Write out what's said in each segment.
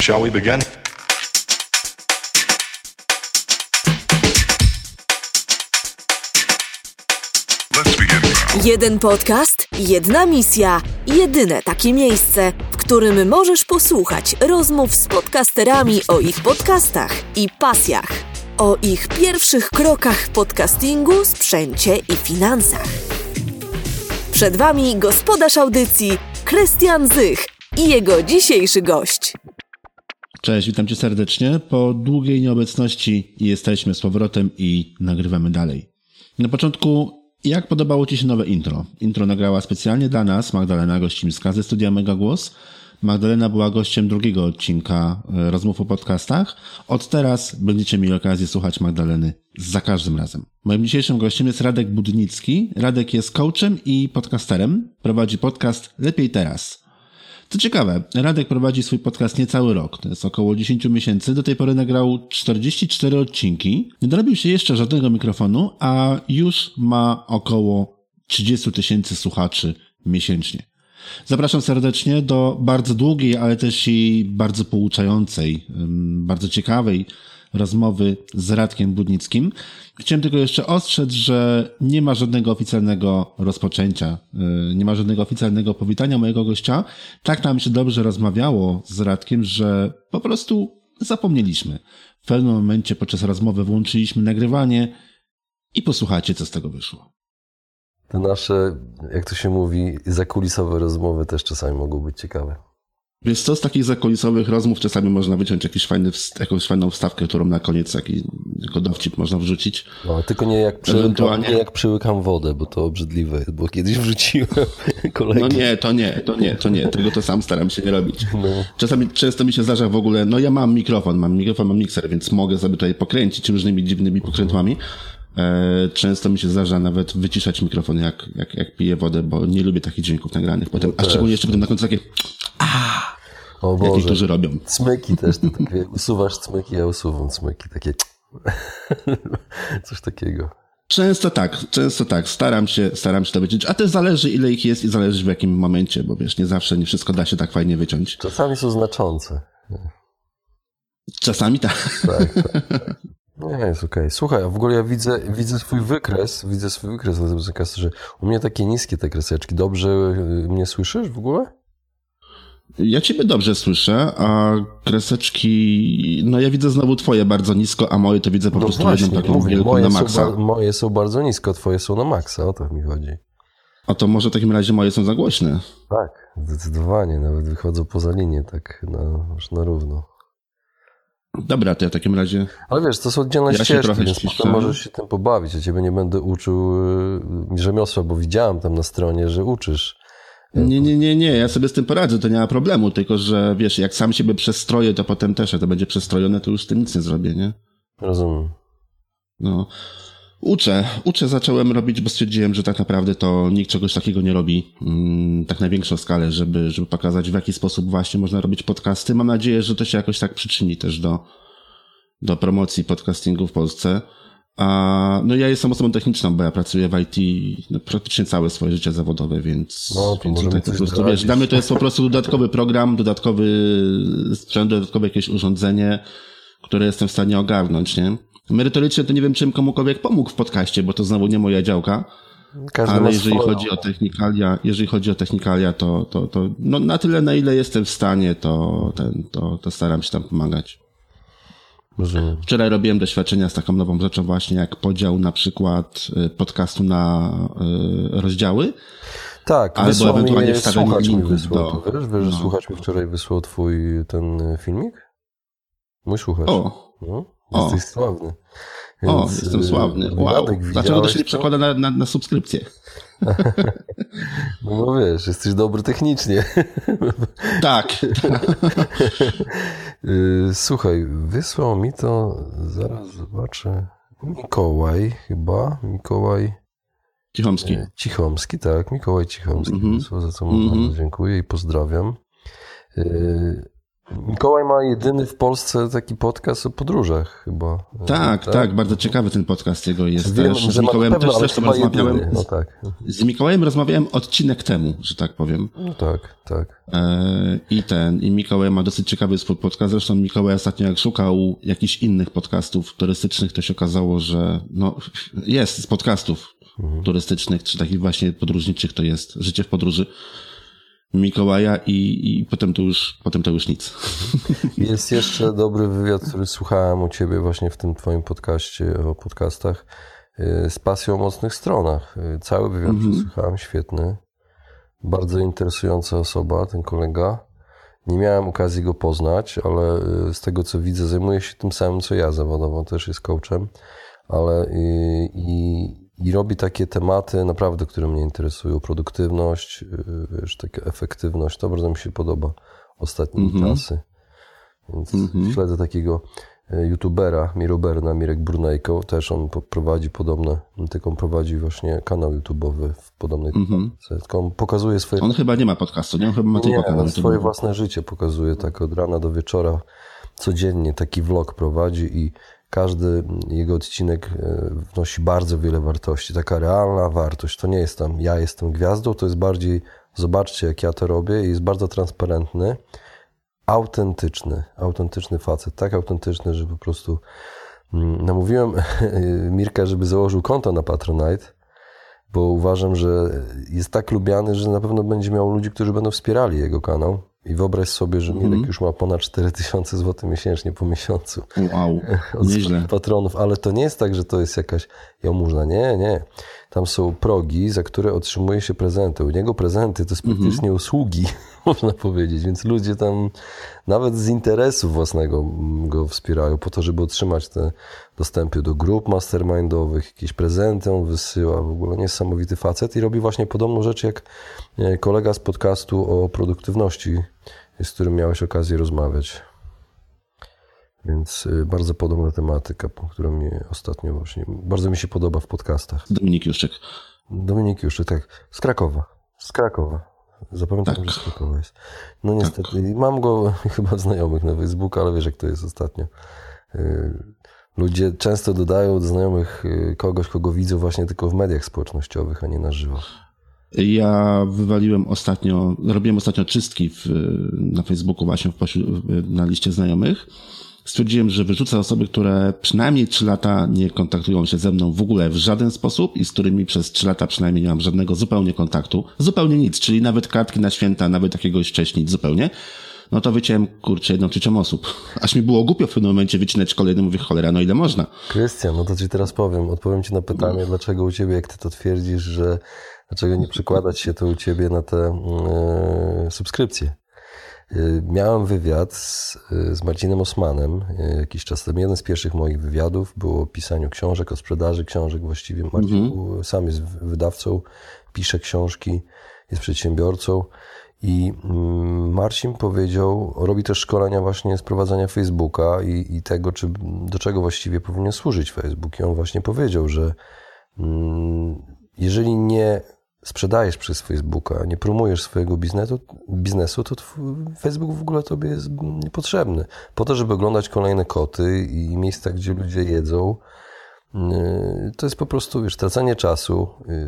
Shall we begin? Jeden podcast, jedna misja, jedyne takie miejsce, w którym możesz posłuchać rozmów z podcasterami o ich podcastach i pasjach, o ich pierwszych krokach w podcastingu, sprzęcie i finansach. Przed Wami gospodarz audycji Krystian Zych i jego dzisiejszy gość. Cześć, witam Cię serdecznie. Po długiej nieobecności jesteśmy z powrotem i nagrywamy dalej. Na początku, jak podobało Ci się nowe intro? Intro nagrała specjalnie dla nas Magdalena Gościmska ze Studia Megagłos. Magdalena była gościem drugiego odcinka rozmów o podcastach. Od teraz będziecie mieli okazję słuchać Magdaleny za każdym razem. Moim dzisiejszym gościem jest Radek Budnicki. Radek jest coachem i podcasterem. Prowadzi podcast Lepiej Teraz. Co ciekawe, Radek prowadzi swój podcast niecały rok, to jest około 10 miesięcy. Do tej pory nagrał 44 odcinki. Nie dorobił się jeszcze żadnego mikrofonu, a już ma około 30 000 słuchaczy miesięcznie. Zapraszam serdecznie do bardzo długiej, ale też i bardzo pouczającej, bardzo ciekawej rozmowy z Radkiem Budnickim. Chciałem tylko jeszcze ostrzec, że nie ma żadnego oficjalnego rozpoczęcia, nie ma żadnego oficjalnego powitania mojego gościa. Tak nam się dobrze rozmawiało z Radkiem, że po prostu zapomnieliśmy. W pewnym momencie podczas rozmowy włączyliśmy nagrywanie i posłuchajcie, co z tego wyszło. Te nasze, jak to się mówi, zakulisowe rozmowy też czasami mogą być ciekawe. Wiesz co, z takich zakulisowych rozmów czasami można wyciąć jakąś fajną wstawkę, którą na koniec jako dowcip można wrzucić. No, tylko nie jak przyłykam wodę, bo to obrzydliwe jest, bo kiedyś wrzuciłem kolegi. No nie, to nie. Tego to sam staram się nie robić. No. Często mi się zdarza w ogóle, no ja mam mikrofon, mam mikser, więc mogę sobie tutaj pokręcić różnymi dziwnymi pokrętłami. Często mi się zdarza nawet wyciszać mikrofon, jak piję wodę, bo nie lubię takich dźwięków nagranych. Potem, a szczególnie jeszcze potem na końcu takie o Boże, jak niektórzy robią. Cmyki też, to takie, usuwasz cmyki, ja usuwam cmyki, takie coś takiego. Często tak, staram się to wyciąć, a też zależy ile ich jest i zależy w jakim momencie, bo wiesz, nie zawsze, nie wszystko da się tak fajnie wyciąć. Czasami są znaczące. Czasami tak. Tak. Nie, jest okej. Słuchaj, a w ogóle ja widzę swój wykres na tym zakazie, że u mnie takie niskie te kreseczki. Dobrze mnie słyszysz w ogóle? Ja ciebie dobrze słyszę, a kreseczki, no ja widzę znowu twoje bardzo nisko, a moje to widzę po prostu jedną taką wielką na maksa. Moje są bardzo nisko, twoje są na maksa, o to mi chodzi. A to może w takim razie moje są za głośne? Tak, zdecydowanie, nawet wychodzą poza linię, tak już na równo. Dobra, to ja w takim razie... Ale wiesz, to są oddzielne ścieżki, więc potem możesz się tym pobawić. Ja ciebie nie będę uczył rzemiosła, bo widziałem tam na stronie, że uczysz. Nie, ja sobie z tym poradzę, to nie ma problemu, tylko że wiesz, jak sam siebie przestroję, to potem też, jak to będzie przestrojone, to już z tym nic nie zrobię, nie? Rozumiem. No. Uczę, zacząłem robić, bo stwierdziłem, że tak naprawdę to nikt czegoś takiego nie robi, tak na większą skalę, żeby pokazać, w jaki sposób właśnie można robić podcasty. Mam nadzieję, że to się jakoś tak przyczyni też do promocji podcastingu w Polsce. No ja jestem osobą techniczną, bo ja pracuję w IT praktycznie całe swoje życie zawodowe, więc tak po prostu, wiesz, dla mnie to jest po prostu dodatkowy program, dodatkowy sprzęt, dodatkowe jakieś urządzenie, które jestem w stanie ogarnąć, nie? Merytorycznie to nie wiem, czym komukolwiek pomógł w podcaście, bo to znowu nie moja działka. Ale jeżeli chodzi o technikalia, to no na tyle, na ile jestem w stanie, to staram się tam pomagać. Rozumiem. Wczoraj robiłem doświadczenia z taką nową rzeczą właśnie, jak podział na przykład podcastu na rozdziały. Tak, albo ewentualnie wstawienie linków do... Wiesz, że słuchacz mi wczoraj wysłał twój ten filmik? Mój słuchacz. Jesteś sławny. Więc, jestem sławny. Wow. Dlaczego to się nie przekłada na subskrypcję? No wiesz, jesteś dobry technicznie. Tak. Słuchaj, wysłał mi to, zaraz zobaczę, Mikołaj chyba, Cichomski, tak, Mikołaj Cichomski wysłał, za co mu bardzo dziękuję i pozdrawiam. Mikołaj ma jedyny w Polsce taki podcast o podróżach chyba. Tak, bardzo ciekawy ten podcast jego jest. Wiem, też. że Z Mikołajem też zresztą rozmawiałem. No tak. Z Mikołajem rozmawiałem odcinek temu, że tak powiem. No tak. I Mikołaj ma dosyć ciekawy swój podcast. Zresztą Mikołaj ostatnio jak szukał jakichś innych podcastów turystycznych, to się okazało, że jest z podcastów turystycznych, czy takich właśnie podróżniczych, to jest Życie w podróży Mikołaja i potem to już nic. Jest jeszcze dobry wywiad, który słuchałem u ciebie właśnie w tym twoim podcaście o podcastach z pasją o mocnych stronach. Cały wywiad słuchałem, świetny. Bardzo interesująca osoba, ten kolega. Nie miałem okazji go poznać, ale z tego co widzę zajmuje się tym samym co ja zawodowo, też jest coachem, ale i robi takie tematy naprawdę, które mnie interesują. Produktywność, taka efektywność. To bardzo mi się podoba ostatnie czasy. Więc śledzę takiego youtubera, Mirek Burnejko. Też on prowadzi prowadzi właśnie kanał YouTube'owy w podobnej tematyce. Tylko on pokazuje swoje... On chyba nie ma podcastu, nie? On chyba ma tylko kanał YouTube'owy. Swoje własne życie pokazuje tak od rana do wieczora. Codziennie taki vlog prowadzi i każdy jego odcinek wnosi bardzo wiele wartości. Taka realna wartość. To nie jest tam ja jestem gwiazdą, to jest bardziej zobaczcie jak ja to robię i jest bardzo transparentny. Autentyczny facet. Tak autentyczny, że po prostu namówiłem Mirka, żeby założył konto na Patronite, bo uważam, że jest tak lubiany, że na pewno będzie miał ludzi, którzy będą wspierali jego kanał. I wyobraź sobie, że Mirek już ma ponad 4000 zł miesięcznie po miesiącu. Wow, nieźle. Patronów, ale to nie jest tak, że to jest jakaś jałmużna. Nie. Tam są progi, za które otrzymuje się prezenty. U niego prezenty to jest praktycznie usługi, można powiedzieć. Więc ludzie tam nawet z interesu własnego go wspierają po to, żeby otrzymać te dostępy do grup mastermindowych, jakieś prezenty on wysyła. W ogóle niesamowity facet i robi właśnie podobną rzecz jak kolega z podcastu o produktywności, z którym miałeś okazję rozmawiać. Więc bardzo podobna tematyka, która mnie ostatnio właśnie bardzo mi się podoba w podcastach. Dominik Juszczyk, tak. Z Krakowa. Zapamiętam, że z Krakowa jest. No niestety, mam go chyba znajomych na Facebooku, ale wiesz jak to jest ostatnio. Ludzie często dodają do znajomych kogoś, kogo widzą właśnie tylko w mediach społecznościowych, a nie na żywo. Ja robiłem ostatnio czystki na Facebooku właśnie na liście znajomych. Stwierdziłem, że wyrzucę osoby, które przynajmniej 3 lata nie kontaktują się ze mną w ogóle w żaden sposób i z którymi przez 3 lata przynajmniej nie mam żadnego zupełnie kontaktu. Zupełnie nic, czyli nawet kartki na święta, nawet jakiegoś wcześniej zupełnie. No to wyciąłem, 1/3 osób. Aż mi było głupio w pewnym momencie wycinać kolejny, mówię, cholera, no ile można? Krystian, no to ci teraz odpowiem ci na pytanie, dlaczego u ciebie, jak ty to twierdzisz, że dlaczego nie przekładać się to u ciebie na te subskrypcje. Miałem wywiad z Marcinem Osmanem jakiś czas temu. Jeden z pierwszych moich wywiadów było o pisaniu książek, o sprzedaży książek właściwie. Marcin sam jest wydawcą, pisze książki, jest przedsiębiorcą i Marcin powiedział, robi też szkolenia właśnie z prowadzenia Facebooka i tego, do czego właściwie powinien służyć Facebook. I on właśnie powiedział, że jeżeli nie sprzedajesz przez Facebooka, nie promujesz swojego biznesu, to Facebook w ogóle tobie jest niepotrzebny. Po to, żeby oglądać kolejne koty i miejsca, gdzie ludzie jedzą, to jest po prostu, tracenie czasu.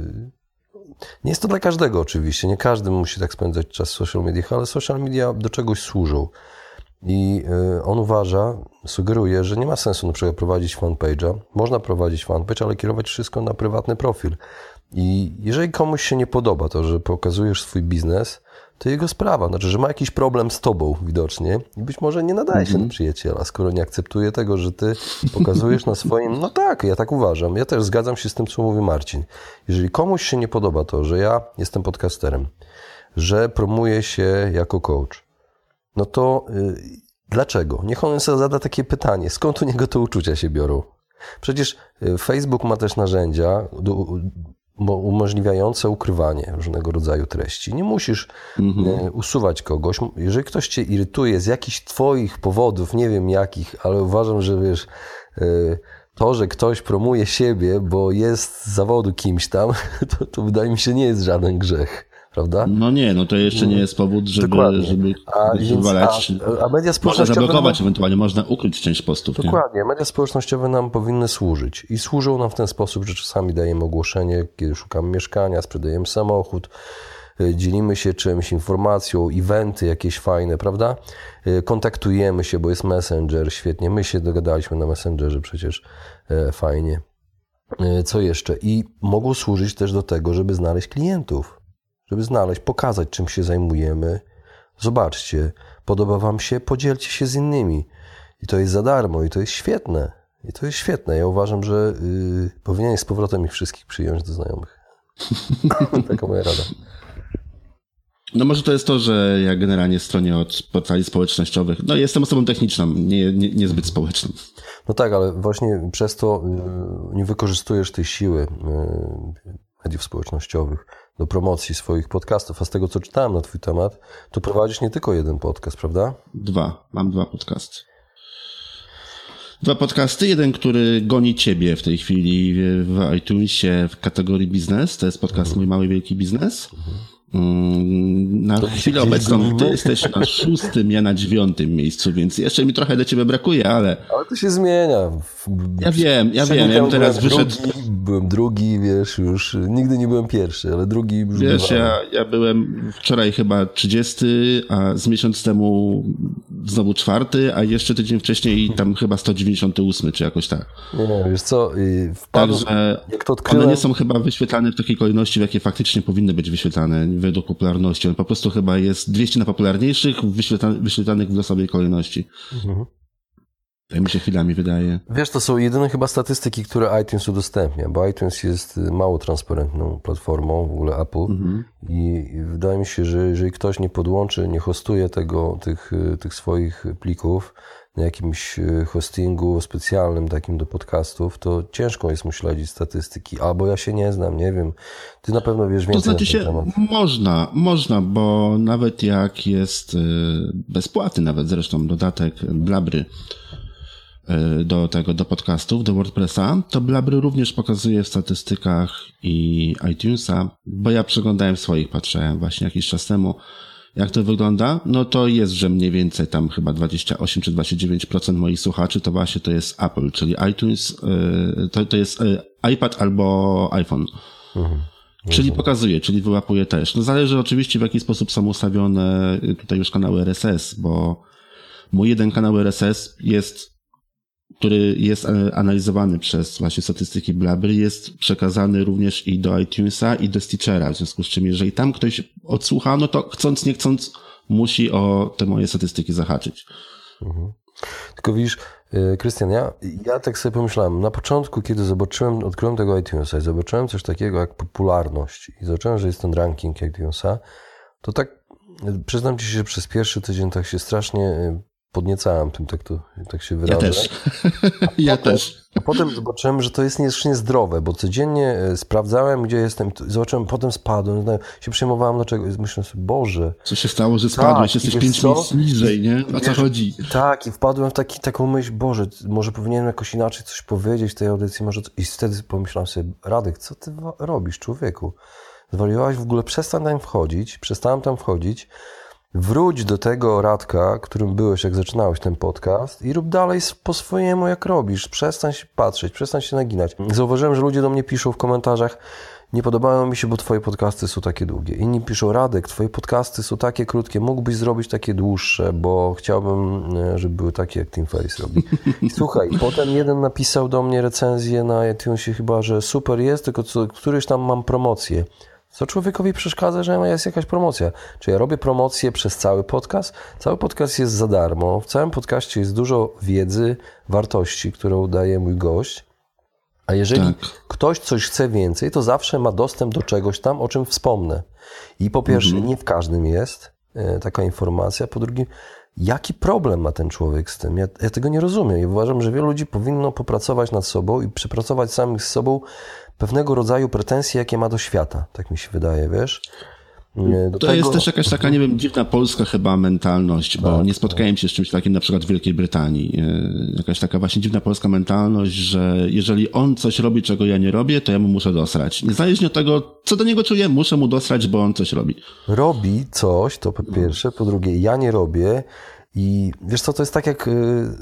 Nie jest to dla każdego oczywiście, nie każdy musi tak spędzać czas w social mediach, ale social media do czegoś służą. I on sugeruje, że nie ma sensu na przykład prowadzić fanpage'a. Można prowadzić fanpage, ale kierować wszystko na prywatny profil. I jeżeli komuś się nie podoba to, że pokazujesz swój biznes, to jego sprawa. Znaczy, że ma jakiś problem z tobą widocznie i być może nie nadaje się na przyjaciela, skoro nie akceptuje tego, że ty pokazujesz na swoim... No tak, ja tak uważam. Ja też zgadzam się z tym, co mówi Marcin. Jeżeli komuś się nie podoba to, że ja jestem podcasterem, że promuję się jako coach, no to dlaczego? Niech on sobie zada takie pytanie. Skąd u niego te uczucia się biorą? Przecież Facebook ma też narzędzia umożliwiające ukrywanie różnego rodzaju treści. Nie musisz usuwać kogoś. Jeżeli ktoś cię irytuje z jakichś twoich powodów, nie wiem jakich, ale uważam, że to, że ktoś promuje siebie, bo jest z zawodu kimś tam, to wydaje mi się nie jest żaden grzech. prawda? No nie, no to jeszcze nie jest powód, żeby wywalać. A media społecznościowe... Można zablokować, ewentualnie można ukryć część postów. Dokładnie. Nie? Media społecznościowe nam powinny służyć. I służą nam w ten sposób, że czasami dajemy ogłoszenie, kiedy szukamy mieszkania, sprzedajemy samochód, dzielimy się czymś, informacją, eventy jakieś fajne, prawda? Kontaktujemy się, bo jest Messenger, świetnie. My się dogadaliśmy na Messengerze przecież, fajnie. Co jeszcze? I mogą służyć też do tego, żeby znaleźć klientów. Żeby znaleźć, pokazać, czym się zajmujemy. Zobaczcie, podoba wam się, podzielcie się z innymi. I to jest za darmo i to jest świetne. Ja uważam, że powinien z powrotem ich wszystkich przyjąć do znajomych. Taka moja rada. No może to jest to, że ja generalnie stronię od portali społecznościowych. No jestem osobą techniczną, niezbyt społeczną. No tak, ale właśnie przez to nie wykorzystujesz tej siły mediów społecznościowych do promocji swoich podcastów. A z tego, co czytałem na twój temat, to prowadzisz nie tylko jeden podcast, prawda? Mam 2 podcasty. 2 podcasty. Jeden, który goni ciebie w tej chwili w iTunesie w kategorii biznes. To jest podcast Mój Mały Wielki Biznes. Na chwilę obecną ty jesteś na 6., ja na 9. miejscu, więc jeszcze mi trochę do ciebie brakuje, ale... Ale to się zmienia. Ja wiem. Ja bym teraz wyszedł... Byłem drugi, wiesz, już nigdy nie byłem pierwszy, ale drugi już wiesz, ja byłem wczoraj chyba 30, a z miesiąc temu znowu 4, a jeszcze tydzień wcześniej tam chyba 198, czy jakoś tak. Nie, wiesz co, także jak to odkryłem... one nie są chyba wyświetlane w takiej kolejności, w jakiej faktycznie powinny być wyświetlane według popularności. On po prostu chyba jest 200 najpopularniejszych wyświetlanych w losowej kolejności. Tak mi się chwilami wydaje. Wiesz, to są jedyne chyba statystyki, które iTunes udostępnia, bo iTunes jest mało transparentną platformą, w ogóle Apple. I wydaje mi się, że jeżeli ktoś nie podłączy, nie hostuje tych swoich plików na jakimś hostingu specjalnym takim do podcastów, to ciężko jest mu śledzić statystyki. Albo ja się nie znam, nie wiem. Ty na pewno wiesz więcej na ten temat. Można, bo nawet jak jest bezpłatny, nawet zresztą dodatek Blabry do podcastów, do WordPressa, to Blabry również pokazuje w statystykach i iTunesa, bo ja przeglądałem swoich, patrzyłem właśnie jakiś czas temu, jak to wygląda, no to jest, że mniej więcej tam chyba 28 czy 29% moich słuchaczy to właśnie to jest Apple, czyli iTunes, to jest iPad albo iPhone. Czyli pokazuje, czyli wyłapuje też. No zależy oczywiście w jaki sposób są ustawione tutaj już kanały RSS, bo mój jeden kanał RSS który jest analizowany przez właśnie statystyki Blabry, jest przekazany również i do iTunesa i do Stitchera, w związku z czym jeżeli tam ktoś odsłucha, no to chcąc nie chcąc musi o te moje statystyki zahaczyć. Tylko widzisz, Krystian, ja tak sobie pomyślałem, na początku, kiedy odkryłem tego iTunesa i zobaczyłem coś takiego jak popularność i zobaczyłem, że jest ten ranking iTunesa, to tak przyznam ci się, że przez pierwszy tydzień tak się strasznie podniecałem tym, tak się wyrażę. Ja też. A potem zobaczyłem, że to jest niezdrowe, bo codziennie sprawdzałem, gdzie jestem. Zobaczyłem, potem spadłem, się przejmowałem dlaczego. Myślę sobie, Boże. Co się stało, że spadłeś? Jesteś 5 miejsc niżej, nie? O co chodzi? Tak, i wpadłem w taką myśl, Boże, może powinienem jakoś inaczej coś powiedzieć w tej audycji. I wtedy pomyślałem sobie, Radek, co ty robisz, człowieku? Zwariowałeś w ogóle, przestałem tam wchodzić. Wróć do tego Radka, którym byłeś, jak zaczynałeś ten podcast i rób dalej po swojemu, jak robisz. Przestań się patrzeć, przestań się naginać. Zauważyłem, że ludzie do mnie piszą w komentarzach, nie podobają mi się, bo twoje podcasty są takie długie. Inni piszą, Radek, twoje podcasty są takie krótkie, mógłbyś zrobić takie dłuższe, bo chciałbym, żeby były takie, jak Tim Ferriss robi. I słuchaj, potem jeden napisał do mnie recenzję na iTunesie chyba, że super jest, tylko któryś tam mam promocję. Co człowiekowi przeszkadza, że jest jakaś promocja? Czy ja robię promocję przez cały podcast? Cały podcast jest za darmo. W całym podcaście jest dużo wiedzy, wartości, którą daje mój gość. A jeżeli ktoś coś chce więcej, to zawsze ma dostęp do czegoś tam, o czym wspomnę. I po pierwsze, nie w każdym jest taka informacja. Po drugie, jaki problem ma ten człowiek z tym? Ja tego nie rozumiem. Ja uważam, że wielu ludzi powinno popracować nad sobą i przepracować samych z sobą pewnego rodzaju pretensje, jakie ma do świata. Tak mi się wydaje, wiesz? Jest też jakaś taka, nie wiem, dziwna polska chyba mentalność, bo nie spotkałem się z czymś takim na przykład w Wielkiej Brytanii. Jakaś taka właśnie dziwna polska mentalność, że jeżeli on coś robi, czego ja nie robię, to ja mu muszę dosrać. Niezależnie od tego, co do niego czuję, muszę mu dosrać, bo on coś robi. Robi coś, to po pierwsze, po drugie, ja nie robię i wiesz co, to jest tak jak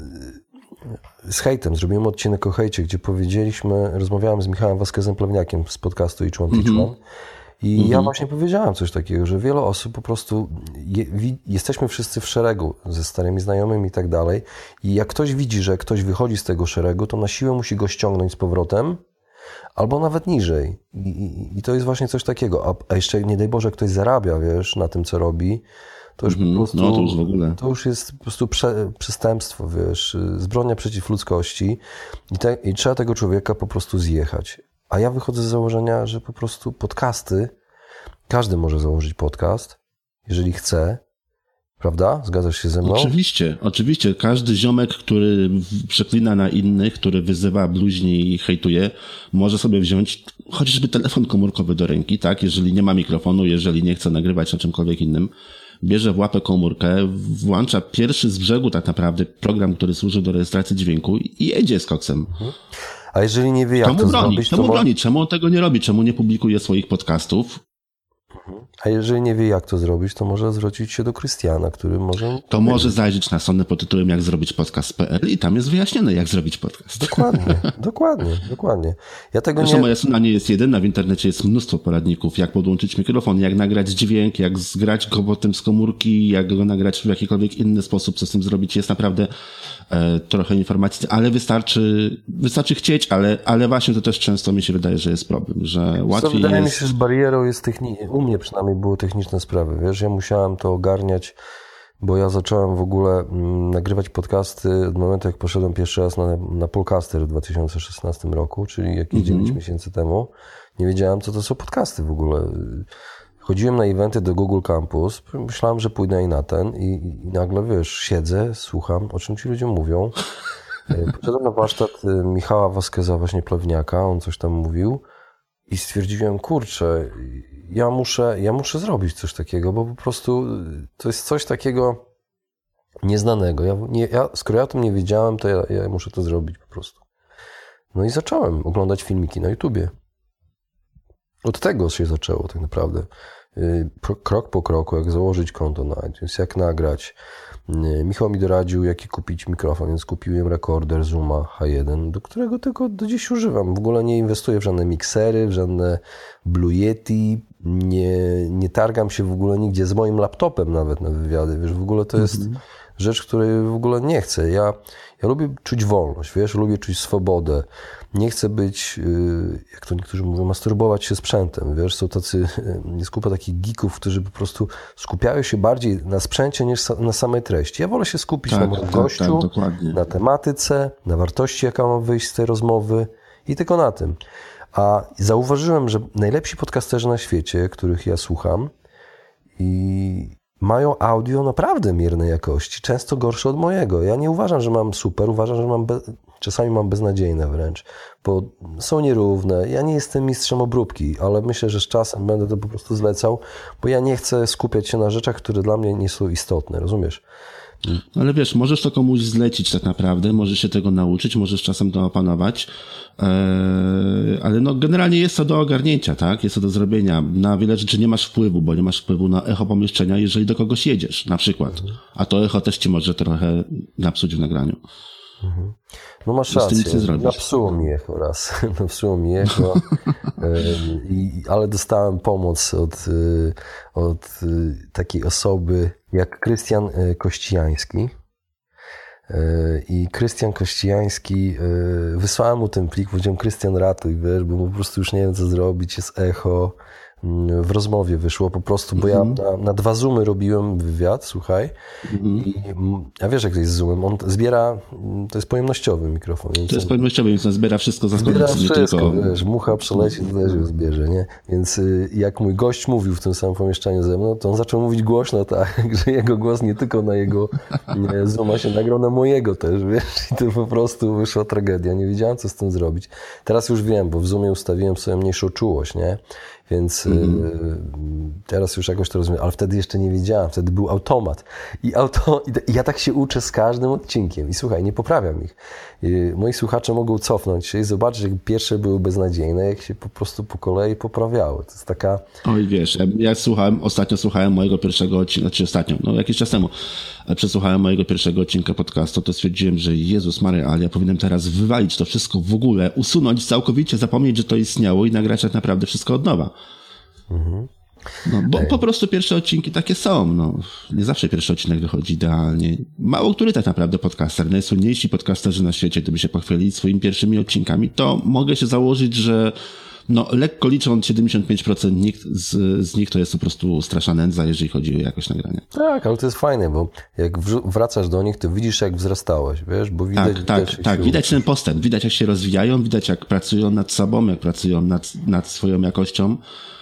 z hejtem. Zrobiłem odcinek o hejcie, gdzie rozmawiałem z Michałem Vasquezem-Plewniakiem z podcastu Each One Teach One. I ja właśnie powiedziałem coś takiego, że wiele osób po prostu, jesteśmy wszyscy w szeregu ze starymi znajomymi i tak dalej i jak ktoś widzi, że ktoś wychodzi z tego szeregu, to na siłę musi go ściągnąć z powrotem albo nawet niżej. I to jest właśnie coś takiego. A jeszcze nie daj Boże, ktoś zarabia, wiesz, na tym, co robi, to już po prostu, to już w ogóle. To już jest po prostu przestępstwo, wiesz, zbrodnia przeciw ludzkości i trzeba tego człowieka po prostu zjechać. A ja wychodzę z założenia, że po prostu podcasty, każdy może założyć podcast, jeżeli chce, prawda? Zgadzasz się ze mną? Oczywiście. Każdy ziomek, który przeklina na innych, który wyzywa, bluźni i hejtuje, może sobie wziąć chociażby telefon komórkowy do ręki, tak? Jeżeli nie ma mikrofonu, jeżeli nie chce nagrywać na czymkolwiek innym, bierze w łapę komórkę, włącza pierwszy z brzegu tak naprawdę program, który służy do rejestracji dźwięku i jedzie z koksem. A jeżeli nie wie, jak to zrobić, to broni. Czemu on tego nie robi? Czemu nie publikuje swoich podcastów? A jeżeli nie wie, jak to zrobić, to może zwrócić się do Krystiana, który może... To może zajrzeć na stronę pod tytułem Jak zrobić podcast.pl i tam jest wyjaśnione, jak zrobić podcast. Dokładnie. Ja tego Zresztą moja strona nie jest jedyna, w internecie jest mnóstwo poradników, jak podłączyć mikrofon, jak nagrać dźwięk, jak zgrać go potem z komórki, jak go nagrać w jakikolwiek inny sposób, co z tym zrobić. Jest naprawdę trochę informacji, ale wystarczy chcieć, ale właśnie to też często mi się wydaje, że jest problem, że łatwiej jest... Wydaje mi się, że barierą jest u mnie przynajmniej były techniczne sprawy, wiesz, ja musiałem to ogarniać, bo ja zacząłem w ogóle nagrywać podcasty od momentu, jak poszedłem pierwszy raz na Polcaster w 2016 roku, czyli jakieś 9 miesięcy temu. Nie wiedziałem, co to są podcasty w ogóle. Chodziłem na eventy do Google Campus, myślałem, że pójdę i na ten i nagle, wiesz, siedzę, słucham, o czym ci ludzie mówią. Poszedłem na warsztat Michała Vasqueza właśnie Plewniaka, on coś tam mówił i stwierdziłem, kurczę, ja muszę zrobić coś takiego, bo po prostu to jest coś takiego nieznanego. Skoro ja o tym nie wiedziałem, to ja muszę to zrobić po prostu. No i zacząłem oglądać filmiki na YouTubie. Od tego się zaczęło tak naprawdę. Krok po kroku, jak założyć konto na iTunes, jak nagrać. Michał mi doradził, jaki kupić mikrofon, więc kupiłem rekorder Zooma H1, do którego tylko do dziś używam. W ogóle nie inwestuję w żadne miksery, w żadne Blue Yeti, nie targam się w ogóle nigdzie z moim laptopem nawet na wywiady. Wiesz, w ogóle to jest rzecz, której w ogóle nie chcę. Ja lubię czuć wolność, wiesz, lubię czuć swobodę. Nie chcę być, jak to niektórzy mówią, masturbować się sprzętem, wiesz, jest kupa takich geeków, którzy po prostu skupiają się bardziej na sprzęcie niż na samej treści. Ja wolę się skupić na moim gościu, na tematyce, na wartości, jaka ma wyjść z tej rozmowy i tylko na tym. A zauważyłem, że najlepsi podcasterzy na świecie, których ja słucham mają audio naprawdę miernej jakości, często gorsze od mojego. Ja nie uważam, że mam super, uważam, że czasami mam beznadziejne wręcz, bo są nierówne. Ja nie jestem mistrzem obróbki, ale myślę, że z czasem będę to po prostu zlecał, bo ja nie chcę skupiać się na rzeczach, które dla mnie nie są istotne, rozumiesz? Ale wiesz, możesz to komuś zlecić tak naprawdę, możesz się tego nauczyć, możesz czasem to opanować, ale no generalnie jest to do ogarnięcia, tak? Jest to do zrobienia. Na wiele rzeczy nie masz wpływu, bo nie masz wpływu na echo pomieszczenia, jeżeli do kogoś jedziesz, na przykład. A to echo też ci może trochę napsuć w nagraniu. No masz rację, napsuło mi echo raz, ale dostałem pomoc od takiej osoby jak Krystian Kościjański. I Krystian Kościjański, wysłałem mu ten plik, powiedziałem, Krystian, ratuj, wiesz, bo po prostu już nie wiem, co zrobić, jest echo. W rozmowie wyszło po prostu, bo ja na 2 Zoomy robiłem wywiad, słuchaj, a wiesz, jak to jest z Zoomem, on zbiera, to jest pojemnościowy mikrofon. To jest pojemnościowy, więc on zbiera wszystko za zbiera wszystko, wiesz, mucha przeleci, to też ją zbierze, nie? Więc jak mój gość mówił w tym samym pomieszczeniu ze mną, to on zaczął mówić głośno tak, że jego głos nie tylko na jego Zooma się nagrał, na mojego też, wiesz, i to po prostu wyszła tragedia, nie wiedziałem, co z tym zrobić. Teraz już wiem, bo w Zoomie ustawiłem sobie mniejszą czułość, nie? Więc teraz już jakoś to rozumiem, ale wtedy jeszcze nie wiedziałem, wtedy był automat. I ja tak się uczę z każdym odcinkiem. I słuchaj, nie poprawiam ich. Moi słuchacze mogą cofnąć się i zobaczyć, jak pierwsze były beznadziejne, jak się po prostu po kolei poprawiały. To jest taka... Oj, wiesz, ja ostatnio słuchałem mojego pierwszego odcinka, jakiś czas temu przesłuchałem mojego pierwszego odcinka podcastu, to stwierdziłem, że Jezus Maria, ale ja powinienem teraz wywalić to wszystko w ogóle, usunąć, całkowicie zapomnieć, że to istniało i nagrać tak naprawdę wszystko od nowa. No, bo po prostu pierwsze odcinki takie są. No. Nie zawsze pierwszy odcinek wychodzi idealnie. Mało który tak naprawdę podcaster, najsłynniejsi podcasterzy na świecie, gdyby się pochwalili swoimi pierwszymi odcinkami, to mogę się założyć, że lekko licząc 75% z nich to jest po prostu straszna nędza, jeżeli chodzi o jakość nagrania. Tak, ale to jest fajne, bo jak wracasz do nich, to widzisz, jak wzrastałeś, wiesz, bo widać... Tak, widać ten postęp, widać, jak się rozwijają, widać, jak pracują nad sobą, jak pracują nad swoją jakością.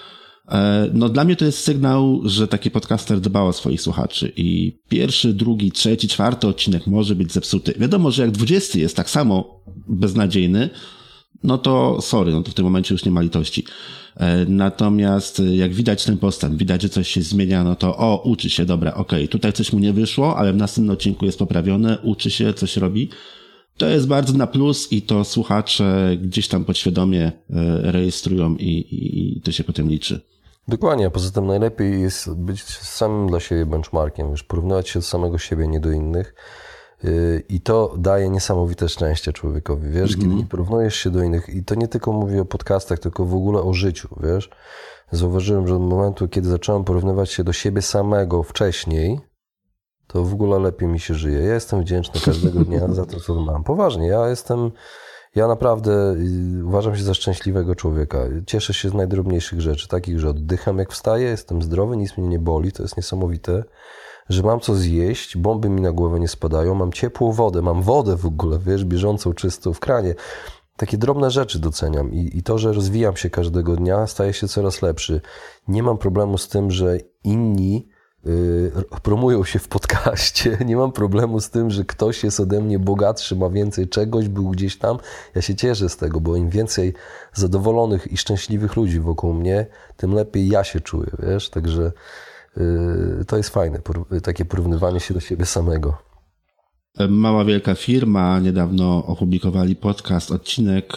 Dla mnie to jest sygnał, że taki podcaster dba o swoich słuchaczy i pierwszy, drugi, trzeci, czwarty odcinek może być zepsuty. Wiadomo, że jak 20 jest tak samo beznadziejny, to sorry, to w tym momencie już nie ma litości. Natomiast jak widać ten postęp, widać, że coś się zmienia, to uczy się, dobra, okej, tutaj coś mu nie wyszło, ale w następnym odcinku jest poprawione, uczy się, coś robi. To jest bardzo na plus i to słuchacze gdzieś tam podświadomie rejestrują i to się potem liczy. Dokładnie, a poza tym najlepiej jest być samym dla siebie benchmarkiem, wiesz, porównywać się do samego siebie, nie do innych. I to daje niesamowite szczęście człowiekowi, wiesz, kiedy nie porównujesz się do innych. I to nie tylko mówię o podcastach, tylko w ogóle o życiu, wiesz. Zauważyłem, że od momentu, kiedy zacząłem porównywać się do siebie samego wcześniej, to w ogóle lepiej mi się żyje. Ja jestem wdzięczny każdego dnia za to, co mam. Poważnie, ja naprawdę uważam się za szczęśliwego człowieka. Cieszę się z najdrobniejszych rzeczy, takich, że oddycham jak wstaję, jestem zdrowy, nic mnie nie boli, to jest niesamowite, że mam co zjeść, bomby mi na głowę nie spadają, mam ciepłą wodę, mam wodę w ogóle, wiesz, bieżącą, czystą w kranie. Takie drobne rzeczy doceniam i to, że rozwijam się każdego dnia, staję się coraz lepszy. Nie mam problemu z tym, że inni promują się w podcaście. Nie mam problemu z tym, że ktoś jest ode mnie bogatszy, ma więcej czegoś, był gdzieś tam. Ja się cieszę z tego, bo im więcej zadowolonych i szczęśliwych ludzi wokół mnie, tym lepiej ja się czuję, wiesz? Także to jest fajne, takie porównywanie się do siebie samego. Mała wielka firma, niedawno opublikowali odcinek,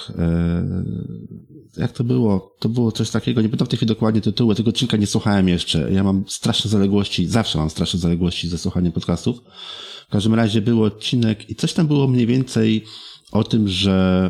jak to było? To było coś takiego, nie pamiętam w tej chwili dokładnie tytułu, tego odcinka nie słuchałem jeszcze. Ja mam straszne zaległości, zawsze mam straszne zaległości ze słuchaniem podcastów. W każdym razie był odcinek i coś tam było mniej więcej o tym, że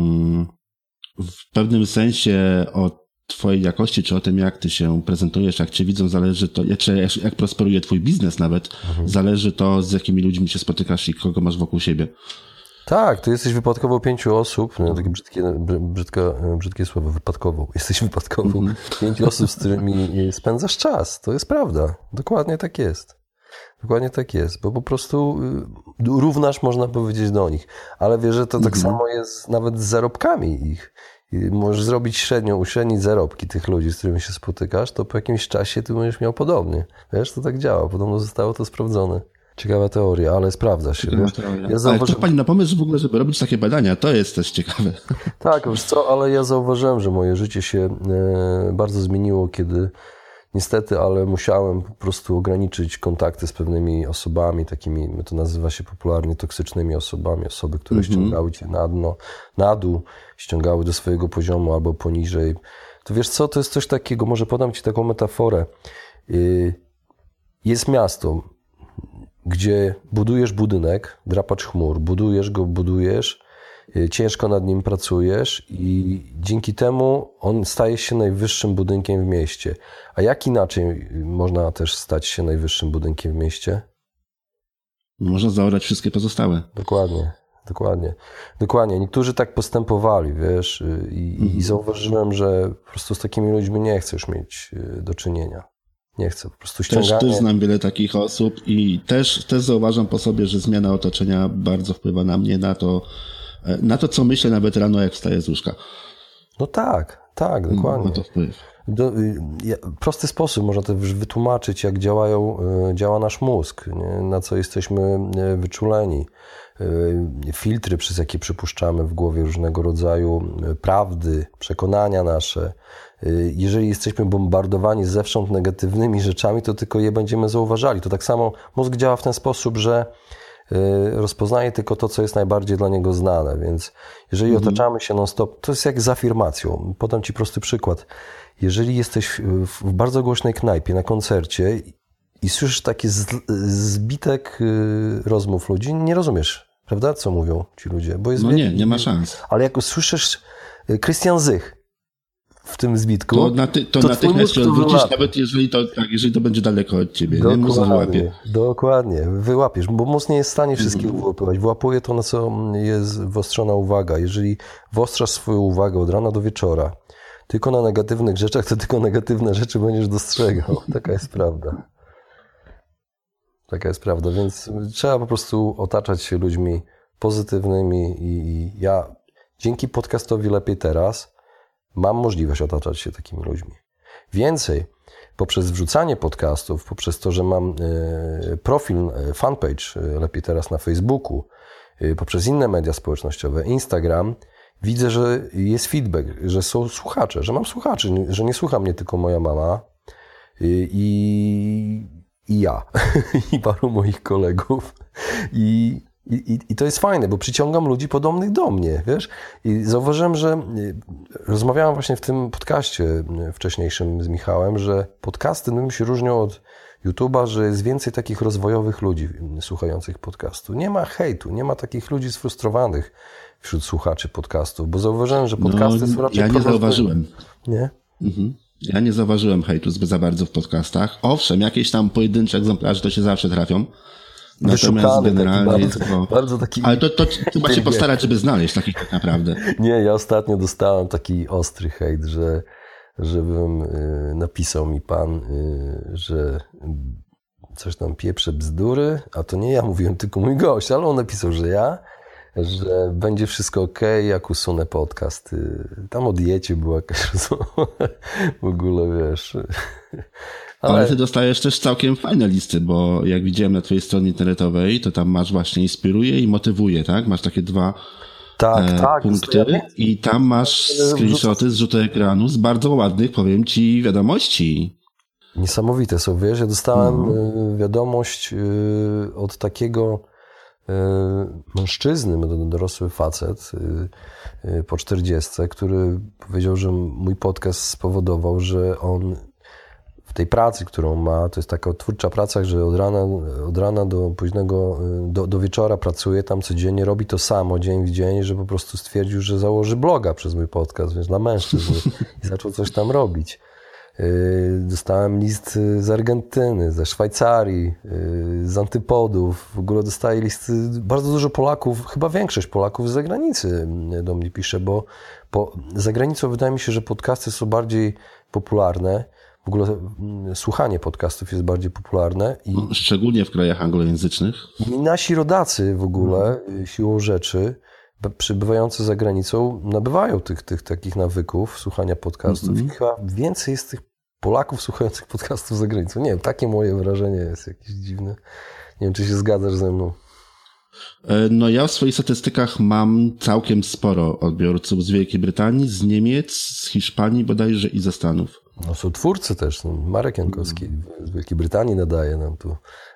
w pewnym sensie o twojej jakości, czy o tym, jak ty się prezentujesz, jak cię widzą, zależy to, czy jak prosperuje twój biznes nawet, zależy to, z jakimi ludźmi się spotykasz i kogo masz wokół siebie. Tak, ty jesteś wypadkowo 5 osób, takie brzydkie słowo, wypadkową. Jesteś wypadkową 5 osób, z którymi spędzasz czas. To jest prawda. Dokładnie tak jest. Dokładnie tak jest, bo po prostu równasz, można powiedzieć, do nich. Ale wiesz, że to tak samo jest nawet z zarobkami ich. Możesz zrobić uśrednić zarobki tych ludzi, z którymi się spotykasz, to po jakimś czasie ty będziesz miał podobnie. Wiesz, to tak działa. Podobno zostało to sprawdzone. Ciekawa teoria, ale sprawdza się. Ale kto pani na pomysł w ogóle, żeby robić takie badania? To jest też ciekawe. Tak, wiesz co, ale ja zauważyłem, że moje życie się bardzo zmieniło, kiedy niestety, ale musiałem po prostu ograniczyć kontakty z pewnymi osobami, takimi, to nazywa się popularnie toksycznymi osobami, osoby, które ściągały cię na dół, ściągały do swojego poziomu albo poniżej. To wiesz co, to jest coś takiego, może podam ci taką metaforę. Jest miasto, gdzie budujesz budynek, drapacz chmur, budujesz, ciężko nad nim pracujesz i dzięki temu on staje się najwyższym budynkiem w mieście. A jak inaczej można też stać się najwyższym budynkiem w mieście? Można zaorać wszystkie pozostałe. Dokładnie. Niektórzy tak postępowali, wiesz, i zauważyłem, że po prostu z takimi ludźmi nie chcę już mieć do czynienia. Nie chcę, po prostu ściąganie. Też znam wiele takich osób i też zauważam po sobie, że zmiana otoczenia bardzo wpływa na mnie, na to, co myślę nawet rano, jak wstaję z łóżka. No tak, dokładnie. Ma to wpływ. prosty sposób można to wytłumaczyć, jak działa nasz mózg, nie? Na co jesteśmy wyczuleni. Filtry, przez jakie przypuszczamy w głowie różnego rodzaju prawdy, przekonania nasze. Jeżeli jesteśmy bombardowani zewsząd negatywnymi rzeczami, to tylko je będziemy zauważali. To tak samo mózg działa w ten sposób, że rozpoznaje tylko to, co jest najbardziej dla niego znane. Więc jeżeli otaczamy się non-stop, to jest jak z afirmacją. Podam Ci prosty przykład. Jeżeli jesteś w bardzo głośnej knajpie, na koncercie i słyszysz taki zbitek rozmów ludzi, nie rozumiesz, prawda, co mówią ci ludzie? Bo jest nie ma szans. Ale jak usłyszysz Christian Zych w tym zbitku, to natychmiast się odwrócisz, nawet jeżeli to będzie daleko od ciebie. Dokładnie, wyłapiesz, bo mózg nie jest w stanie wszystkiego wyłapywać. Wyłapuje to, na co jest wyostrzona uwaga. Jeżeli wyostrzasz swoją uwagę od rana do wieczora tylko na negatywnych rzeczach, to tylko negatywne rzeczy będziesz dostrzegał. Taka jest prawda. Taka jest prawda, więc trzeba po prostu otaczać się ludźmi pozytywnymi i ja dzięki podcastowi Lepiej Teraz mam możliwość otaczać się takimi ludźmi. Więcej, poprzez wrzucanie podcastów, poprzez to, że mam profil, fanpage Lepiej Teraz na Facebooku, poprzez inne media społecznościowe, Instagram, widzę, że jest feedback, że są słuchacze, że mam słuchaczy, że nie słucha mnie tylko moja mama i ja, i paru moich kolegów. I to jest fajne, bo przyciągam ludzi podobnych do mnie, wiesz? I zauważyłem, że rozmawiałem właśnie w tym podcaście wcześniejszym z Michałem, że podcasty się różnią od YouTube'a, że jest więcej takich rozwojowych ludzi słuchających podcastu. Nie ma hejtu, nie ma takich ludzi sfrustrowanych wśród słuchaczy podcastów, bo zauważyłem, że podcasty są raczej... Ja nie zauważyłem. Nie? Ja nie zauważyłem hejtu za bardzo w podcastach. Owszem, jakieś tam pojedyncze egzemplarze to się zawsze trafią. Natomiast generalnie jest to... Bardzo taki... Ale to trzeba się postarać, żeby znaleźć takich tak naprawdę. Nie, ja ostatnio dostałem taki ostry hejt, żebym napisał mi pan, że coś tam pieprze bzdury, a to nie ja mówiłem, tylko mój gość, ale on napisał, że ja, że będzie wszystko okej, jak usunę podcast. Tam o diecie była jakaś rozmowa. W ogóle, wiesz... Ale ty dostajesz też całkiem fajne listy, bo jak widziałem na twojej stronie internetowej, to tam masz właśnie inspiruje i motywuje, tak? Masz takie dwa punkty i tam masz screenshoty, zrzuty ekranu z bardzo ładnych, powiem ci, wiadomości. Niesamowite są, wiesz, ja dostałem wiadomość od takiego mężczyzny, dorosły facet po 40, który powiedział, że mój podcast spowodował, że on w tej pracy, którą ma, to jest taka twórcza praca, że od rana do późnego, do wieczora pracuje tam codziennie, robi to samo dzień w dzień, że po prostu stwierdził, że założy bloga przez mój podcast, więc dla mężczyzn i zaczął coś tam robić. Dostałem list z Argentyny, ze Szwajcarii, z Antypodów. W ogóle dostaję listy, bardzo dużo Polaków, chyba większość Polaków z zagranicy do mnie pisze, bo za granicą wydaje mi się, że podcasty są bardziej popularne. W ogóle słuchanie podcastów jest bardziej popularne. Szczególnie w krajach anglojęzycznych. I nasi rodacy w ogóle siłą rzeczy, przybywający za granicą, nabywają tych takich nawyków słuchania podcastów. I chyba więcej jest tych Polaków słuchających podcastów za granicą. Nie wiem, takie moje wrażenie jest jakieś dziwne. Nie wiem, czy się zgadzasz ze mną. No ja w swoich statystykach mam całkiem sporo odbiorców z Wielkiej Brytanii, z Niemiec, z Hiszpanii bodajże i ze Stanów. No są twórcy też. No, Marek Jankowski z Wielkiej Brytanii nadaje nam tu.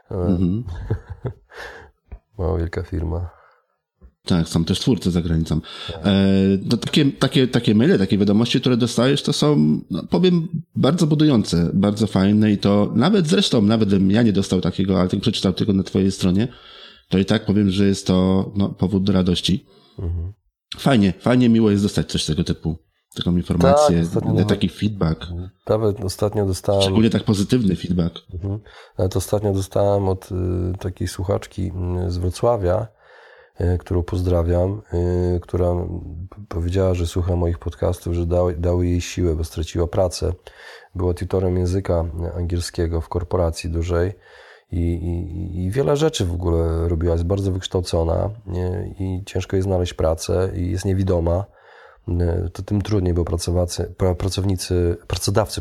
Mała wielka firma. Tak, są też twórcy za granicą. No, takie maile, takie wiadomości, które dostajesz, to są, no, powiem, bardzo budujące, bardzo fajne i to nawet gdybym ja nie dostał takiego, ale tylko przeczytał tylko na twojej stronie, to i tak powiem, że jest to powód do radości. Fajnie, miło jest dostać coś tego typu. Taką informację, taki feedback. Nawet ostatnio dostałem... Szczególnie tak pozytywny feedback. Nawet ostatnio dostałem od takiej słuchaczki z Wrocławia, którą pozdrawiam, która powiedziała, że słucha moich podcastów, że dały jej siłę, bo straciła pracę. Była tutorem języka angielskiego w korporacji dużej i wiele rzeczy w ogóle robiła. Jest bardzo wykształcona i ciężko jej znaleźć pracę i jest niewidoma. to tym trudniej, bo pracodawcy,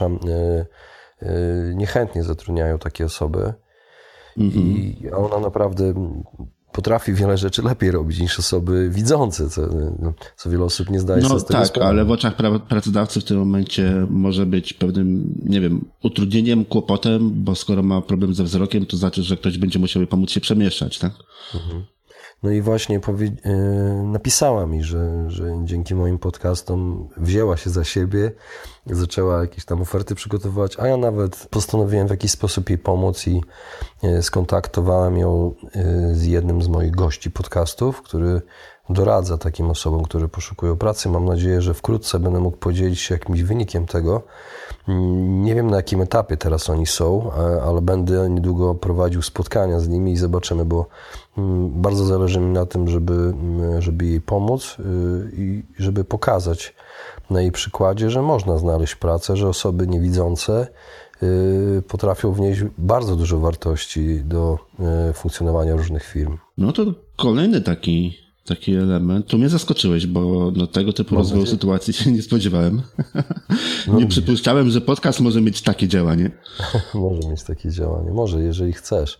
niechętnie zatrudniają takie osoby. I ona naprawdę potrafi wiele rzeczy lepiej robić niż osoby widzące, co wiele osób nie zdaje sobie z tego sprawy. Ale w oczach pracodawcy w tym momencie może być pewnym, nie wiem, utrudnieniem, kłopotem, bo skoro ma problem ze wzrokiem, to znaczy, że ktoś będzie musiał jej pomóc się przemieszczać, tak? No i właśnie napisała mi, że dzięki moim podcastom wzięła się za siebie, zaczęła jakieś tam oferty przygotowywać, a ja nawet postanowiłem w jakiś sposób jej pomóc i skontaktowałem ją z jednym z moich gości podcastów, który doradza takim osobom, które poszukują pracy. Mam nadzieję, że wkrótce będę mógł podzielić się jakimś wynikiem tego. Nie wiem, na jakim etapie teraz oni są, ale będę niedługo prowadził spotkania z nimi i zobaczymy, bo bardzo zależy mi na tym, żeby jej pomóc i żeby pokazać na jej przykładzie, że można znaleźć pracę, że osoby niewidzące potrafią wnieść bardzo dużo wartości do funkcjonowania różnych firm. No to kolejny taki element. Tu mnie zaskoczyłeś, bo tego typu rozwoju sytuacji się nie spodziewałem. Nie przypuszczałem, że podcast może mieć takie działanie. Może mieć takie działanie. Może, jeżeli chcesz.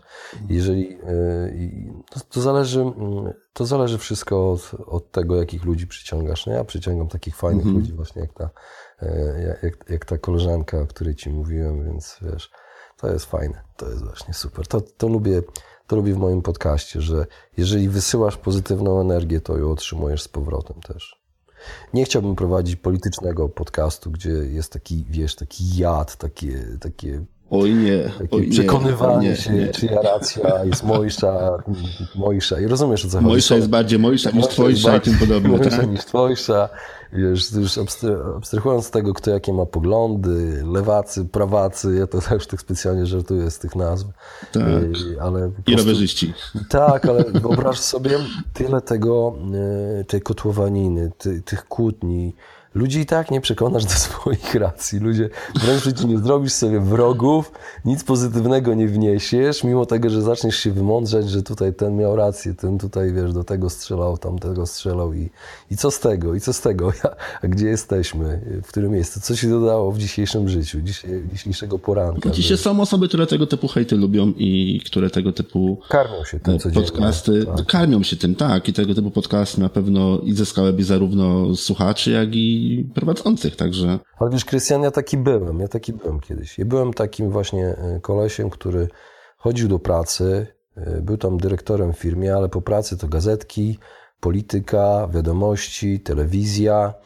To zależy wszystko od tego, jakich ludzi przyciągasz. No ja przyciągam takich fajnych ludzi właśnie jak ta koleżanka, o której ci mówiłem, więc wiesz, to jest fajne. To jest właśnie super. To lubię w moim podcaście, że jeżeli wysyłasz pozytywną energię, to ją otrzymujesz z powrotem też. Nie chciałbym prowadzić politycznego podcastu, gdzie jest taki, wiesz, taki jad, takie przekonywanie się, czyja racja jest mojsza. I rozumiesz, o co chodzi. Mojsza jest bardziej mojsza niż twojsza i tym podobne. Mojsza niż twojsza. Wiesz, już abstrahując z tego, kto jakie ma poglądy, lewacy, prawacy, ja to już tak specjalnie żartuję z tych nazw. Tak. Ale i rowerzyści. Tak, ale wyobraź sobie tyle tej kotłowaniny, tych kłótni. Ludzi i tak nie przekonasz do swoich racji. Wręcz nie zrobisz sobie wrogów, nic pozytywnego nie wniesiesz, mimo tego, że zaczniesz się wymądrzać, że tutaj ten miał rację, ten tutaj, wiesz, do tego strzelał, tamtego strzelał i co z tego? A gdzie jesteśmy? W którym miejscu? Co się dodało w dzisiejszym życiu, dzisiejszego poranka? Dzisiaj są osoby, które tego typu hejty lubią i które tego typu karmią się tym podcasty, karmią się tym, tak. I tego typu podcasty na pewno i zyskałyby zarówno słuchaczy, jak i prowadzących, także... Ale wiesz, Krystian, ja taki byłem kiedyś. Ja byłem takim właśnie kolesiem, który chodził do pracy, był tam dyrektorem w firmie, ale po pracy to gazetki, polityka, wiadomości, telewizja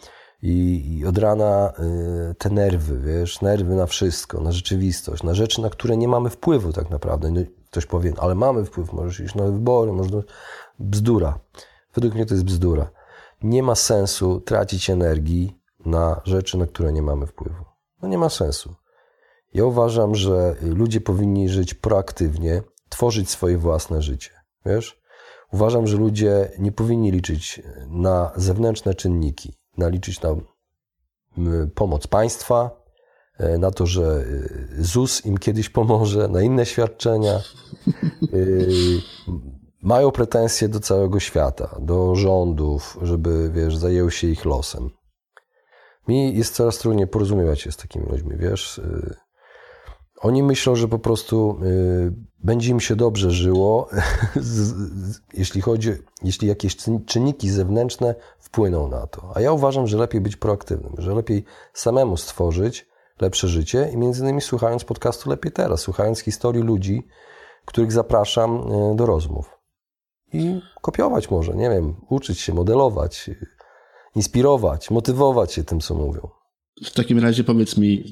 i od rana te nerwy, wiesz, nerwy na wszystko, na rzeczywistość, na rzeczy, na które nie mamy wpływu tak naprawdę. No, ktoś powie, ale mamy wpływ, możesz iść na wybory, Bzdura. Według mnie to jest bzdura. Nie ma sensu tracić energii na rzeczy, na które nie mamy wpływu. No nie ma sensu. Ja uważam, że ludzie powinni żyć proaktywnie, tworzyć swoje własne życie. Wiesz? Uważam, że ludzie nie powinni liczyć na zewnętrzne czynniki, liczyć na pomoc państwa, na to, że ZUS im kiedyś pomoże, na inne świadczenia. Mają pretensje do całego świata, do rządów, żeby, wiesz, zajęły się ich losem. Mi jest coraz trudniej porozumiewać się z takimi ludźmi, wiesz. Oni myślą, że po prostu będzie im się dobrze żyło, jeśli jakieś czynniki zewnętrzne wpłyną na to. A ja uważam, że lepiej być proaktywnym, że lepiej samemu stworzyć lepsze życie i między innymi słuchając podcastu Lepiej Teraz, słuchając historii ludzi, których zapraszam do rozmów. I kopiować może, nie wiem, uczyć się, modelować, inspirować, motywować się tym, co mówią. W takim razie powiedz mi,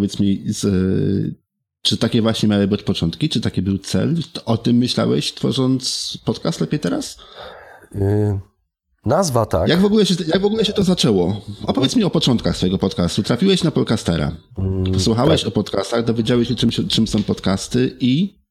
czy takie właśnie miały być początki? Czy taki był cel? O tym myślałeś, tworząc podcast Lepiej Teraz? Nazwa tak. Jak w ogóle się to zaczęło? Opowiedz mi o początkach swojego podcastu. Trafiłeś na Podcastera. Posłuchałeś o podcastach, dowiedziałeś się, czym są podcasty i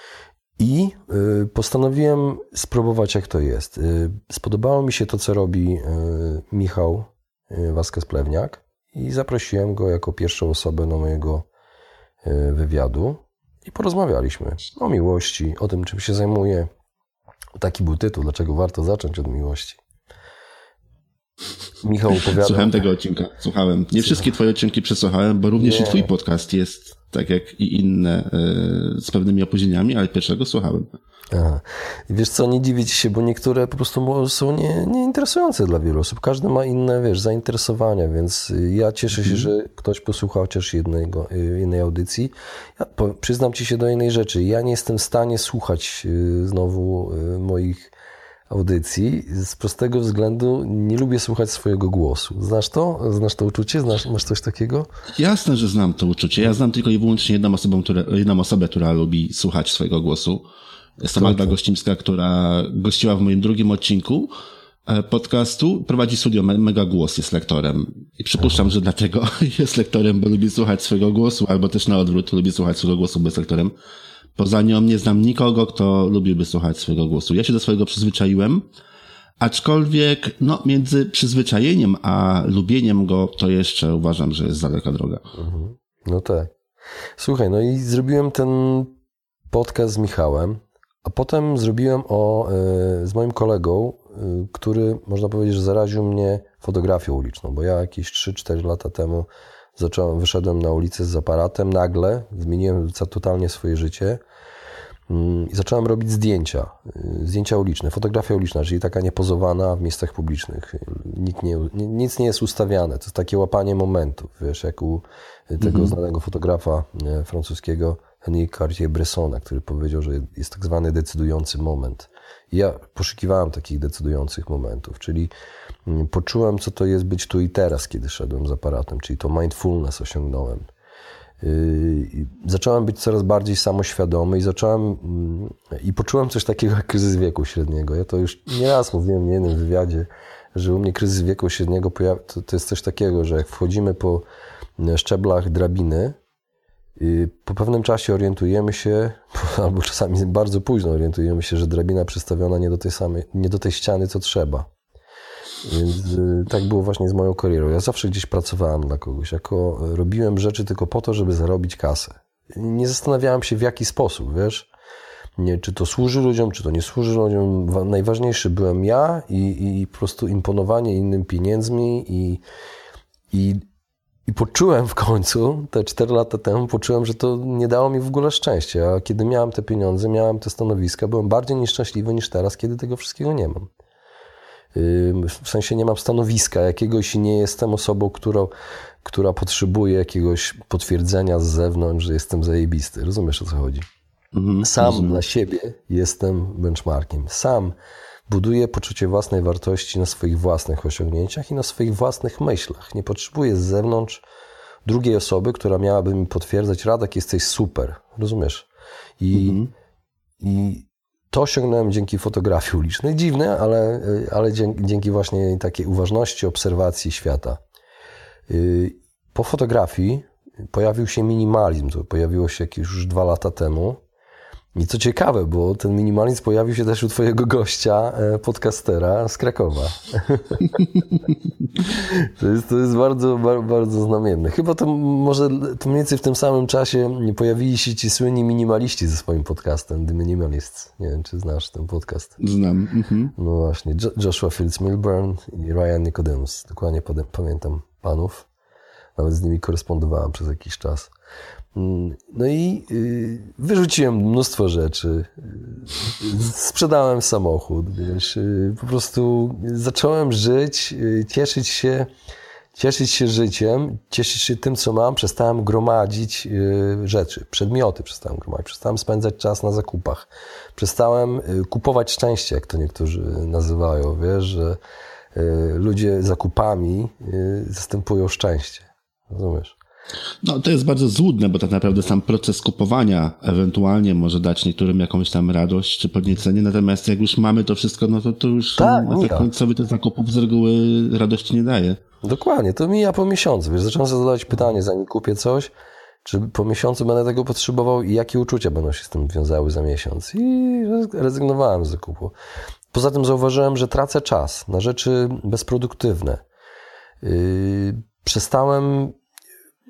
postanowiłem spróbować, jak to jest. Spodobało mi się to, co robi Michał Vasquez-Plewniak i zaprosiłem go jako pierwszą osobę do mojego wywiadu i porozmawialiśmy o miłości, o tym, czym się zajmuję. Taki był tytuł, dlaczego warto zacząć od miłości. Michał opowiadał. Słuchałem tego odcinka, słuchałem. Nie wszystkie twoje odcinki przesłuchałem, bo również i twój podcast jest, tak jak i inne, z pewnymi opóźnieniami, ale pierwszego słuchałem. Aha. I wiesz co, nie dziwię ci się, bo niektóre po prostu są nieinteresujące dla wielu osób. Każdy ma inne, zainteresowania, więc ja cieszę się, że ktoś posłuchał chociaż jednej audycji. Ja przyznam ci się do jednej rzeczy. Ja nie jestem w stanie słuchać znowu moich audycji z prostego względu nie lubię słuchać swojego głosu. Znasz to? Znasz to uczucie? Masz coś takiego? Jasne, że znam to uczucie. Ja znam tylko i wyłącznie jedną osobę, która lubi słuchać swojego głosu. Jest to Magda Gościmska, która gościła w moim drugim odcinku podcastu. Prowadzi studio Mega Głos, jest lektorem. I przypuszczam, że dlatego jest lektorem, bo lubi słuchać swojego głosu, albo też na odwrót, lubi słuchać swojego głosu, bo jest lektorem. Poza nią nie znam nikogo, kto lubiłby słuchać swojego głosu. Ja się do swojego przyzwyczaiłem, aczkolwiek między przyzwyczajeniem a lubieniem go to jeszcze uważam, że jest daleka droga. No tak. Słuchaj, no i zrobiłem ten podcast z Michałem, a potem zrobiłem z moim kolegą, który można powiedzieć, że zaraził mnie fotografią uliczną, bo ja jakieś 3-4 lata temu wyszedłem na ulicę z aparatem, nagle zmieniłem totalnie swoje życie i zacząłem robić zdjęcia uliczne, fotografia uliczna, czyli taka niepozowana w miejscach publicznych. Nic nie jest ustawiane, to jest takie łapanie momentów, wiesz, jak u tego znanego fotografa francuskiego Henri Cartier-Bressona, który powiedział, że jest tak zwany decydujący moment. I ja poszukiwałem takich decydujących momentów, czyli poczułem, co to jest być tu i teraz, kiedy szedłem z aparatem, czyli to mindfulness osiągnąłem. Zacząłem być coraz bardziej samoświadomy i poczułem coś takiego jak kryzys wieku średniego. Ja to już nieraz mówiłem w jednym wywiadzie, że u mnie kryzys wieku średniego to jest coś takiego, że jak wchodzimy po szczeblach drabiny, po pewnym czasie orientujemy się, albo czasami bardzo późno orientujemy się, że drabina przystawiona nie do tej ściany, co trzeba. Więc tak było właśnie z moją karierą. Ja zawsze gdzieś pracowałem dla kogoś. Robiłem rzeczy tylko po to, żeby zarobić kasę. Nie zastanawiałem się, w jaki sposób, wiesz? Czy to służy ludziom, czy to nie służy ludziom. Najważniejszy byłem ja i po prostu imponowanie innym pieniędzmi i poczułem w końcu, te 4 lata temu, że to nie dało mi w ogóle szczęścia. A kiedy miałem te pieniądze, miałem te stanowiska, byłem bardziej nieszczęśliwy niż teraz, kiedy tego wszystkiego nie mam. W sensie nie mam stanowiska jakiegoś i nie jestem osobą, która potrzebuje jakiegoś potwierdzenia z zewnątrz, że jestem zajebisty. Rozumiesz, o co chodzi? Sam dla siebie jestem benchmarkiem. Sam buduję poczucie własnej wartości na swoich własnych osiągnięciach i na swoich własnych myślach. Nie potrzebuję z zewnątrz drugiej osoby, która miałaby mi potwierdzać: Radek, jesteś super. Rozumiesz? I to osiągnąłem dzięki fotografii ulicznej. Dziwne, ale dzięki właśnie takiej uważności, obserwacji świata. Po fotografii pojawił się minimalizm. To pojawiło się jakieś już 2 lata temu. I co ciekawe, bo ten minimalizm pojawił się też u twojego gościa, podcastera z Krakowa. To jest bardzo, bardzo znamienne. Chyba to może mniej więcej w tym samym czasie pojawili się ci słynni minimaliści ze swoim podcastem, The Minimalists. Nie wiem, czy znasz ten podcast. Znam. No właśnie, Joshua Fields-Milburn i Ryan Nicodemus. Dokładnie pamiętam panów. Nawet z nimi korespondowałem przez jakiś czas. No i wyrzuciłem mnóstwo rzeczy. Sprzedałem samochód, wiesz. Po prostu zacząłem żyć, cieszyć się życiem, cieszyć się tym, co mam. Przestałem gromadzić rzeczy, przedmioty przestałem gromadzić. Przestałem spędzać czas na zakupach. Przestałem kupować szczęście, jak to niektórzy nazywają, wiesz, że ludzie zakupami zastępują szczęście. Rozumiesz? No, to jest bardzo złudne, bo tak naprawdę sam proces kupowania ewentualnie może dać niektórym jakąś tam radość czy podniecenie, natomiast jak już mamy to wszystko, no to już efekt końcowy tych zakupów z reguły radości nie daje. Dokładnie, to mija po miesiącu. Wiesz, zacząłem sobie zadawać pytanie, zanim kupię coś, czy po miesiącu będę tego potrzebował i jakie uczucia będą się z tym wiązały za miesiąc. I rezygnowałem z zakupu. Poza tym zauważyłem, że tracę czas na rzeczy bezproduktywne. Przestałem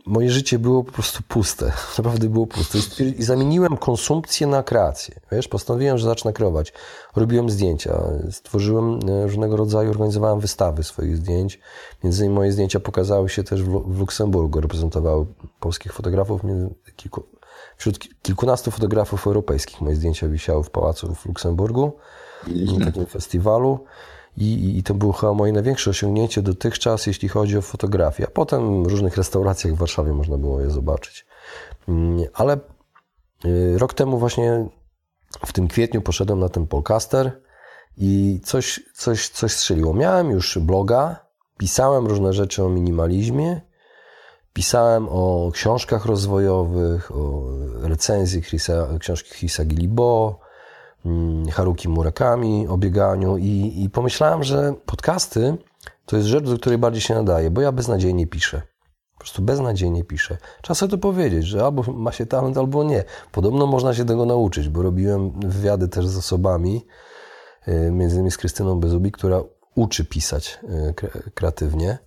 moje życie było po prostu puste. Naprawdę było puste. I zamieniłem konsumpcję na kreację. Wiesz, postanowiłem, że zacznę kreować. Robiłem zdjęcia. Stworzyłem różnego rodzaju, organizowałem wystawy swoich zdjęć. Między innymi moje zdjęcia pokazały się też w Luksemburgu. Reprezentowały polskich fotografów. Wśród kilkunastu fotografów europejskich moje zdjęcia wisiały w pałacu w Luksemburgu. Na takim festiwalu. I to było chyba moje największe osiągnięcie dotychczas, jeśli chodzi o fotografię. A potem w różnych restauracjach w Warszawie można było je zobaczyć. Ale rok temu właśnie w tym kwietniu poszedłem na ten Polcaster i coś strzeliło. Miałem już bloga, pisałem różne rzeczy o minimalizmie, pisałem o książkach rozwojowych, o recenzji książki Chrisa Guillebeau, Haruki Murakami, o bieganiu i pomyślałem, że podcasty to jest rzecz, do której bardziej się nadaje, bo ja beznadziejnie piszę. Po prostu beznadziejnie piszę. Trzeba sobie to powiedzieć, że albo ma się talent, albo nie. Podobno można się tego nauczyć, bo robiłem wywiady też z osobami, między innymi z Krystyną Bezubi, która uczy pisać kreatywnie.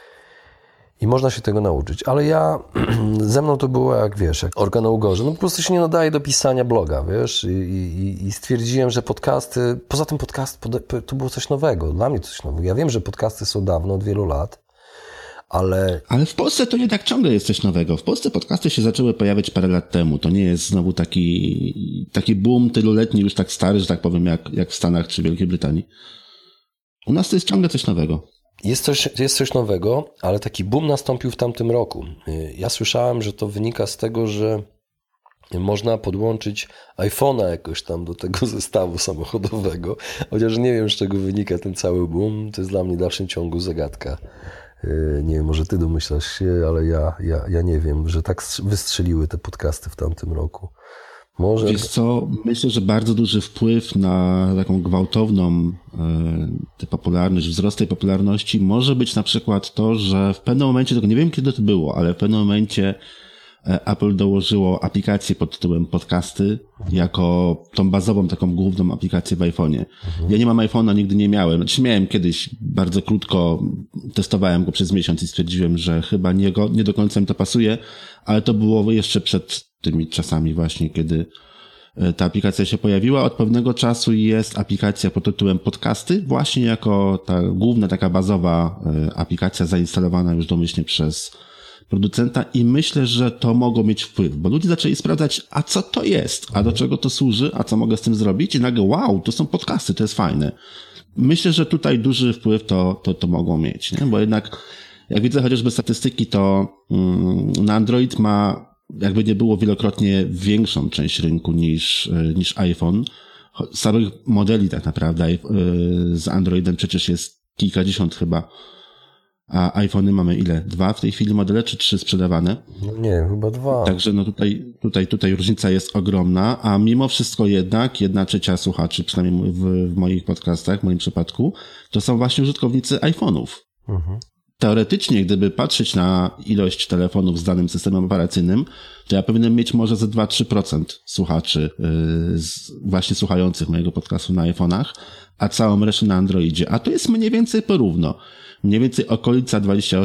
I można się tego nauczyć. Ale ze mną to było jak orka na ugorze. No po prostu się nie nadaje do pisania bloga, wiesz. I stwierdziłem, że podcasty, poza tym podcast to było coś nowego. Dla mnie coś nowego. Ja wiem, że podcasty są dawno, od wielu lat, ale w Polsce to nie tak ciągle jest coś nowego. W Polsce podcasty się zaczęły pojawiać parę lat temu. To nie jest znowu taki boom tyluletni, już tak stary, że tak powiem, jak w Stanach czy Wielkiej Brytanii. U nas to jest ciągle coś nowego. Jest coś nowego, ale taki boom nastąpił w tamtym roku. Ja słyszałem, że to wynika z tego, że można podłączyć iPhone'a jakoś tam do tego zestawu samochodowego, chociaż nie wiem, z czego wynika ten cały boom. To jest dla mnie w dalszym ciągu zagadka. Nie wiem, może ty domyślasz się, ale ja nie wiem, że tak wystrzeliły te podcasty w tamtym roku. Może... Wiesz co, myślę, że bardzo duży wpływ na taką gwałtowną tę popularność, wzrost tej popularności może być na przykład to, że w pewnym momencie, tylko nie wiem kiedy to było, ale w pewnym momencie Apple dołożyło aplikację pod tytułem Podcasty jako tą bazową, taką główną aplikację w iPhone'ie. Ja nie mam iPhone'a, nigdy nie miałem. Znaczy miałem kiedyś, bardzo krótko, testowałem go przez miesiąc i stwierdziłem, że chyba nie do końca mi to pasuje, ale to było jeszcze przed tymi czasami właśnie, kiedy ta aplikacja się pojawiła. Od pewnego czasu jest aplikacja pod tytułem Podcasty, właśnie jako ta główna, taka bazowa aplikacja zainstalowana już domyślnie przez producenta i myślę, że to mogło mieć wpływ, bo ludzie zaczęli sprawdzać, a co to jest, a do czego to służy, a co mogę z tym zrobić i nagle wow, to są podcasty, to jest fajne. Myślę, że tutaj duży wpływ to mogą mieć, nie? Bo jednak jak widzę chociażby statystyki, to na Android ma jakby nie było wielokrotnie większą część rynku niż iPhone. Samych modeli tak naprawdę z Androidem przecież jest kilkadziesiąt chyba. A iPhony mamy ile? 2 w tej chwili modele, czy 3 sprzedawane? No nie, chyba 2. Także no tutaj różnica jest ogromna, a mimo wszystko jednak 1/3 słuchaczy, przynajmniej w moich podcastach, w moim przypadku, to są właśnie użytkownicy iPhone'ów. Teoretycznie, gdyby patrzeć na ilość telefonów z danym systemem operacyjnym, to ja powinienem mieć może ze 2-3% słuchaczy właśnie słuchających mojego podcastu na iPhone'ach, a całą resztę na Androidzie. A to jest mniej więcej porówno. Mniej więcej okolica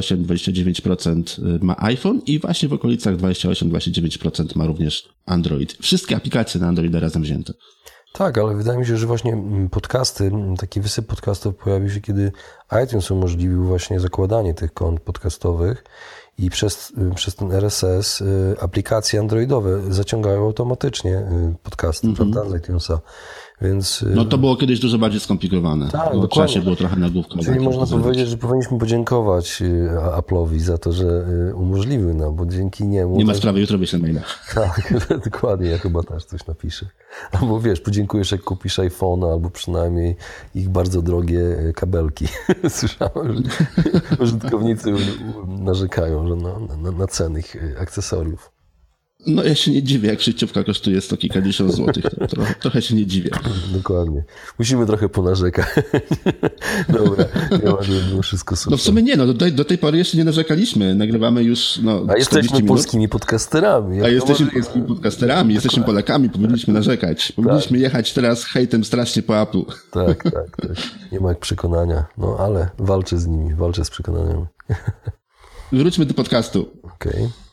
28-29% ma iPhone i właśnie w okolicach 28-29% ma również Android. Wszystkie aplikacje na Androida razem wzięte. Tak, ale wydaje mi się, że właśnie podcasty, taki wysyp podcastów pojawił się, kiedy iTunes umożliwił właśnie zakładanie tych kont podcastowych i przez ten RSS aplikacje androidowe zaciągają automatycznie podcasty, prawda, z iTunesa. Więc, no to było kiedyś dużo bardziej skomplikowane. Tak, w czasie było trochę nagłówkowe. Czyli można powiedzieć, że powinniśmy podziękować Apple'owi za to, że umożliwił nam, bo dzięki niemu... Nie ma sprawy, jutro wyślę maila. Tak, dokładnie, ja chyba też coś napiszę. Albo wiesz, podziękujesz jak kupisz iPhone'a, albo przynajmniej ich bardzo drogie kabelki. Słyszałem, że użytkownicy narzekają że na ceny ich akcesoriów. No ja się nie dziwię, jak życiówka kosztuje 100 kilkadziesiąt złotych. Trochę się nie dziwię. Dokładnie. Musimy trochę ponarzekać. Dobra, ja mam, żeby było wszystko super. No w sumie nie, do tej pory jeszcze nie narzekaliśmy. Nagrywamy już a jesteśmy polskimi podcasterami. A jesteśmy polskimi podcasterami, jesteśmy Polakami, powinniśmy narzekać. Powinniśmy jechać teraz hejtem strasznie po Apple'u. Tak. Nie ma jak przekonania. No ale walczę z nimi, walczę z przekonaniami. Wróćmy do podcastu. Okej.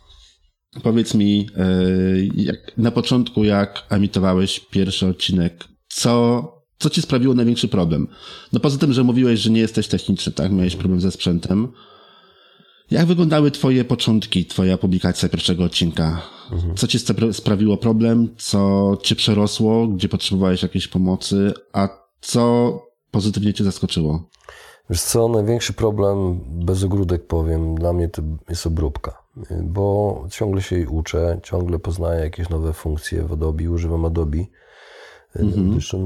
powiedz mi, na początku, jak emitowałeś pierwszy odcinek, co ci sprawiło największy problem? No poza tym, że mówiłeś, że nie jesteś techniczny, tak? Miałeś problem ze sprzętem. Jak wyglądały twoje początki, twoja publikacja pierwszego odcinka? Co ci sprawiło problem? Co cię przerosło? Gdzie potrzebowałeś jakiejś pomocy? A co pozytywnie cię zaskoczyło? Wiesz co, największy problem, bez ogródek powiem, dla mnie to jest obróbka, bo ciągle się jej uczę, ciągle poznaję jakieś nowe funkcje w Adobe, używam Adobe Audition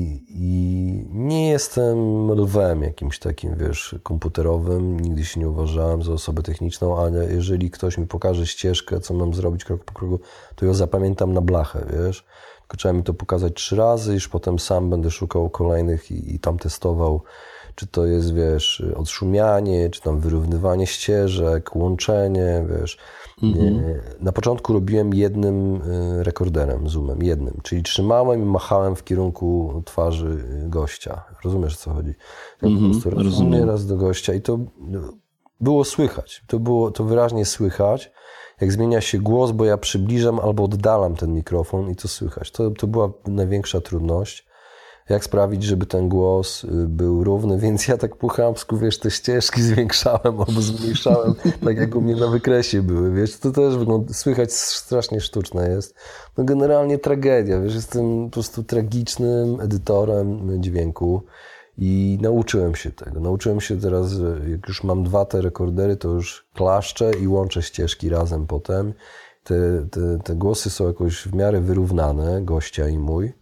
i nie jestem lwem jakimś takim, wiesz, komputerowym, nigdy się nie uważałem za osobę techniczną, ale jeżeli ktoś mi pokaże ścieżkę, co mam zrobić krok po kroku, to ją zapamiętam na blachę, wiesz. Tylko trzeba mi to pokazać 3 razy, już potem sam będę szukał kolejnych i tam testował, czy to jest, wiesz, odszumianie, czy tam wyrównywanie ścieżek, łączenie, wiesz. Na początku robiłem jednym rekorderem, zoomem, jednym, czyli trzymałem i machałem w kierunku twarzy gościa. Rozumiesz, o co chodzi? Po prostu raz do gościa i to było słychać. To wyraźnie słychać, jak zmienia się głos, bo ja przybliżam albo oddalam ten mikrofon i to słychać. To była największa trudność. Jak sprawić, żeby ten głos był równy, więc ja tak po chamsku, wiesz, te ścieżki zwiększałem albo zmniejszałem, tak jak u mnie na wykresie były, wiesz, to też wygląda, słychać strasznie sztuczne jest. No generalnie tragedia, wiesz, jestem po prostu tragicznym edytorem dźwięku i nauczyłem się tego. Nauczyłem się teraz, że jak już mam 2 te rekordery, to już klaszczę i łączę ścieżki razem potem. Te głosy są jakoś w miarę wyrównane, gościa i mój.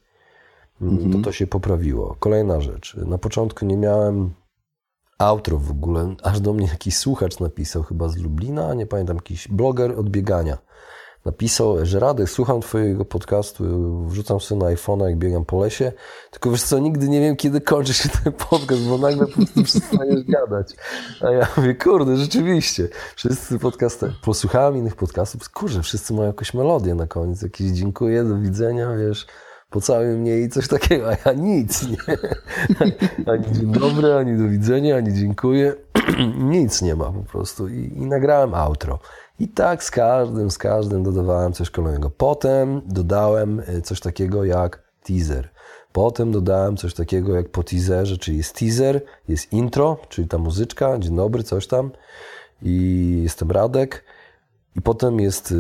To się poprawiło. Kolejna rzecz. Na początku nie miałem outro w ogóle, aż do mnie jakiś słuchacz napisał, chyba z Lublina, nie pamiętam, jakiś bloger od biegania. Napisał, że Radek, słucham twojego podcastu, wrzucam sobie na iPhone'a, jak biegam po lesie, tylko wiesz co, nigdy nie wiem, kiedy kończy się ten podcast, bo nagle po prostu przestaniesz gadać. A ja mówię, kurde, rzeczywiście, wszyscy podcasterzy, posłuchałem innych podcastów, kurczę, wszyscy mają jakąś melodię na koniec, jakieś dziękuję, do widzenia, wiesz, pocałuj mnie i coś takiego, a ja nic, nie? Ani dzień dobry, ani do widzenia, ani dziękuję. Nic nie ma po prostu. I nagrałem outro. I tak z każdym dodawałem coś kolejnego. Potem dodałem coś takiego jak teaser. Potem dodałem coś takiego jak po teaserze, czyli jest teaser, jest intro, czyli ta muzyczka, dzień dobry, coś tam. I jestem Radek. I potem jest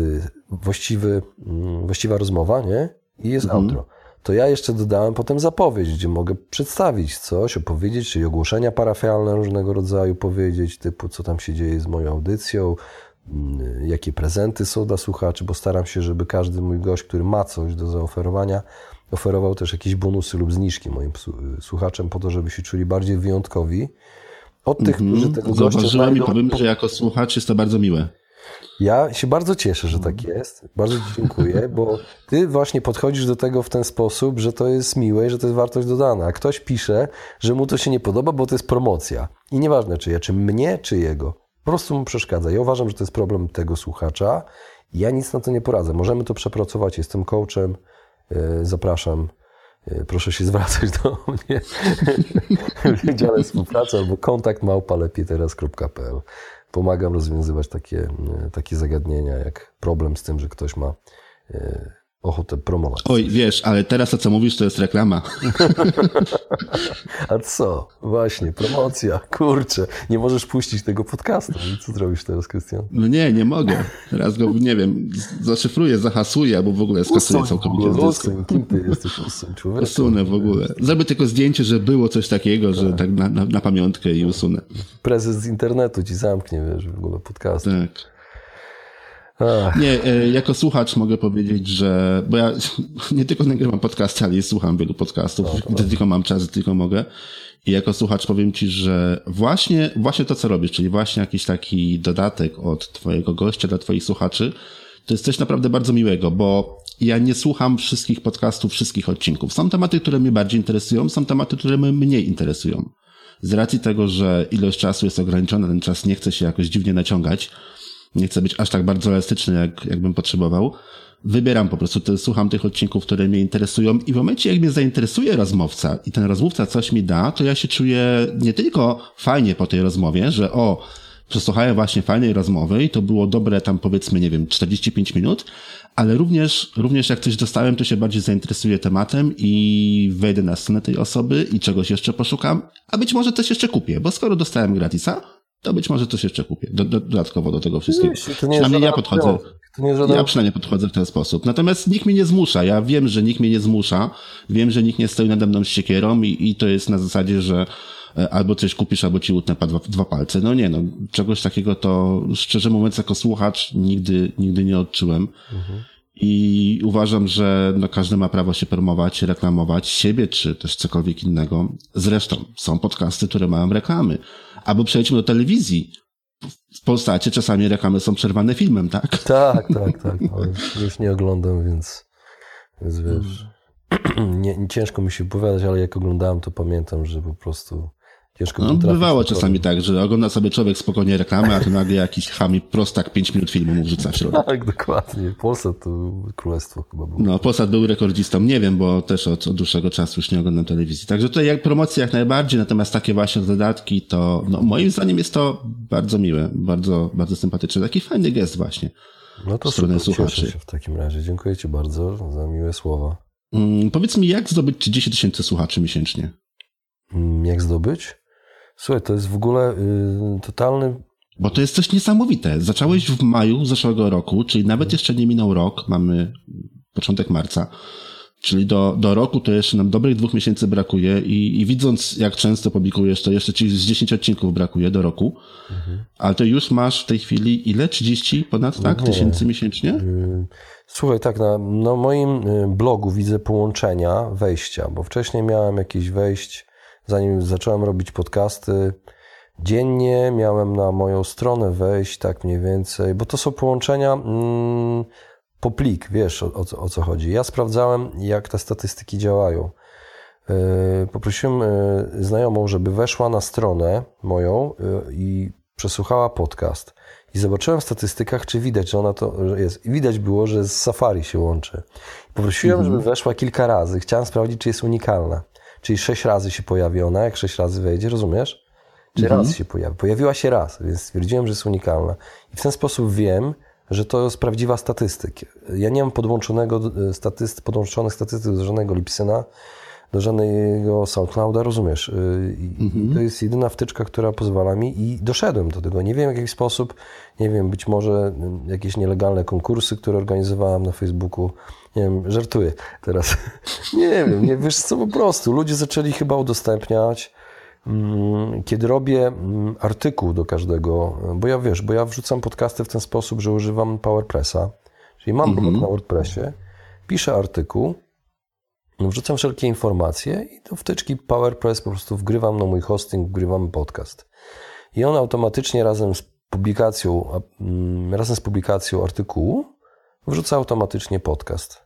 właściwa rozmowa, nie? I jest outro. To ja jeszcze dodałem potem zapowiedź, gdzie mogę przedstawić coś, opowiedzieć, czyli ogłoszenia parafialne różnego rodzaju powiedzieć, typu co tam się dzieje z moją audycją, jakie prezenty są dla słuchaczy, bo staram się, żeby każdy mój gość, który ma coś do zaoferowania, oferował też jakieś bonusy lub zniżki moim słuchaczom po to, żeby się czuli bardziej wyjątkowi od tych, którzy tego gościa zauważyłem i powiem, że jako słuchacz jest to bardzo miłe. Ja się bardzo cieszę, że tak jest. Bardzo ci dziękuję, bo ty właśnie podchodzisz do tego w ten sposób, że to jest miłe i że to jest wartość dodana. A ktoś pisze, że mu to się nie podoba, bo to jest promocja. I nieważne czy mnie, czy jego. Po prostu mu przeszkadza. Ja uważam, że to jest problem tego słuchacza i ja nic na to nie poradzę. Możemy to przepracować. Jestem coachem. Zapraszam. Proszę się zwracać do mnie w Wydziale Współpracy albo kontakt@lepieteraz.pl. Pomagam rozwiązywać takie zagadnienia, jak problem z tym, że ktoś ma ochotę promować. Oj, wiesz, ale teraz to, co mówisz, to jest reklama. A co? Właśnie, promocja. Kurczę, nie możesz puścić tego podcastu. Co zrobisz teraz, Krystian? No nie mogę. Teraz go, nie wiem, zaszyfruję, zahasuję, albo w ogóle skasuję całkowicie z dysku. Kim ty jesteś? Usuń, człowieku. Usunę w ogóle. Zrobię tylko zdjęcie, że było coś takiego, że tak na pamiątkę i usunę. Prezes z internetu ci zamknie, wiesz, w ogóle podcast. Tak. Nie, jako słuchacz mogę powiedzieć, że, bo ja nie tylko nagrywam podcasty, ale i słucham wielu podcastów, gdy tylko mam czas, gdy tylko mogę. I jako słuchacz powiem ci, że właśnie to, co robisz, czyli właśnie jakiś taki dodatek od twojego gościa dla twoich słuchaczy, to jest coś naprawdę bardzo miłego, bo ja nie słucham wszystkich podcastów, wszystkich odcinków. Są tematy, które mnie bardziej interesują, są tematy, które mnie mniej interesują. Z racji tego, że ilość czasu jest ograniczona, ten czas nie chce się jakoś dziwnie naciągać, nie chcę być aż tak bardzo elastyczny, jakbym potrzebował. Wybieram po prostu, słucham tych odcinków, które mnie interesują i w momencie, jak mnie zainteresuje rozmówca i ten rozmówca coś mi da, to ja się czuję nie tylko fajnie po tej rozmowie, że przesłuchałem właśnie fajnej rozmowy i to było dobre tam powiedzmy, nie wiem, 45 minut, ale również jak coś dostałem, to się bardziej zainteresuję tematem i wejdę na stronę tej osoby i czegoś jeszcze poszukam, a być może coś jeszcze kupię, bo skoro dostałem gratisa, to być może coś jeszcze kupię, dodatkowo do tego wszystkiego. Przynajmniej ja przynajmniej podchodzę w ten sposób. Natomiast nikt mnie nie zmusza. Ja wiem, że nikt mnie nie zmusza. Wiem, że nikt nie stoi nade mną z siekierą i to jest na zasadzie, że albo coś kupisz, albo ci utnę dwa palce. No nie, no czegoś takiego to szczerze mówiąc jako słuchacz nigdy nie odczułem. I uważam, że no, każdy ma prawo się promować, reklamować siebie, czy też cokolwiek innego. Zresztą są podcasty, które mają reklamy. Albo przejdźmy do telewizji. W Polsacie czasami reklamy są przerwane filmem, tak? Tak. No, już nie oglądam, więc wiesz, ciężko mi się opowiadać, ale jak oglądałem, to pamiętam, że po prostu ciężko no, bywało czasami tak, że ogląda sobie człowiek spokojnie reklamę, a tu nagle jakiś chami prostak 5 minut filmu mu wrzuca w środek. Tak, dokładnie. Polsat to królestwo chyba było. No, Polsat był rekordzistą. Nie wiem, bo też od dłuższego czasu już nie oglądam telewizji. Także tutaj jak promocja jak najbardziej, natomiast takie właśnie dodatki to, no, moim zdaniem jest to bardzo miłe, bardzo, bardzo sympatyczne. Taki fajny gest właśnie. No to super, cieszę się w takim razie. Dziękuję Ci bardzo za miłe słowa. Powiedz mi, jak zdobyć 30 000 słuchaczy miesięcznie? Jak zdobyć? Słuchaj, to jest w ogóle totalny... Bo to jest coś niesamowite. Zacząłeś w maju zeszłego roku, czyli nawet jeszcze nie minął rok, mamy początek marca, czyli do roku to jeszcze nam dobrych 2 miesięcy brakuje i widząc jak często publikujesz, to jeszcze ci z 10 odcinków brakuje do roku, ale to już masz w tej chwili ile? 30 ponad, tak? Tysięcy miesięcznie? Słuchaj, tak, na moim blogu widzę połączenia, wejścia, bo wcześniej miałem jakieś wejść, zanim zacząłem robić podcasty, dziennie miałem na moją stronę wejść, tak mniej więcej, bo to są połączenia po plik, wiesz o co chodzi. Ja sprawdzałem, jak te statystyki działają. Poprosiłem znajomą, żeby weszła na stronę moją i przesłuchała podcast. I zobaczyłem w statystykach, czy widać, że ona to jest. I widać było, że z Safari się łączy. Poprosiłem, żeby weszła kilka razy. Chciałem sprawdzić, czy jest unikalna. Czyli 6 razy się pojawi ona, jak 6 razy wejdzie, rozumiesz? Czy raz się pojawi? Pojawiła się raz, więc stwierdziłem, że jest unikalna. I w ten sposób wiem, że to jest prawdziwa statystyka. Ja nie mam podłączonych statystyk do żadnego Libsyna, do żadnego SoundClouda, rozumiesz? To jest jedyna wtyczka, która pozwala mi i doszedłem do tego. Nie wiem w jaki sposób, nie wiem, być może jakieś nielegalne konkursy, które organizowałem na Facebooku. Nie wiem, żartuję teraz. Nie wiem, nie wiesz co, po prostu. Ludzie zaczęli chyba udostępniać. Kiedy robię artykuł do każdego, bo ja wrzucam podcasty w ten sposób, że używam PowerPressa, czyli mam blog na WordPressie, piszę artykuł, wrzucam wszelkie informacje i do wtyczki PowerPress po prostu wgrywam na mój hosting, wgrywam podcast. I on automatycznie razem z publikacją artykułu wrzuca automatycznie podcast.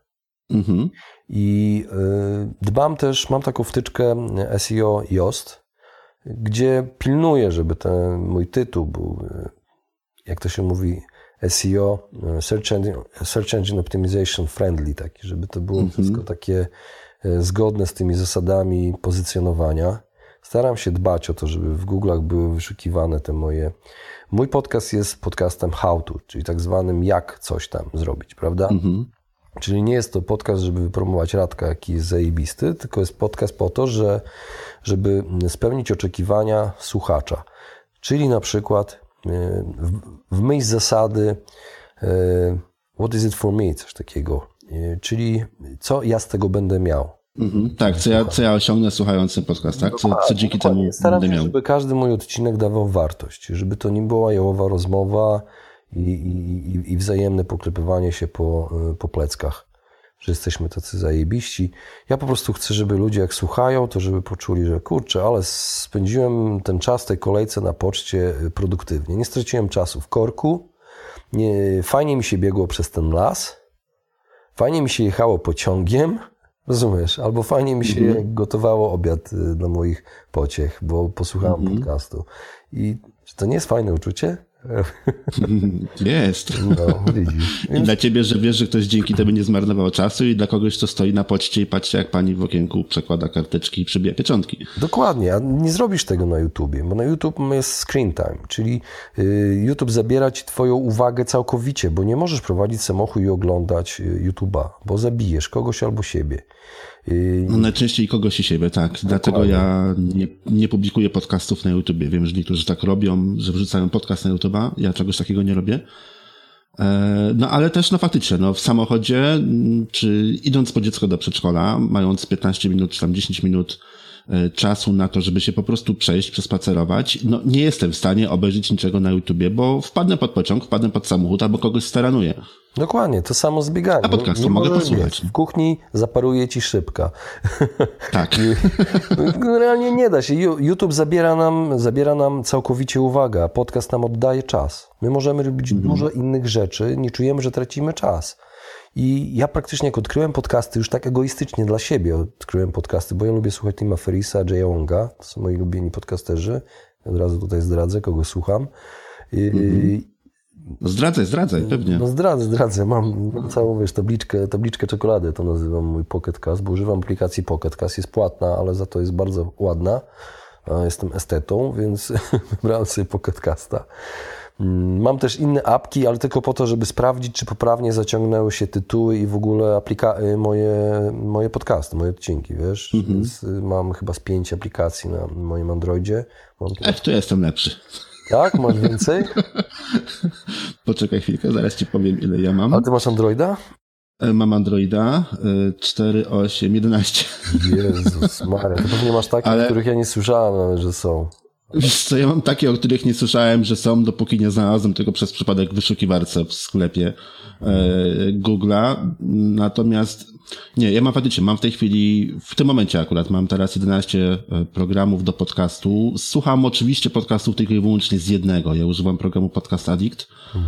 I dbam też, mam taką wtyczkę SEO Yoast, gdzie pilnuję, żeby ten mój tytuł był, jak to się mówi, SEO, Search Engine Optimization Friendly, taki, żeby to było wszystko takie zgodne z tymi zasadami pozycjonowania. Staram się dbać o to, żeby w Google'ach były wyszukiwane te moje... Mój podcast jest podcastem how to, czyli tak zwanym jak coś tam zrobić, prawda? Czyli nie jest to podcast, żeby wypromować Radka, jaki jest zajebisty, tylko jest podcast po to, żeby spełnić oczekiwania słuchacza. Czyli na przykład w myśl zasady what is it for me, coś takiego. Czyli co ja z tego będę miał. Tak, co ja osiągnę słuchając ten podcast, tak? Co dzięki temu będę miał. Żeby każdy mój odcinek dawał wartość, żeby to nie była jałowa rozmowa i wzajemne poklepywanie się po pleckach, że jesteśmy tacy zajebiści. Ja po prostu chcę, żeby ludzie jak słuchają, to żeby poczuli, że kurczę, ale spędziłem ten czas w tej kolejce na poczcie produktywnie. Nie straciłem czasu w korku, fajnie mi się biegło przez ten las, fajnie mi się jechało pociągiem, rozumiesz? Albo fajnie mi się gotowało obiad dla moich pociech, bo posłuchałem podcastu. I czy to nie jest fajne uczucie? Jest. No, widzisz. I dla ciebie, że wiesz, że ktoś dzięki tobie nie zmarnował czasu i dla kogoś, kto stoi na poczcie i patrzy, jak pani w okienku przekłada karteczki i przybija pieczątki. Dokładnie, a nie zrobisz tego na YouTubie, bo na YouTube jest screen time, czyli YouTube zabiera ci twoją uwagę całkowicie, bo nie możesz prowadzić samochodu i oglądać YouTube'a, bo zabijesz kogoś albo siebie. No najczęściej kogoś i siebie, tak. Dokładnie. Dlatego ja nie publikuję podcastów na YouTubie. Wiem, że niektórzy tak robią, że wrzucają podcast na YouTube'a. Ja czegoś takiego nie robię. No ale też faktycznie, w samochodzie, czy idąc po dziecko do przedszkola, mając 15 minut, czy tam 10 minut czasu na to, żeby się po prostu przejść, przespacerować, nie jestem w stanie obejrzeć niczego na YouTubie, bo wpadnę pod pociąg, wpadnę pod samochód, albo kogoś staranuję. Dokładnie, to samo z bieganiem. A podcastu mogę posłuchać. W kuchni zaparuje ci szybka. Tak. Realnie nie da się. YouTube zabiera nam całkowicie uwagę, a podcast nam oddaje czas. My możemy robić dużo innych rzeczy, nie czujemy, że tracimy czas. I ja praktycznie jak odkryłem podcasty, już tak egoistycznie dla siebie odkryłem podcasty, bo ja lubię słuchać Tima Ferrissa, Jaya Longa, to są moi ulubieni podcasterzy. Od razu tutaj zdradzę, kogo słucham. Zdradzaj, pewnie. Zdradzę. Mam całą, tabliczkę czekolady, to nazywam mój Pocket Cast, bo używam aplikacji Pocket Cast, jest płatna, ale za to jest bardzo ładna. Jestem estetą, więc wybrałem sobie Pocket Casta. Mam też inne apki, ale tylko po to, żeby sprawdzić, czy poprawnie zaciągnęły się tytuły i w ogóle moje podcasty, moje odcinki, wiesz? Więc mam chyba z 5 aplikacji na moim Androidzie. To ja jestem lepszy. Tak? Masz więcej? Poczekaj chwilkę, zaraz ci powiem, ile ja mam. Ale ty masz Androida? Mam Androida 4, 8, 11. Jezus Maria, to pewnie masz takie, o których ja nie słyszałem nawet, że są. Wiesz co, ja mam takie, o których nie słyszałem, że są, dopóki nie znalazłem tego przez przypadek w wyszukiwarce w sklepie Google'a. Natomiast nie, ja mam w tej chwili, w tym momencie akurat mam teraz 11 programów do podcastu. Słucham oczywiście podcastów tylko i wyłącznie z jednego. Ja używam programu Podcast Addict.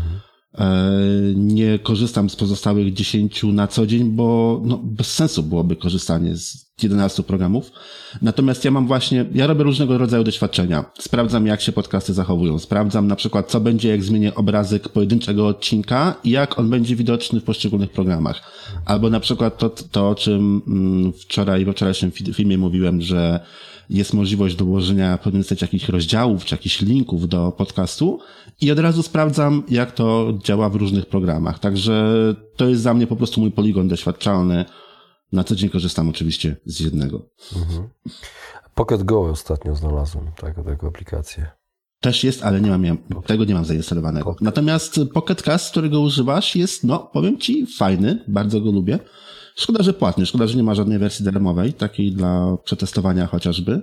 Nie korzystam z pozostałych 10 na co dzień, bo bez sensu byłoby korzystanie z 11 programów. Natomiast ja robię różnego rodzaju doświadczenia. Sprawdzam, jak się podcasty zachowują. Sprawdzam na przykład, co będzie, jak zmienię obrazek pojedynczego odcinka i jak on będzie widoczny w poszczególnych programach. Albo na przykład to o czym we wczorajszym filmie mówiłem, że jest możliwość dołożenia pewnie jakichś rozdziałów, czy jakichś linków do podcastu i od razu sprawdzam, jak to działa w różnych programach. Także to jest za mnie po prostu mój poligon doświadczalny. Na co dzień korzystam oczywiście z jednego. Pocket Go ostatnio znalazłem, taką aplikację. Też jest, ale tego nie mam zainstalowanego. Natomiast Pocket Cast, którego używasz, jest, powiem ci, fajny, bardzo go lubię. Szkoda, że płatny, szkoda, że nie ma żadnej wersji darmowej, takiej dla przetestowania chociażby.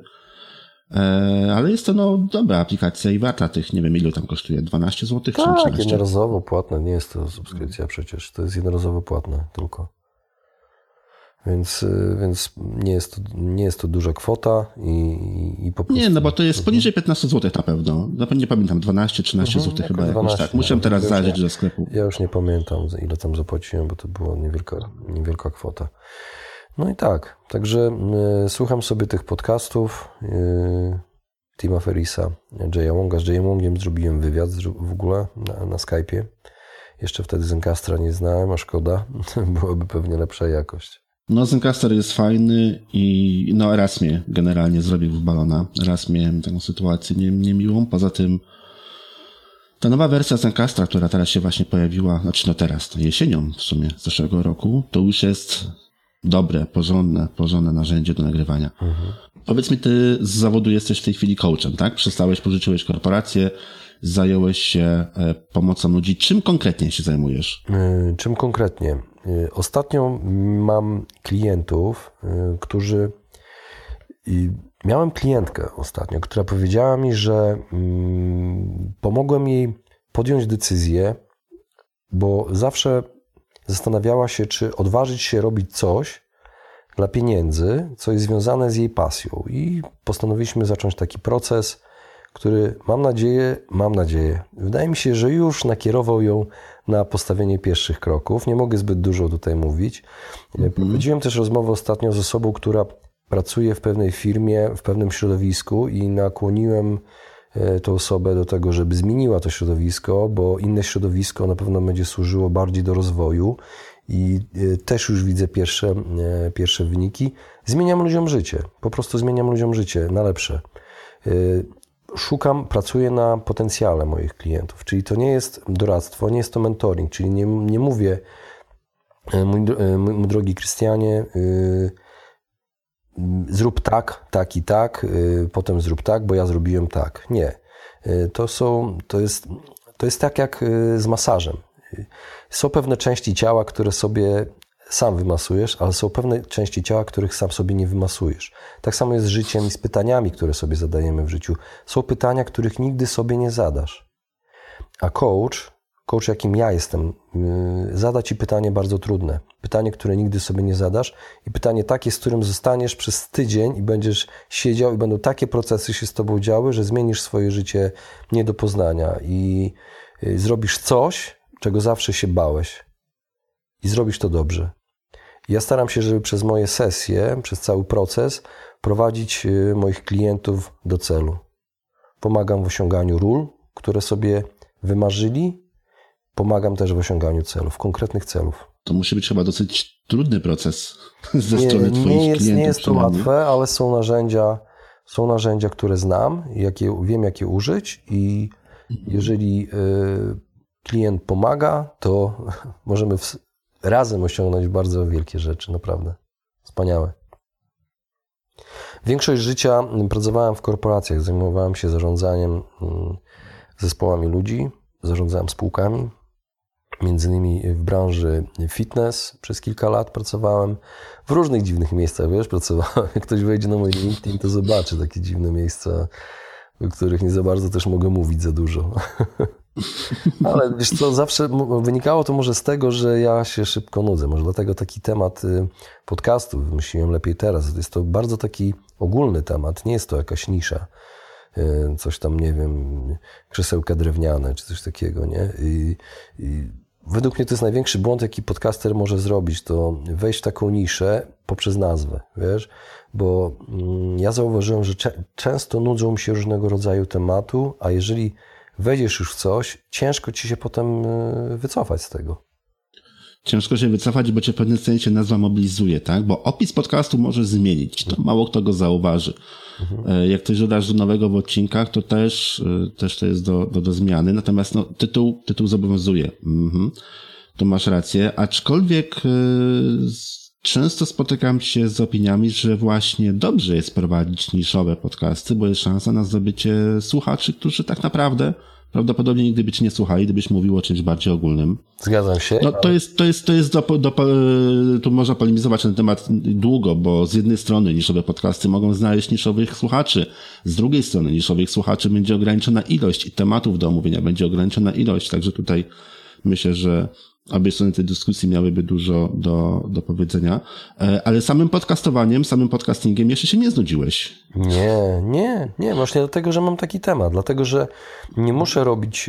Ale jest to dobra aplikacja i warta tych, nie wiem ilu tam kosztuje, 12 zł? Tak, czy 13? jednorazowo płatne, nie jest to subskrypcja przecież, to jest jednorazowo płatne tylko. Więc nie jest to duża kwota i po prostu... Nie, bo to jest poniżej 15 zł na pewno. Nie pamiętam, 12-13 zł chyba jakoś tak. Musiałem teraz zajrzeć do sklepu. Ja już nie pamiętam, ile tam zapłaciłem, bo to była niewielka kwota. No i tak, także słucham sobie tych podcastów Tima Ferrissa, Jaya Longa. Z Jayem Longiem zrobiłem wywiad w ogóle na Skype'ie. Jeszcze wtedy Zencastra nie znałem, a szkoda, byłaby pewnie lepsza jakość. Zencaster jest fajny i raz mnie generalnie zrobił w balona. Raz miałem taką sytuację niemiłą. Poza tym ta nowa wersja Zencastra, która teraz się właśnie pojawiła, teraz, jesienią w sumie zeszłego roku, to już jest dobre, porządne narzędzie do nagrywania. Powiedz mi, ty z zawodu jesteś w tej chwili coachem, tak? Pożyczyłeś korporację, zająłeś się pomocą ludzi. Czym konkretnie się zajmujesz? Czym konkretnie? Ostatnio mam klientów, którzy... Miałem klientkę ostatnio, która powiedziała mi, że pomogłem jej podjąć decyzję, bo zawsze zastanawiała się, czy odważyć się robić coś dla pieniędzy, co jest związane z jej pasją. I postanowiliśmy zacząć taki proces, który mam nadzieję, wydaje mi się, że już nakierował ją na postawienie pierwszych kroków. Nie mogę zbyt dużo tutaj mówić. Prowadziłem też rozmowę ostatnio z osobą, która pracuje w pewnej firmie, w pewnym środowisku i nakłoniłem tą osobę do tego, żeby zmieniła to środowisko, bo inne środowisko na pewno będzie służyło bardziej do rozwoju i też już widzę pierwsze wyniki. Zmieniam ludziom życie, po prostu zmieniam ludziom życie na lepsze. Pracuję na potencjale moich klientów, czyli to nie jest doradztwo, nie jest to mentoring, czyli nie mówię, mój drogi Krystianie, zrób tak, tak i tak, potem zrób tak, bo ja zrobiłem tak. Nie. To jest tak jak z masażem. Są pewne części ciała, które sobie sam wymasujesz, ale są pewne części ciała, których sam sobie nie wymasujesz. Tak samo jest z życiem i z pytaniami, które sobie zadajemy w życiu. Są pytania, których nigdy sobie nie zadasz. A coach jakim ja jestem, zada ci pytanie bardzo trudne. Pytanie, które nigdy sobie nie zadasz i pytanie takie, z którym zostaniesz przez tydzień i będziesz siedział i będą takie procesy się z tobą działy, że zmienisz swoje życie nie do poznania i zrobisz coś, czego zawsze się bałeś i zrobisz to dobrze. Ja staram się, żeby przez moje sesje, przez cały proces prowadzić moich klientów do celu. Pomagam w osiąganiu ról, które sobie wymarzyli. Pomagam też w osiąganiu celów, konkretnych celów. To musi być chyba dosyć trudny proces ze strony twoich klientów. Nie jest to łatwe, ale są narzędzia, które znam, wiem jak je użyć i jeżeli klient pomaga, to możemy razem osiągnąć bardzo wielkie rzeczy, naprawdę. Wspaniałe. Większość życia pracowałem w korporacjach, zajmowałem się zarządzaniem zespołami ludzi, zarządzałem spółkami, między innymi w branży fitness przez kilka lat pracowałem, w różnych dziwnych miejscach, pracowałem. Jak ktoś wejdzie na mój LinkedIn, to zobaczy takie dziwne miejsca, o których nie za bardzo też mogę mówić za dużo. Ale wiesz co, zawsze wynikało to może z tego, że ja się szybko nudzę. Może dlatego taki temat podcastu wymyśliłem lepiej teraz. Jest to bardzo taki ogólny temat, nie jest to jakaś nisza. Coś tam, nie wiem, krzesełka drewniane, czy coś takiego, nie? I według mnie to jest największy błąd, jaki podcaster może zrobić, to wejść w taką niszę poprzez nazwę, wiesz? Bo ja zauważyłem, że często nudzą mi się różnego rodzaju tematu, a jeżeli wejdziesz już w coś, ciężko ci się potem wycofać z tego. Ciężko się wycofać, bo cię w pewnym sensie nazwa mobilizuje, tak? Bo opis podcastu możesz zmienić, to mało kto go zauważy. Jak coś dodasz do nowego w odcinkach, to też to jest do zmiany, natomiast no, tytuł zobowiązuje. Tu masz rację, aczkolwiek często spotykam się z opiniami, że właśnie dobrze jest prowadzić niszowe podcasty, bo jest szansa na zdobycie słuchaczy, którzy tak naprawdę prawdopodobnie nigdy by cię nie słuchali, gdybyś mówił o czymś bardziej ogólnym. Zgadzam się. No to jest tu można polemizować na ten temat długo, bo z jednej strony niszowe podcasty mogą znaleźć niszowych słuchaczy, z drugiej strony niszowych słuchaczy będzie ograniczona ilość i tematów do omówienia będzie ograniczona ilość, także tutaj myślę, że obie strony tej dyskusji miałyby dużo do powiedzenia, ale samym podcastowaniem, samym podcastingiem jeszcze się nie znudziłeś. Nie, właśnie dlatego, że mam taki temat, dlatego, że nie muszę robić...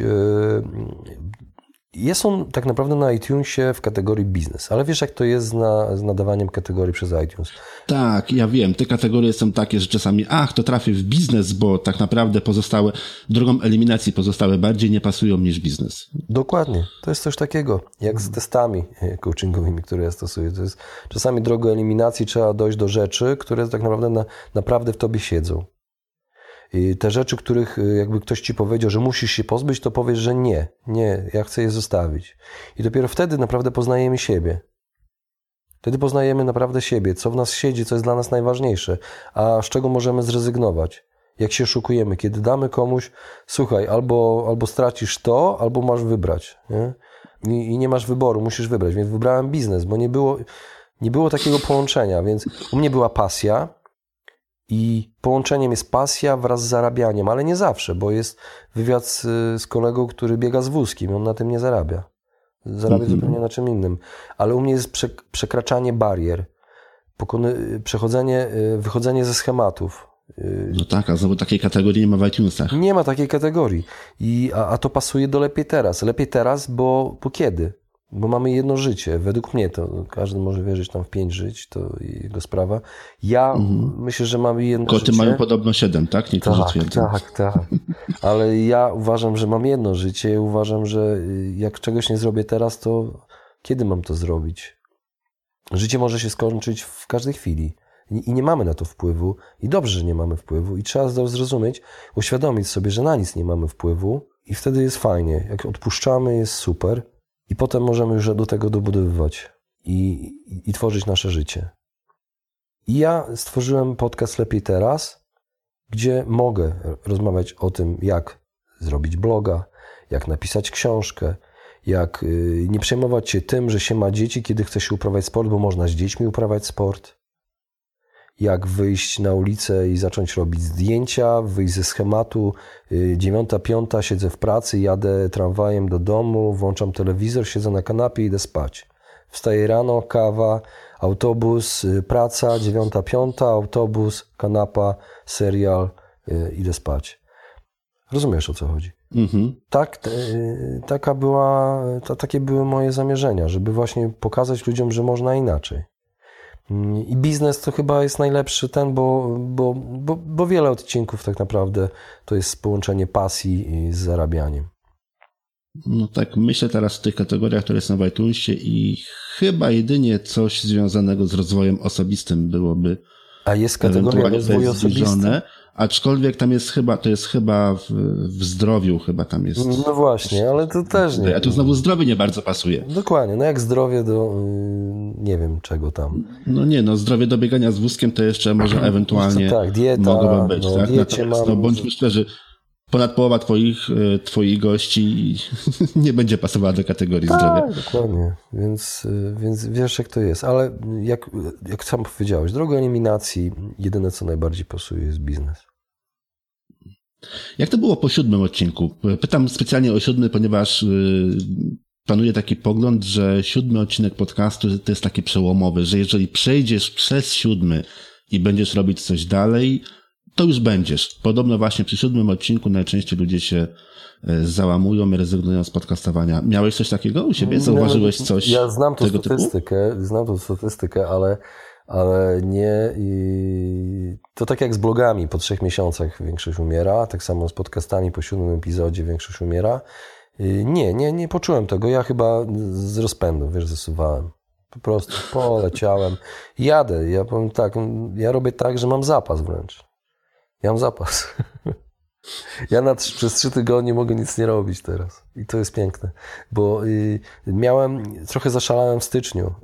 Jest on tak naprawdę na iTunesie w kategorii biznes, ale wiesz jak to jest z nadawaniem kategorii przez iTunes? Tak, ja wiem, te kategorie są takie, że czasami to trafię w biznes, bo tak naprawdę drogą eliminacji pozostałe bardziej nie pasują niż biznes. Dokładnie, to jest coś takiego, jak z testami coachingowymi, które ja stosuję. To jest czasami drogą eliminacji trzeba dojść do rzeczy, które tak naprawdę w tobie siedzą. I te rzeczy, których jakby ktoś ci powiedział, że musisz się pozbyć, to powiesz, że nie, ja chcę je zostawić. I dopiero wtedy naprawdę poznajemy siebie. Wtedy poznajemy naprawdę siebie, co w nas siedzi, co jest dla nas najważniejsze, a z czego możemy zrezygnować. Jak się oszukujemy, kiedy damy komuś, słuchaj, albo stracisz to, albo masz wybrać. Nie? I nie masz wyboru, musisz wybrać. Więc wybrałem biznes, bo nie było takiego połączenia, więc u mnie była pasja, i połączeniem jest pasja wraz z zarabianiem, ale nie zawsze, bo jest wywiad z kolegą, który biega z wózkiem i on na tym nie zarabia. Zarabia zupełnie na czym innym. Ale u mnie jest przekraczanie barier, wychodzenie ze schematów. No tak, a znowu takiej kategorii nie ma w iTunesach. Nie ma takiej kategorii. A to pasuje do lepiej teraz. Lepiej teraz, bo kiedy? Bo mamy jedno życie. Według mnie to każdy może wierzyć tam w 5 żyć, to jego sprawa. Ja myślę, że mamy jedno życie. Koty mają podobno 7, tak? Niektórzy twierdzą. Tak. Ale ja uważam, że mam jedno życie. Uważam, że jak czegoś nie zrobię teraz, to kiedy mam to zrobić? Życie może się skończyć w każdej chwili. I nie mamy na to wpływu. I dobrze, że nie mamy wpływu. I trzeba zrozumieć, uświadomić sobie, że na nic nie mamy wpływu. I wtedy jest fajnie. Jak odpuszczamy, jest super. I potem możemy już do tego dobudowywać. I tworzyć nasze życie. I ja stworzyłem podcast Lepiej Teraz, gdzie mogę rozmawiać o tym, jak zrobić bloga, jak napisać książkę, jak nie przejmować się tym, że się ma dzieci, kiedy chce się uprawiać sport, bo można z dziećmi uprawiać sport. Jak wyjść na ulicę i zacząć robić zdjęcia, wyjść ze schematu 9:05, siedzę w pracy, jadę tramwajem do domu, włączam telewizor, siedzę na kanapie i idę spać. Wstaję rano, kawa, autobus, praca, 9:05, autobus, kanapa, serial, idę spać. Rozumiesz, o co chodzi? Mhm. Takie były moje zamierzenia, żeby właśnie pokazać ludziom, że można inaczej. I biznes to chyba jest najlepszy bo wiele odcinków tak naprawdę to jest połączenie pasji z zarabianiem. No tak, myślę teraz w tych kategoriach, które są w iTunesie i chyba jedynie coś związanego z rozwojem osobistym byłoby. A jest kategoria rozwoju osobistego. Aczkolwiek tam jest chyba w zdrowiu chyba tam jest. No właśnie, ale to też nie. A tu znowu zdrowie nie bardzo pasuje. Dokładnie, no jak zdrowie do nie wiem czego tam. No zdrowie do biegania z wózkiem to jeszcze może ewentualnie tak, dieta, mogłoby być. Tak? Natomiast bądźmy szczerzy, ponad połowa twoich gości nie będzie pasowała do kategorii zdrowia. Tak, dokładnie. Więc wiesz, jak to jest. Ale jak sam powiedziałeś, droga eliminacji, jedyne co najbardziej pasuje jest biznes. Jak to było po 7 odcinku? Pytam specjalnie o 7, ponieważ panuje taki pogląd, że 7 odcinek podcastu to jest taki przełomowy, że jeżeli przejdziesz przez 7 i będziesz robić coś dalej, to już będziesz. Podobno właśnie przy 7 odcinku najczęściej ludzie się załamują i rezygnują z podcastowania. Miałeś coś takiego u siebie? Zauważyłeś coś Ja znam tą tego statystykę, ale nie... To tak jak z blogami, po 3 miesiącach większość umiera, tak samo z podcastami po 7 epizodzie większość umiera. Nie poczułem tego. Ja chyba z rozpędu, zasuwałem. Po prostu poleciałem. Jadę. Ja powiem tak, ja robię tak, że mam zapas wręcz. Ja mam zapas. Ja przez 3 tygodnie mogę nic nie robić teraz. I to jest piękne. Bo trochę zaszalałem w styczniu.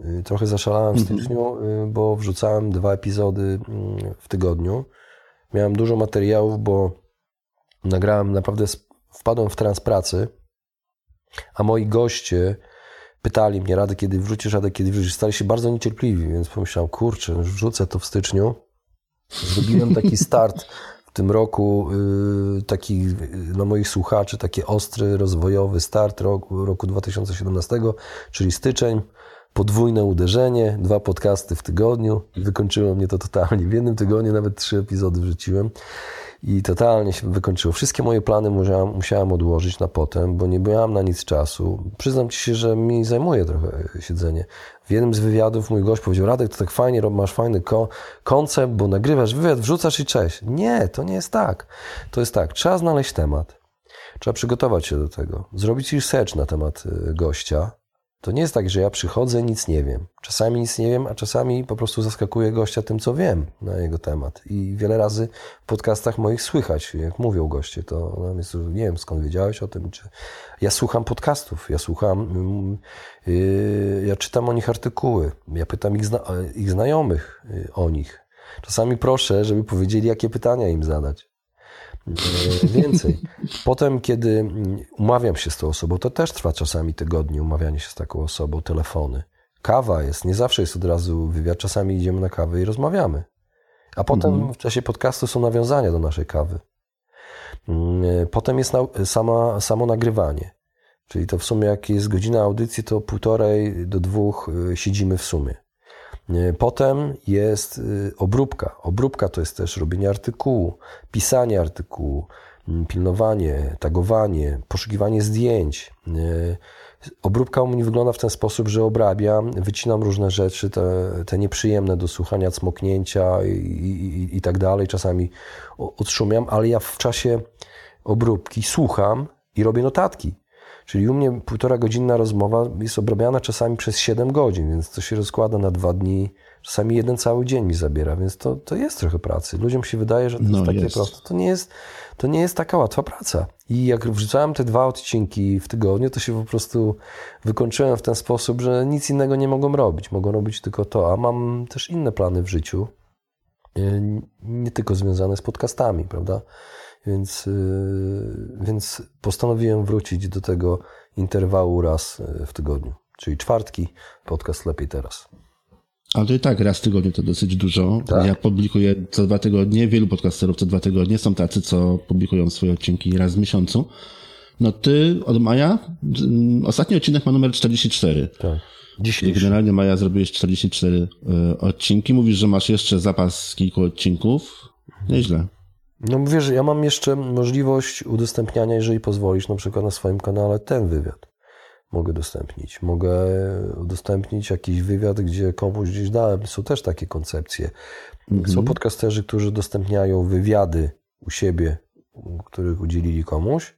Bo wrzucałem 2 epizody w tygodniu. Miałem dużo materiałów, bo nagrałem, naprawdę wpadłem w trans pracy, a moi goście pytali mnie, Radek, kiedy wrzucisz, stali się bardzo niecierpliwi, więc pomyślałem, kurczę, już wrzucę to w styczniu. Zrobiłem taki start w tym roku, taki dla moich słuchaczy, taki ostry, rozwojowy start roku 2017, czyli styczeń, podwójne uderzenie, 2 podcasty w tygodniu i wykończyło mnie to totalnie. W jednym tygodniu nawet 3 epizody wrzuciłem i totalnie się wykończyło. Wszystkie moje plany musiałem odłożyć na potem, bo nie miałem na nic czasu. Przyznam ci się, że mi zajmuje trochę siedzenie. W jednym z wywiadów mój gość powiedział, Radek, to tak fajnie, masz fajny koncept, bo nagrywasz wywiad, wrzucasz i cześć. Nie, to nie jest tak. To jest tak, trzeba znaleźć temat. Trzeba przygotować się do tego. Zrobić research na temat gościa. To nie jest tak, że ja przychodzę, nic nie wiem. Czasami nic nie wiem, a czasami po prostu zaskakuję gościa tym, co wiem na jego temat. I wiele razy w podcastach moich słychać, jak mówią goście, to nie wiem, skąd wiedziałeś o tym. Ja słucham podcastów, ja czytam o nich artykuły, ja pytam ich znajomych o nich. Czasami proszę, żeby powiedzieli, jakie pytania im zadać. Więcej. Potem, kiedy umawiam się z tą osobą, to też trwa czasami tygodnie umawianie się z taką osobą, telefony. Kawa jest, nie zawsze jest od razu wywiad, czasami idziemy na kawę i rozmawiamy. A potem w czasie podcastu są nawiązania do naszej kawy. Potem jest samo nagrywanie. Czyli to w sumie jak jest godzina audycji, to 1,5 do 2 siedzimy w sumie. Potem jest obróbka. Obróbka to jest też robienie artykułu, pisanie artykułu, pilnowanie, tagowanie, poszukiwanie zdjęć. Obróbka u mnie wygląda w ten sposób, że obrabiam, wycinam różne rzeczy, te nieprzyjemne do słuchania, cmoknięcia i tak dalej. Czasami odszumiam, ale ja w czasie obróbki, słucham i robię notatki. Czyli u mnie 1,5-godzinna rozmowa jest obrabiana czasami przez 7 godzin, więc to się rozkłada na 2 dni. Czasami 1 cały dzień mi zabiera, więc to jest trochę pracy. Ludziom się wydaje, że to jest takie proste. To nie jest taka łatwa praca. I jak wrzucałem te 2 odcinki w tygodniu, to się po prostu wykończyłem w ten sposób, że nic innego nie mogłem robić. Mogłem robić tylko to, a mam też inne plany w życiu, nie tylko związane z podcastami, prawda? Więc postanowiłem wrócić do tego interwału raz w tygodniu, czyli czwartki, podcast Lepiej Teraz. Ale to i tak raz w tygodniu to dosyć dużo. Tak. Ja publikuję co 2 tygodnie, wielu podcasterów co 2 tygodnie. Są tacy, co publikują swoje odcinki raz w miesiącu. No ty od maja, ostatni odcinek ma numer 44. Tak. I generalnie maja zrobiłeś 44 odcinki. Mówisz, że masz jeszcze zapas kilku odcinków. Nieźle. No wiesz, ja mam jeszcze możliwość udostępniania, jeżeli pozwolisz, na przykład na swoim kanale ten wywiad. Mogę udostępnić. Mogę udostępnić jakiś wywiad, gdzie komuś gdzieś dałem. Są też takie koncepcje. Są podcasterzy, którzy udostępniają wywiady u siebie, których udzielili komuś.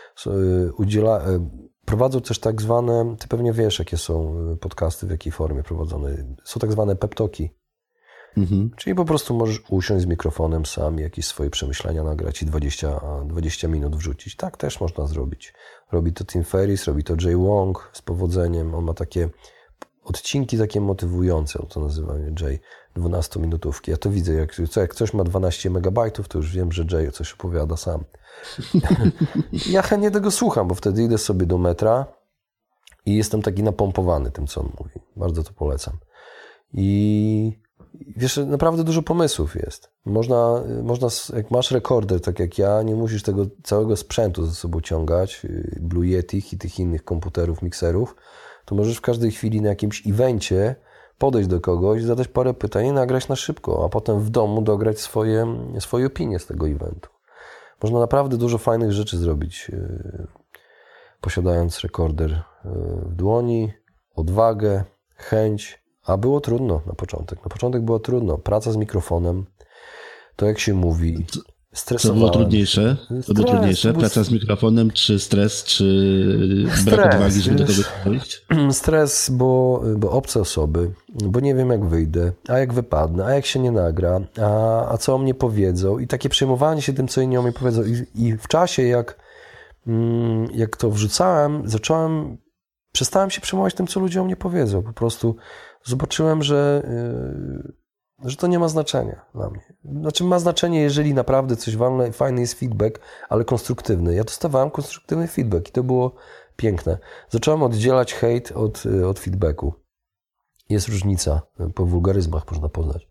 Prowadzą też tak zwane, ty pewnie wiesz, jakie są podcasty, w jakiej formie prowadzone. Są tak zwane pep-talki. Czyli po prostu możesz usiąść z mikrofonem sam, jakieś swoje przemyślenia nagrać i 20 minut wrzucić. Tak też można zrobić. Robi to Tim Ferriss, robi to Jay Wong z powodzeniem. On ma takie odcinki takie motywujące, to nazywa Jay, 12-minutówki. Ja to widzę, jak coś ma 12 megabajtów, to już wiem, że Jay coś opowiada sam. Ja chętnie tego słucham, bo wtedy idę sobie do metra i jestem taki napompowany tym, co on mówi. Bardzo to polecam. I wiesz, naprawdę dużo pomysłów jest. Można, jak masz rekorder, tak jak ja, nie musisz tego całego sprzętu ze sobą ciągać, Blue Yeti i tych innych komputerów, mikserów, to możesz w każdej chwili na jakimś evencie podejść do kogoś, zadać parę pytań i nagrać na szybko, a potem w domu dograć swoje opinie z tego eventu. Można naprawdę dużo fajnych rzeczy zrobić, posiadając rekorder w dłoni, odwagę, chęć. A było trudno na początek. Na początek było trudno. Praca z mikrofonem, to jak się mówi, stresowałem. Co było trudniejsze? Co było trudniejsze? Praca z mikrofonem, czy stres, czy brak odwagi, żeby do tego podejść? Stres, bo obce osoby, bo nie wiem jak wyjdę, a jak wypadnę, a jak się nie nagra, a co o mnie powiedzą i takie przejmowanie się tym, co inni o mnie powiedzą. I w czasie, jak to wrzucałem, przestałem się przejmować tym, co ludzie o mnie powiedzą. Po prostu zobaczyłem, że to nie ma znaczenia dla mnie. Znaczy ma znaczenie, jeżeli naprawdę coś fajny jest feedback, ale konstruktywny. Ja dostawałem konstruktywny feedback i to było piękne. Zacząłem oddzielać hejt od feedbacku. Jest różnica. Po wulgaryzmach można poznać.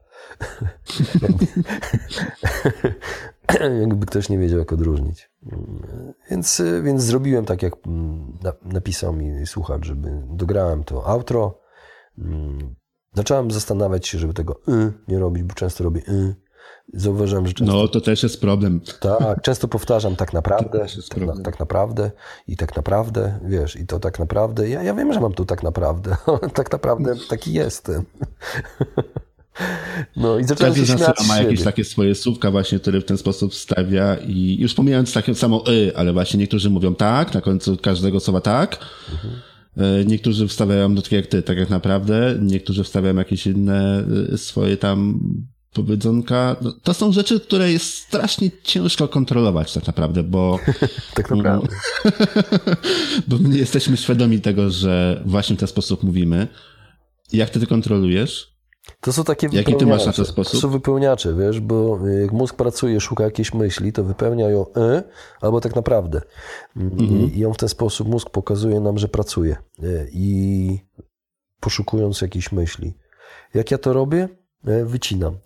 Jakby ktoś nie wiedział, jak odróżnić. Więc zrobiłem tak, jak napisał mi słuchacz, żeby dograłem to outro. Zacząłem zastanawiać się, żeby tego nie robić, bo często robię Zauważyłem, że często... No, to też jest problem. Tak, często powtarzam tak naprawdę, tak naprawdę i tak naprawdę, wiesz, i to tak naprawdę. Ja wiem, że mam tu tak naprawdę, tak naprawdę taki jestem. No i zacząłem się śmiać z ma siebie. jakieś takie swoje słówka właśnie, które w ten sposób stawia i już pomijając takie samo ale właśnie niektórzy mówią tak, na końcu każdego słowa tak. Niektórzy wstawiają no, tak jak ty, tak jak naprawdę, niektórzy wstawiają jakieś inne swoje tam powiedzonka. No, to są rzeczy, które jest strasznie ciężko kontrolować tak naprawdę, bo tak naprawdę. bo my nie jesteśmy świadomi tego, że właśnie w ten sposób mówimy. Jak ty to kontrolujesz? To są takie wypełniacze. Jaki ty masz na ten sposób? To są wypełniacze, wiesz, bo jak mózg pracuje, szuka jakiejś myśli, to wypełnia ją albo tak naprawdę. I on w ten sposób, mózg pokazuje nam, że pracuje. I poszukując jakiejś myśli. Jak ja to robię? Wycinam.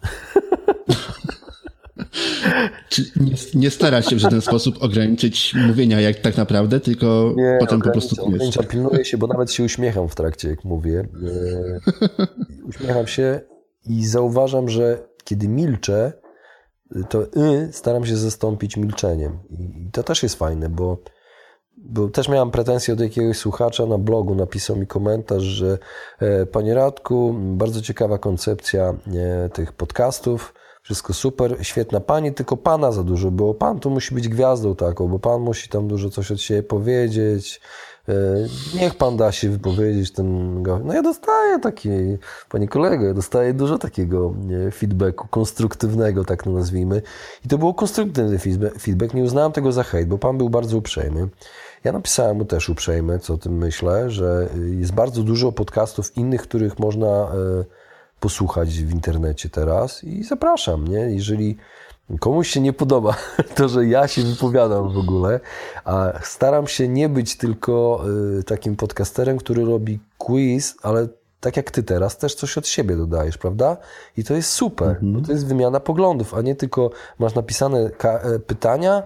Czy nie stara się w żaden sposób ograniczyć mówienia jak tak naprawdę, tylko potem po prostu ograniczam, pilnuję się, bo nawet się uśmiecham w trakcie, jak mówię. Uśmiecham się i zauważam, że kiedy milczę, to staram się zastąpić milczeniem. I to też jest fajne, bo też miałem pretensję od jakiegoś słuchacza na blogu, napisał mi komentarz, że panie Radku, bardzo ciekawa koncepcja tych podcastów, wszystko super, świetna pani, tylko pana za dużo było. Pan tu musi być gwiazdą taką, bo pan musi tam dużo coś od siebie powiedzieć. Niech pan da się wypowiedzieć ten gość. No ja dostaję panie kolego, ja dostaję dużo takiego feedbacku konstruktywnego, tak to nazwijmy. I to był konstruktywny feedback. Nie uznałem tego za hejt, bo pan był bardzo uprzejmy. Ja napisałem mu też uprzejmy, co o tym myślę, że jest bardzo dużo podcastów innych, których można posłuchać w internecie teraz i zapraszam, nie? Jeżeli komuś się nie podoba to, że ja się wypowiadam w ogóle, a staram się nie być tylko takim podcasterem, który robi quiz, ale tak jak ty teraz, też coś od siebie dodajesz, prawda? I to jest super, bo to jest wymiana poglądów, a nie tylko masz napisane pytania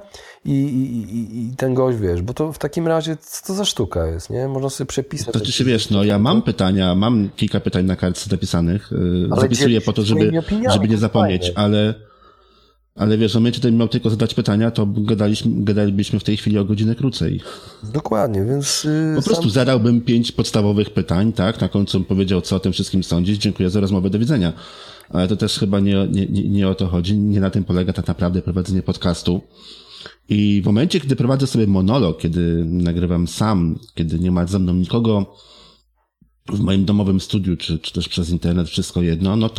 i ten gość, wiesz, bo to w takim razie co to za sztuka jest, nie? Można sobie przepisać. To ty wiesz, no ja mam pytania, mam kilka pytań na kartce zapisanych, zapisuję po to, żeby nie zapomnieć, ale wiesz, my tutaj miał tylko zadać pytania, to gadalibyśmy w tej chwili o godzinę krócej. Dokładnie, więc... Po prostu zadałbym 5 podstawowych pytań, tak? Na końcu bym powiedział, co o tym wszystkim sądzisz. Dziękuję za rozmowę, do widzenia. Ale to też chyba nie o to chodzi. Nie na tym polega tak naprawdę prowadzenie podcastu. I w momencie, kiedy prowadzę sobie monolog, kiedy nagrywam sam, kiedy nie ma ze mną nikogo w moim domowym studiu, czy też przez internet, wszystko jedno, no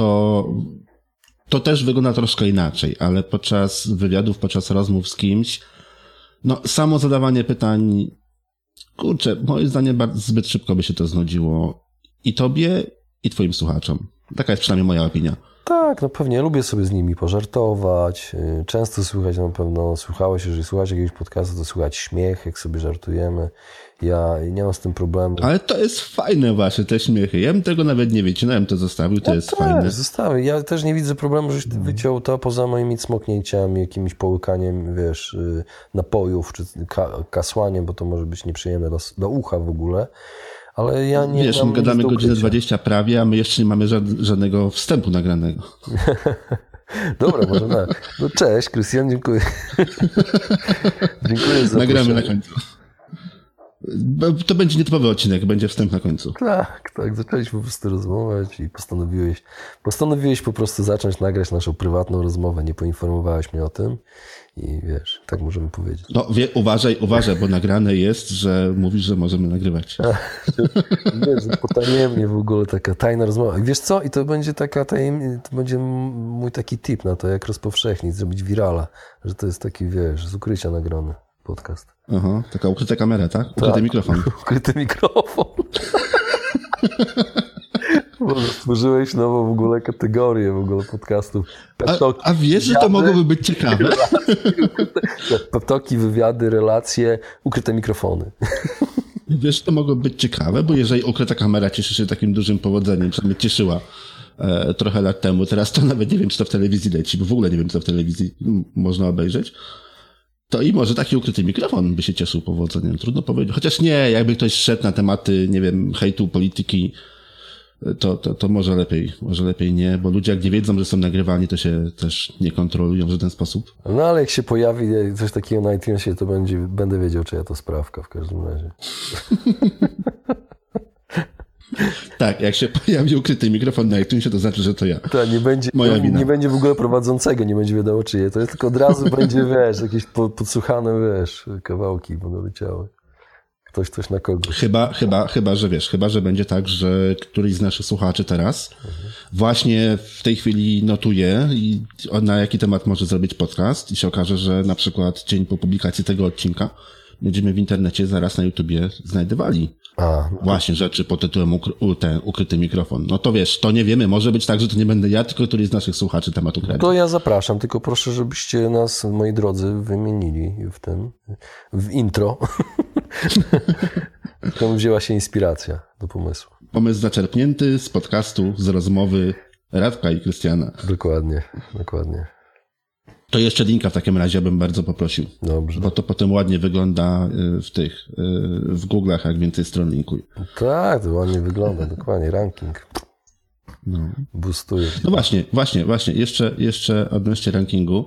to też wygląda troszkę inaczej, ale podczas wywiadów, podczas rozmów z kimś, no samo zadawanie pytań, kurczę, moim zdaniem zbyt szybko by się to znudziło i tobie, i twoim słuchaczom. Taka jest przynajmniej moja opinia. Tak, no pewnie lubię sobie z nimi pożartować. Często słychać na pewno, jeżeli słuchacie jakiegoś podcastu, to słychać śmiech, jak sobie żartujemy. Ja nie mam z tym problemu. Ale to jest fajne właśnie, te śmiechy. Ja bym tego nawet nie wycinałem, to zostawił, to jest fajne. Zostawię. Ja też nie widzę problemu, żeś ty wyciął to poza moimi cmoknięciami, jakimś połykaniem, wiesz, napojów, czy kasłaniem, bo to może być nieprzyjemne do ucha w ogóle. Ale ja nie. Wiesz, my gadamy godzinę 20 prawie, a my jeszcze nie mamy żadnego wstępu nagranego. Dobra, może tak. No cześć, Krystian, dziękuję. Dziękuję za nagramy na końcu. To będzie nietypowy odcinek, będzie wstęp na końcu. Tak. Zaczęliśmy po prostu rozmawiać i postanowiłeś po prostu zacząć nagrać naszą prywatną rozmowę. Nie poinformowałeś mnie o tym i wiesz, tak możemy powiedzieć. No uważaj, bo nagrane jest, że mówisz, że możemy nagrywać. Wiesz, potajemnie w ogóle taka tajna rozmowa. I wiesz co? I to będzie to będzie mój taki tip na to, jak rozpowszechnić, zrobić virala, że to jest taki, wiesz, z ukrycia nagrany podcast. Aha, taka ukryta kamera, tak? Ukryty mikrofon. Ukryty mikrofon. Może stworzyłeś nową w ogóle kategorię w ogóle podcastów. A wiesz, że to mogłoby być ciekawe? Peptoki, wywiady, relacje, ukryte mikrofony. Wiesz, że to mogłoby być ciekawe, bo jeżeli ukryta kamera cieszy się takim dużym powodzeniem, przynajmniej cieszyła trochę lat temu, teraz to nawet nie wiem, czy to w telewizji leci, bo w ogóle nie wiem, co w telewizji można obejrzeć. To i może taki ukryty mikrofon by się cieszył powodzeniem. Trudno powiedzieć. Chociaż nie, jakby ktoś szedł na tematy, nie wiem, hejtu, polityki, to może lepiej nie, bo ludzie jak nie wiedzą, że są nagrywani, to się też nie kontrolują w żaden sposób. No ale jak się pojawi coś takiego na iTunesie, to będę wiedział, czyja to sprawka w każdym razie. Tak, jak się pojawi ukryty mikrofon na iTunesie, to znaczy, że to ja. Tak, Moja wina. Nie będzie w ogóle prowadzącego, nie będzie wiadomo czyje. To jest tylko od razu będzie, wiesz, jakieś podsłuchane, wiesz, kawałki będą leciały. Ktoś coś na kogoś. Chyba, że będzie tak, że któryś z naszych słuchaczy teraz właśnie w tej chwili notuje na jaki temat może zrobić podcast i się okaże, że na przykład dzień po publikacji tego odcinka będziemy w internecie zaraz na YouTubie znajdowali właśnie rzeczy pod tytułem ukryty mikrofon. No to wiesz, to nie wiemy, może być tak, że to nie będę ja, tylko któryś z naszych słuchaczy temat ukradł. To ja zapraszam, tylko proszę, żebyście nas, moi drodzy, wymienili w intro. Skąd wzięła się inspiracja do pomysłu. Pomysł zaczerpnięty z podcastu, z rozmowy Radka i Krystiana. Dokładnie. To jeszcze linka w takim razie bym bardzo poprosił. Dobrze. Bo to potem ładnie wygląda w Google'ach, jak więcej stron linkuj. Tak, to ładnie wygląda, dokładnie, ranking. No. Boostuje. No właśnie. Jeszcze odnośnie rankingu.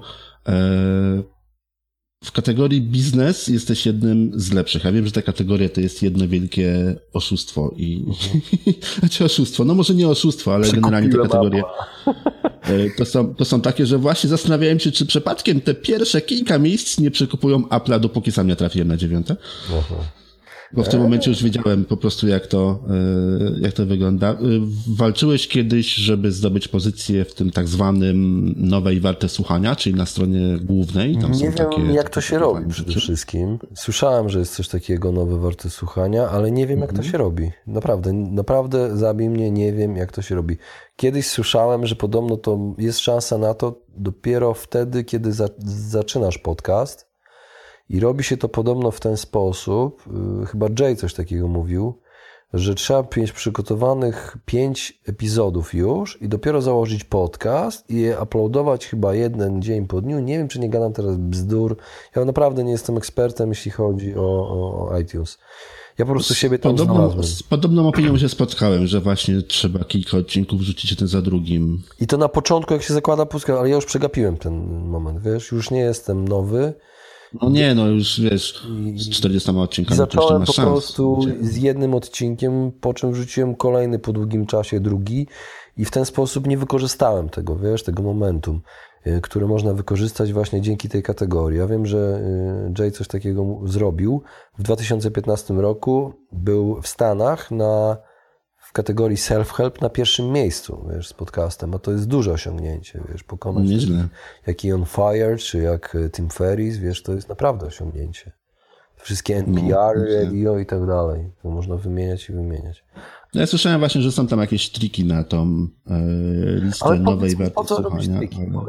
W kategorii biznes jesteś jednym z lepszych. Ja wiem, że ta kategoria to jest jedno wielkie oszustwo. Znaczy oszustwo, no może nie oszustwo, ale generalnie ta kategoria... to są takie, że właśnie zastanawiałem się, czy przypadkiem te pierwsze kilka miejsc nie przekupują Apple'a, dopóki sam nie trafiłem na 9. Bo w tym momencie już wiedziałem po prostu, jak to wygląda. Walczyłeś kiedyś, żeby zdobyć pozycję w tym tak zwanym nowej warte słuchania, czyli na stronie głównej. Tam nie wiem, jak to się robi przede wszystkim. Słyszałem, że jest coś takiego, nowe warte słuchania, ale nie wiem, jak to się robi. Naprawdę zabij mnie, nie wiem, jak to się robi. Kiedyś słyszałem, że podobno to jest szansa na to dopiero wtedy, kiedy zaczynasz podcast. I robi się to podobno w ten sposób, chyba Jay coś takiego mówił, że trzeba mieć przygotowanych 5 epizodów już i dopiero założyć podcast i je uploadować chyba jeden dzień po dniu. Nie wiem, czy nie gadam teraz bzdur. Ja naprawdę nie jestem ekspertem, jeśli chodzi o iTunes. Ja po prostu siebie tam znalazłem. Z podobną opinią się spotkałem, że właśnie trzeba kilka odcinków wrzucić jeden za drugim. I to na początku, jak się zakłada podcast, ale ja już przegapiłem ten moment, wiesz, już nie jestem nowy. No nie, no już wiesz, z 40 odcinkami zacząłem to po prostu z jednym odcinkiem, po czym wrzuciłem kolejny po długim czasie, drugi i w ten sposób nie wykorzystałem tego, wiesz, tego momentum, które można wykorzystać właśnie dzięki tej kategorii. Ja wiem, że Jay coś takiego zrobił. W 2015 roku był w Stanach w kategorii self-help na pierwszym miejscu, wiesz, z podcastem, a to jest duże osiągnięcie, wiesz, pokonać jak On Fire, czy jak Tim Ferriss, wiesz, to jest naprawdę osiągnięcie. Wszystkie NPR, radio i tak dalej, to można wymieniać i wymieniać. Ja słyszałem właśnie, że są tam jakieś triki na tą listę nowej warty słuchania.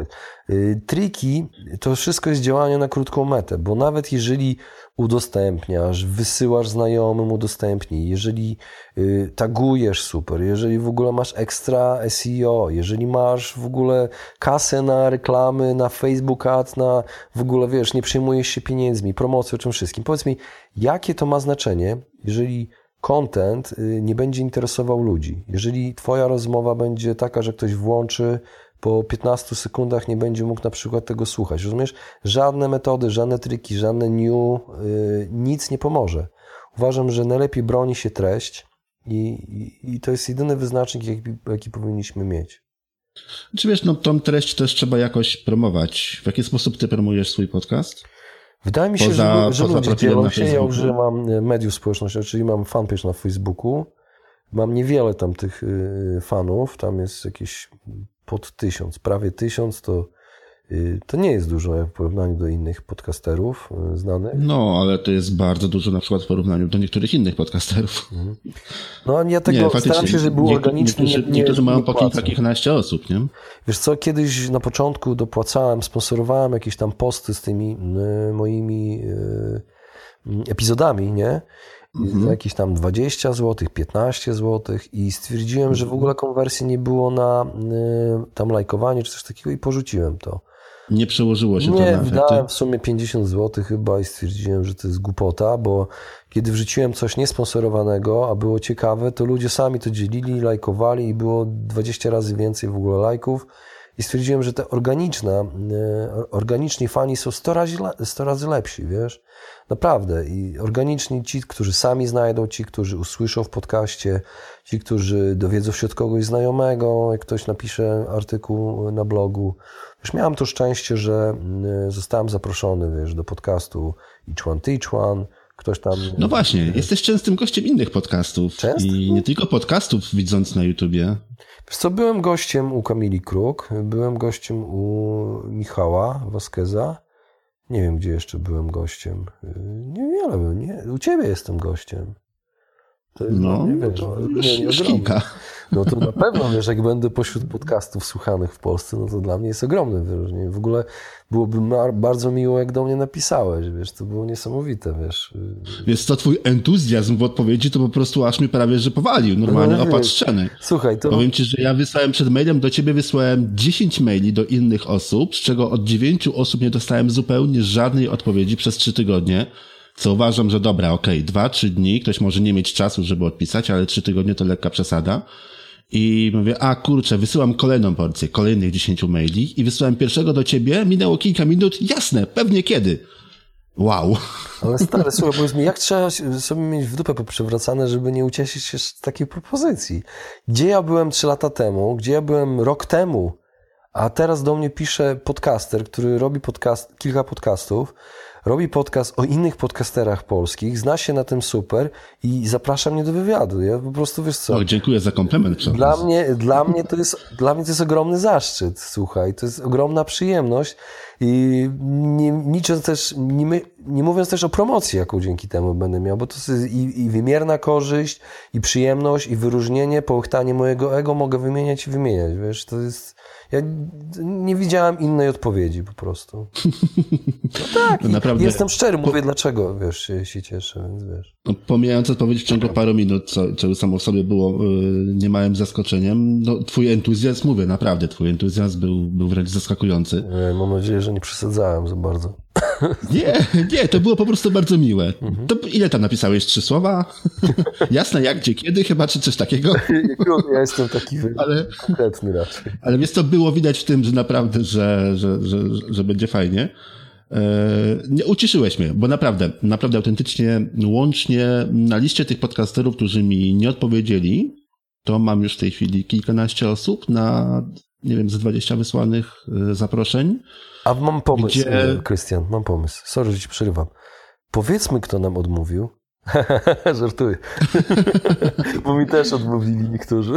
Triki, to wszystko jest działanie na krótką metę, bo nawet jeżeli udostępniasz, wysyłasz znajomym, udostępnij, jeżeli tagujesz super, jeżeli w ogóle masz ekstra SEO, jeżeli masz w ogóle kasę na reklamy, na Facebook Ads, na w ogóle, wiesz, nie przejmujesz się pieniędzmi, promocją, czym wszystkim. Powiedz mi, jakie to ma znaczenie, jeżeli content nie będzie interesował ludzi. Jeżeli twoja rozmowa będzie taka, że ktoś włączy, po 15 sekundach nie będzie mógł na przykład tego słuchać. Rozumiesz? Żadne metody, żadne triki, żadne nic nie pomoże. Uważam, że najlepiej broni się treść i to jest jedyny wyznacznik, jaki powinniśmy mieć. Czy wiesz, no tą treść też trzeba jakoś promować. W jaki sposób ty promujesz swój podcast? Wydaje mi się, że ludzie dzielą się. Ja używam mediów społecznościowych, czyli mam fanpage na Facebooku. Mam niewiele tam tych fanów. Tam jest jakieś pod 1000, prawie 1000. To nie jest dużo w porównaniu do innych podcasterów znanych. No, ale to jest bardzo dużo na przykład w porównaniu do niektórych innych podcasterów. No, ja tego staram się, żeby było organiczne. Niektórzy mają po kilkanaście osób, nie? Wiesz co, kiedyś na początku dopłacałem, sponsorowałem jakieś tam posty z tymi moimi epizodami, nie? Za jakieś tam 20 zł, 15 zł i stwierdziłem, że w ogóle konwersji nie było na tam lajkowanie czy coś takiego i porzuciłem to. Nie przełożyło się to na efekty? Nie, wydałem w sumie 50 zł chyba i stwierdziłem, że to jest głupota, bo kiedy wrzuciłem coś niesponsorowanego, a było ciekawe, to ludzie sami to dzielili, lajkowali i było 20 razy więcej w ogóle lajków i stwierdziłem, że te organiczni fani są 100 razy lepsi, wiesz? Naprawdę. I organiczni ci, którzy sami znajdą, ci, którzy usłyszą w podcaście, ci, którzy dowiedzą się od kogoś znajomego, jak ktoś napisze artykuł na blogu. Już miałem to szczęście, że zostałem zaproszony, wiesz, do podcastu Each One Teach One. Ktoś tam... No właśnie, jesteś częstym gościem innych podcastów. I nie tylko podcastów, widząc na YouTubie. Wiesz co, byłem gościem u Kamili Kruk, byłem gościem u Michała Vasqueza. Nie wiem, gdzie jeszcze byłem gościem. Niewiele byłem, u ciebie jestem gościem. To już kilka. No to na pewno, wiesz, jak będę pośród podcastów słuchanych w Polsce, no to dla mnie jest ogromne wyróżnienie. W ogóle byłoby bardzo miło, jak do mnie napisałeś, wiesz, to było niesamowite, wiesz. Wiesz co, twój entuzjazm w odpowiedzi to po prostu aż mnie prawie że powalił, normalnie opatrzony. Słuchaj, to... Powiem ci, że ja wysłałem przed mailem, do ciebie wysłałem 10 maili do innych osób, z czego od 9 osób nie dostałem zupełnie żadnej odpowiedzi przez 3 tygodnie. Co uważam, że dobra, 2-3 dni, ktoś może nie mieć czasu, żeby odpisać, ale 3 tygodnie to lekka przesada. I mówię, kurczę, wysyłam kolejną porcję, kolejnych 10 maili i wysyłałem pierwszego do ciebie, minęło kilka minut, jasne, pewnie kiedy. Wow. Ale stary, słuchaj, powiedz mi, jak trzeba sobie mieć w dupę poprzewracane, żeby nie ucieszyć się z takiej propozycji? Gdzie ja byłem 3 lata temu, gdzie ja byłem rok temu, A teraz do mnie pisze podcaster, który robi kilka podcastów, robi podcast o innych podcasterach polskich, zna się na tym super i zaprasza mnie do wywiadu. Ja po prostu, wiesz co... dziękuję za komplement. Dla mnie to jest ogromny zaszczyt, słuchaj, to jest ogromna przyjemność i nie mówiąc też o promocji, jaką dzięki temu będę miał, bo to jest i wymierna korzyść, i przyjemność, i wyróżnienie, połchtanie mojego ego mogę wymieniać, wiesz, to jest... Ja nie widziałem innej odpowiedzi po prostu. No tak, naprawdę... jestem szczery, mówię dlaczego, wiesz, się cieszę, więc wiesz. No, pomijając odpowiedź w ciągu paru minut, co samo w sobie było niemałym zaskoczeniem, no twój entuzjazm, mówię, naprawdę, twój entuzjazm był wręcz zaskakujący. Mam nadzieję, że nie przesadzałem za bardzo. Nie, to było po prostu bardzo miłe. To ile tam napisałeś? 3 słowa? Jasne, jak, gdzie, kiedy chyba, czy coś takiego? Ja jestem taki konkretny raczej. Ale wiesz co, było widać w tym, że naprawdę, że będzie fajnie. Nie, ucieszyłeś mnie, bo naprawdę autentycznie, łącznie na liście tych podcasterów, którzy mi nie odpowiedzieli, to mam już w tej chwili kilkanaście osób na, nie wiem, z 20 wysłanych zaproszeń. A mam pomysł, Krystian, mam pomysł. Sorry, że ci przerywam. Powiedzmy, kto nam odmówił. Żartuję. Bo mi też odmówili niektórzy.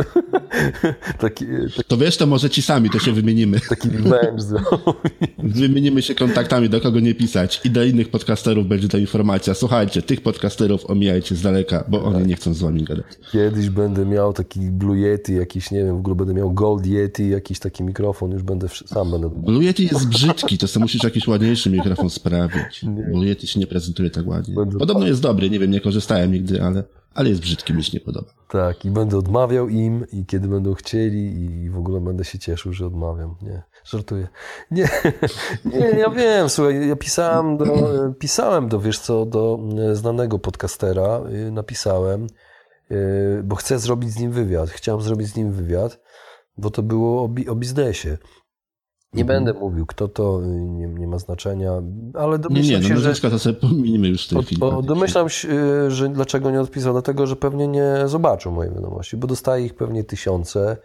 To wiesz, to może ci sami, to się wymienimy. Taki revenge zrobił. Wymienimy się kontaktami, do kogo nie pisać. I do innych podcasterów będzie ta informacja. Słuchajcie, tych podcasterów omijajcie z daleka, bo oni nie chcą z wami gadać. Kiedyś będę miał taki Blue Yeti, jakiś, nie wiem, w ogóle będę miał Gold Yeti, jakiś taki mikrofon, już sam będę... Blue Yeti jest brzydki, to sobie musisz jakiś ładniejszy mikrofon sprawić. Blue Yeti się nie prezentuje tak ładnie. Podobno jest dobry, nie wiem, nie korzystałem nigdy, ale jest brzydki, mi się nie podoba. Tak, i będę odmawiał im i kiedy będą chcieli i w ogóle będę się cieszył, że odmawiam. Nie, żartuję. Nie, ja wiem, słuchaj, ja pisałem do, wiesz co, do znanego podcastera, napisałem, bo chcę zrobić z nim wywiad. Chciałem zrobić z nim wywiad, bo to było o biznesie. Nie będę mówił, kto to, nie ma znaczenia, ale domyślam się, że... to sobie pominimy już w tej chwili. Domyślam się, że dlaczego nie odpisał, dlatego, że pewnie nie zobaczył mojej wiadomości, bo dostaje ich pewnie tysiące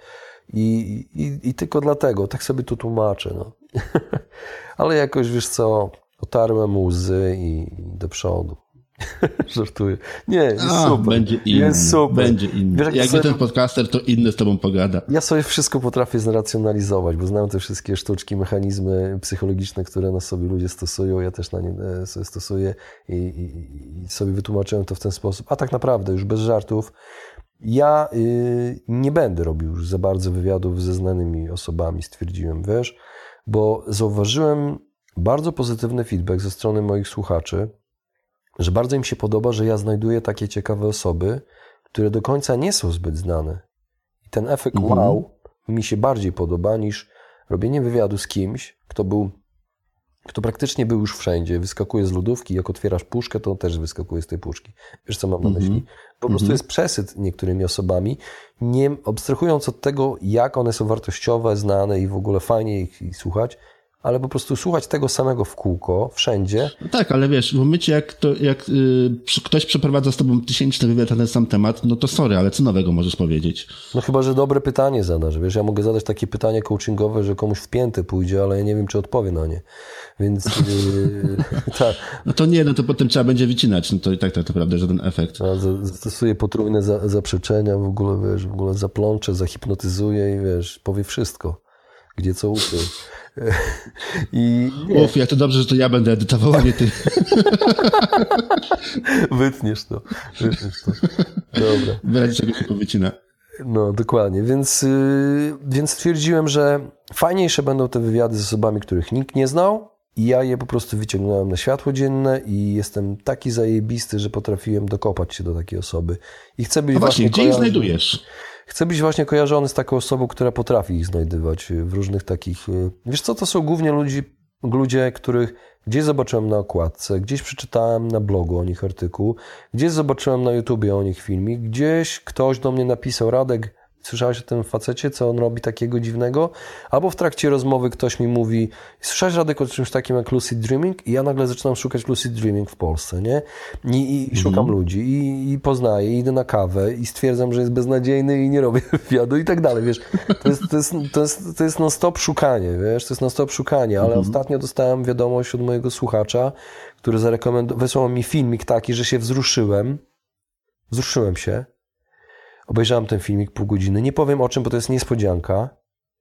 i tylko dlatego, tak sobie to tłumaczę, no. Ale jakoś, wiesz co, otarłem łzy i do przodu. Żartuję. Nie, jest super. Będzie inny. Jest super. Będzie inny. Wiesz, jak ten podcaster, to inny z tobą pogada. Ja sobie wszystko potrafię zracjonalizować, bo znam te wszystkie sztuczki, mechanizmy psychologiczne, które na sobie ludzie stosują. Ja też na nie sobie stosuję i sobie wytłumaczyłem to w ten sposób. A tak naprawdę, już bez żartów, ja nie będę robił już za bardzo wywiadów ze znanymi osobami, stwierdziłem, wiesz, bo zauważyłem bardzo pozytywny feedback ze strony moich słuchaczy, że bardzo im się podoba, że ja znajduję takie ciekawe osoby, które do końca nie są zbyt znane. I ten efekt wow mi się bardziej podoba niż robienie wywiadu z kimś, kto praktycznie był już wszędzie, wyskakuje z lodówki, jak otwierasz puszkę, to on też wyskakuje z tej puszki. Wiesz, co mam na myśli? Po prostu jest przesyt niektórymi osobami, nie abstrahując od tego, jak one są wartościowe, znane i w ogóle fajnie ich słuchać, ale po prostu słuchać tego samego w kółko, wszędzie. No tak, ale wiesz, w momencie jak ktoś przeprowadza z tobą 1000 wywiad na ten sam temat, no to sorry, ale co nowego możesz powiedzieć? No chyba, że dobre pytanie zadasz, wiesz, ja mogę zadać takie pytanie coachingowe, że komuś w pięty pójdzie, ale ja nie wiem, czy odpowie na nie. Więc tak. No to nie, no to potem trzeba będzie wycinać, no to i tak naprawdę żaden efekt. Zastosuję potrójne zaprzeczenia, w ogóle, wiesz, zaplączę, zahipnotyzuję i wiesz, powie wszystko, gdzie co ukrył. Jak to dobrze, że to ja będę edytował, a nie ty. Wytniesz to. Dobra. W razie czego się powycina. No, dokładnie. Więc stwierdziłem, że fajniejsze będą te wywiady z osobami, których nikt nie znał i ja je po prostu wyciągnąłem na światło dzienne i jestem taki zajebisty, że potrafiłem dokopać się do takiej osoby. I chcę być właśnie gdzie ich znajdujesz? Chcę być właśnie kojarzony z taką osobą, która potrafi ich znajdywać w różnych takich... Wiesz co, to są głównie ludzie, których gdzieś zobaczyłem na okładce, gdzieś przeczytałem na blogu o nich artykuł, gdzieś zobaczyłem na YouTubie o nich filmik, gdzieś ktoś do mnie napisał: Radek, słyszałeś o tym facecie, co on robi takiego dziwnego? Albo w trakcie rozmowy ktoś mi mówi, słyszałeś, Radek, o czymś takim jak lucid dreaming? I ja nagle zaczynam szukać lucid dreaming w Polsce, nie? I szukam ludzi i poznaję, i idę na kawę i stwierdzam, że jest beznadziejny i nie robię wywiadu i tak dalej, wiesz. To jest non-stop szukanie, wiesz, to jest non-stop szukanie, ale ostatnio dostałem wiadomość od mojego słuchacza, który wysłał mi filmik taki, że się wzruszyłem się. Obejrzałem ten filmik pół godziny. Nie powiem o czym, bo to jest niespodzianka.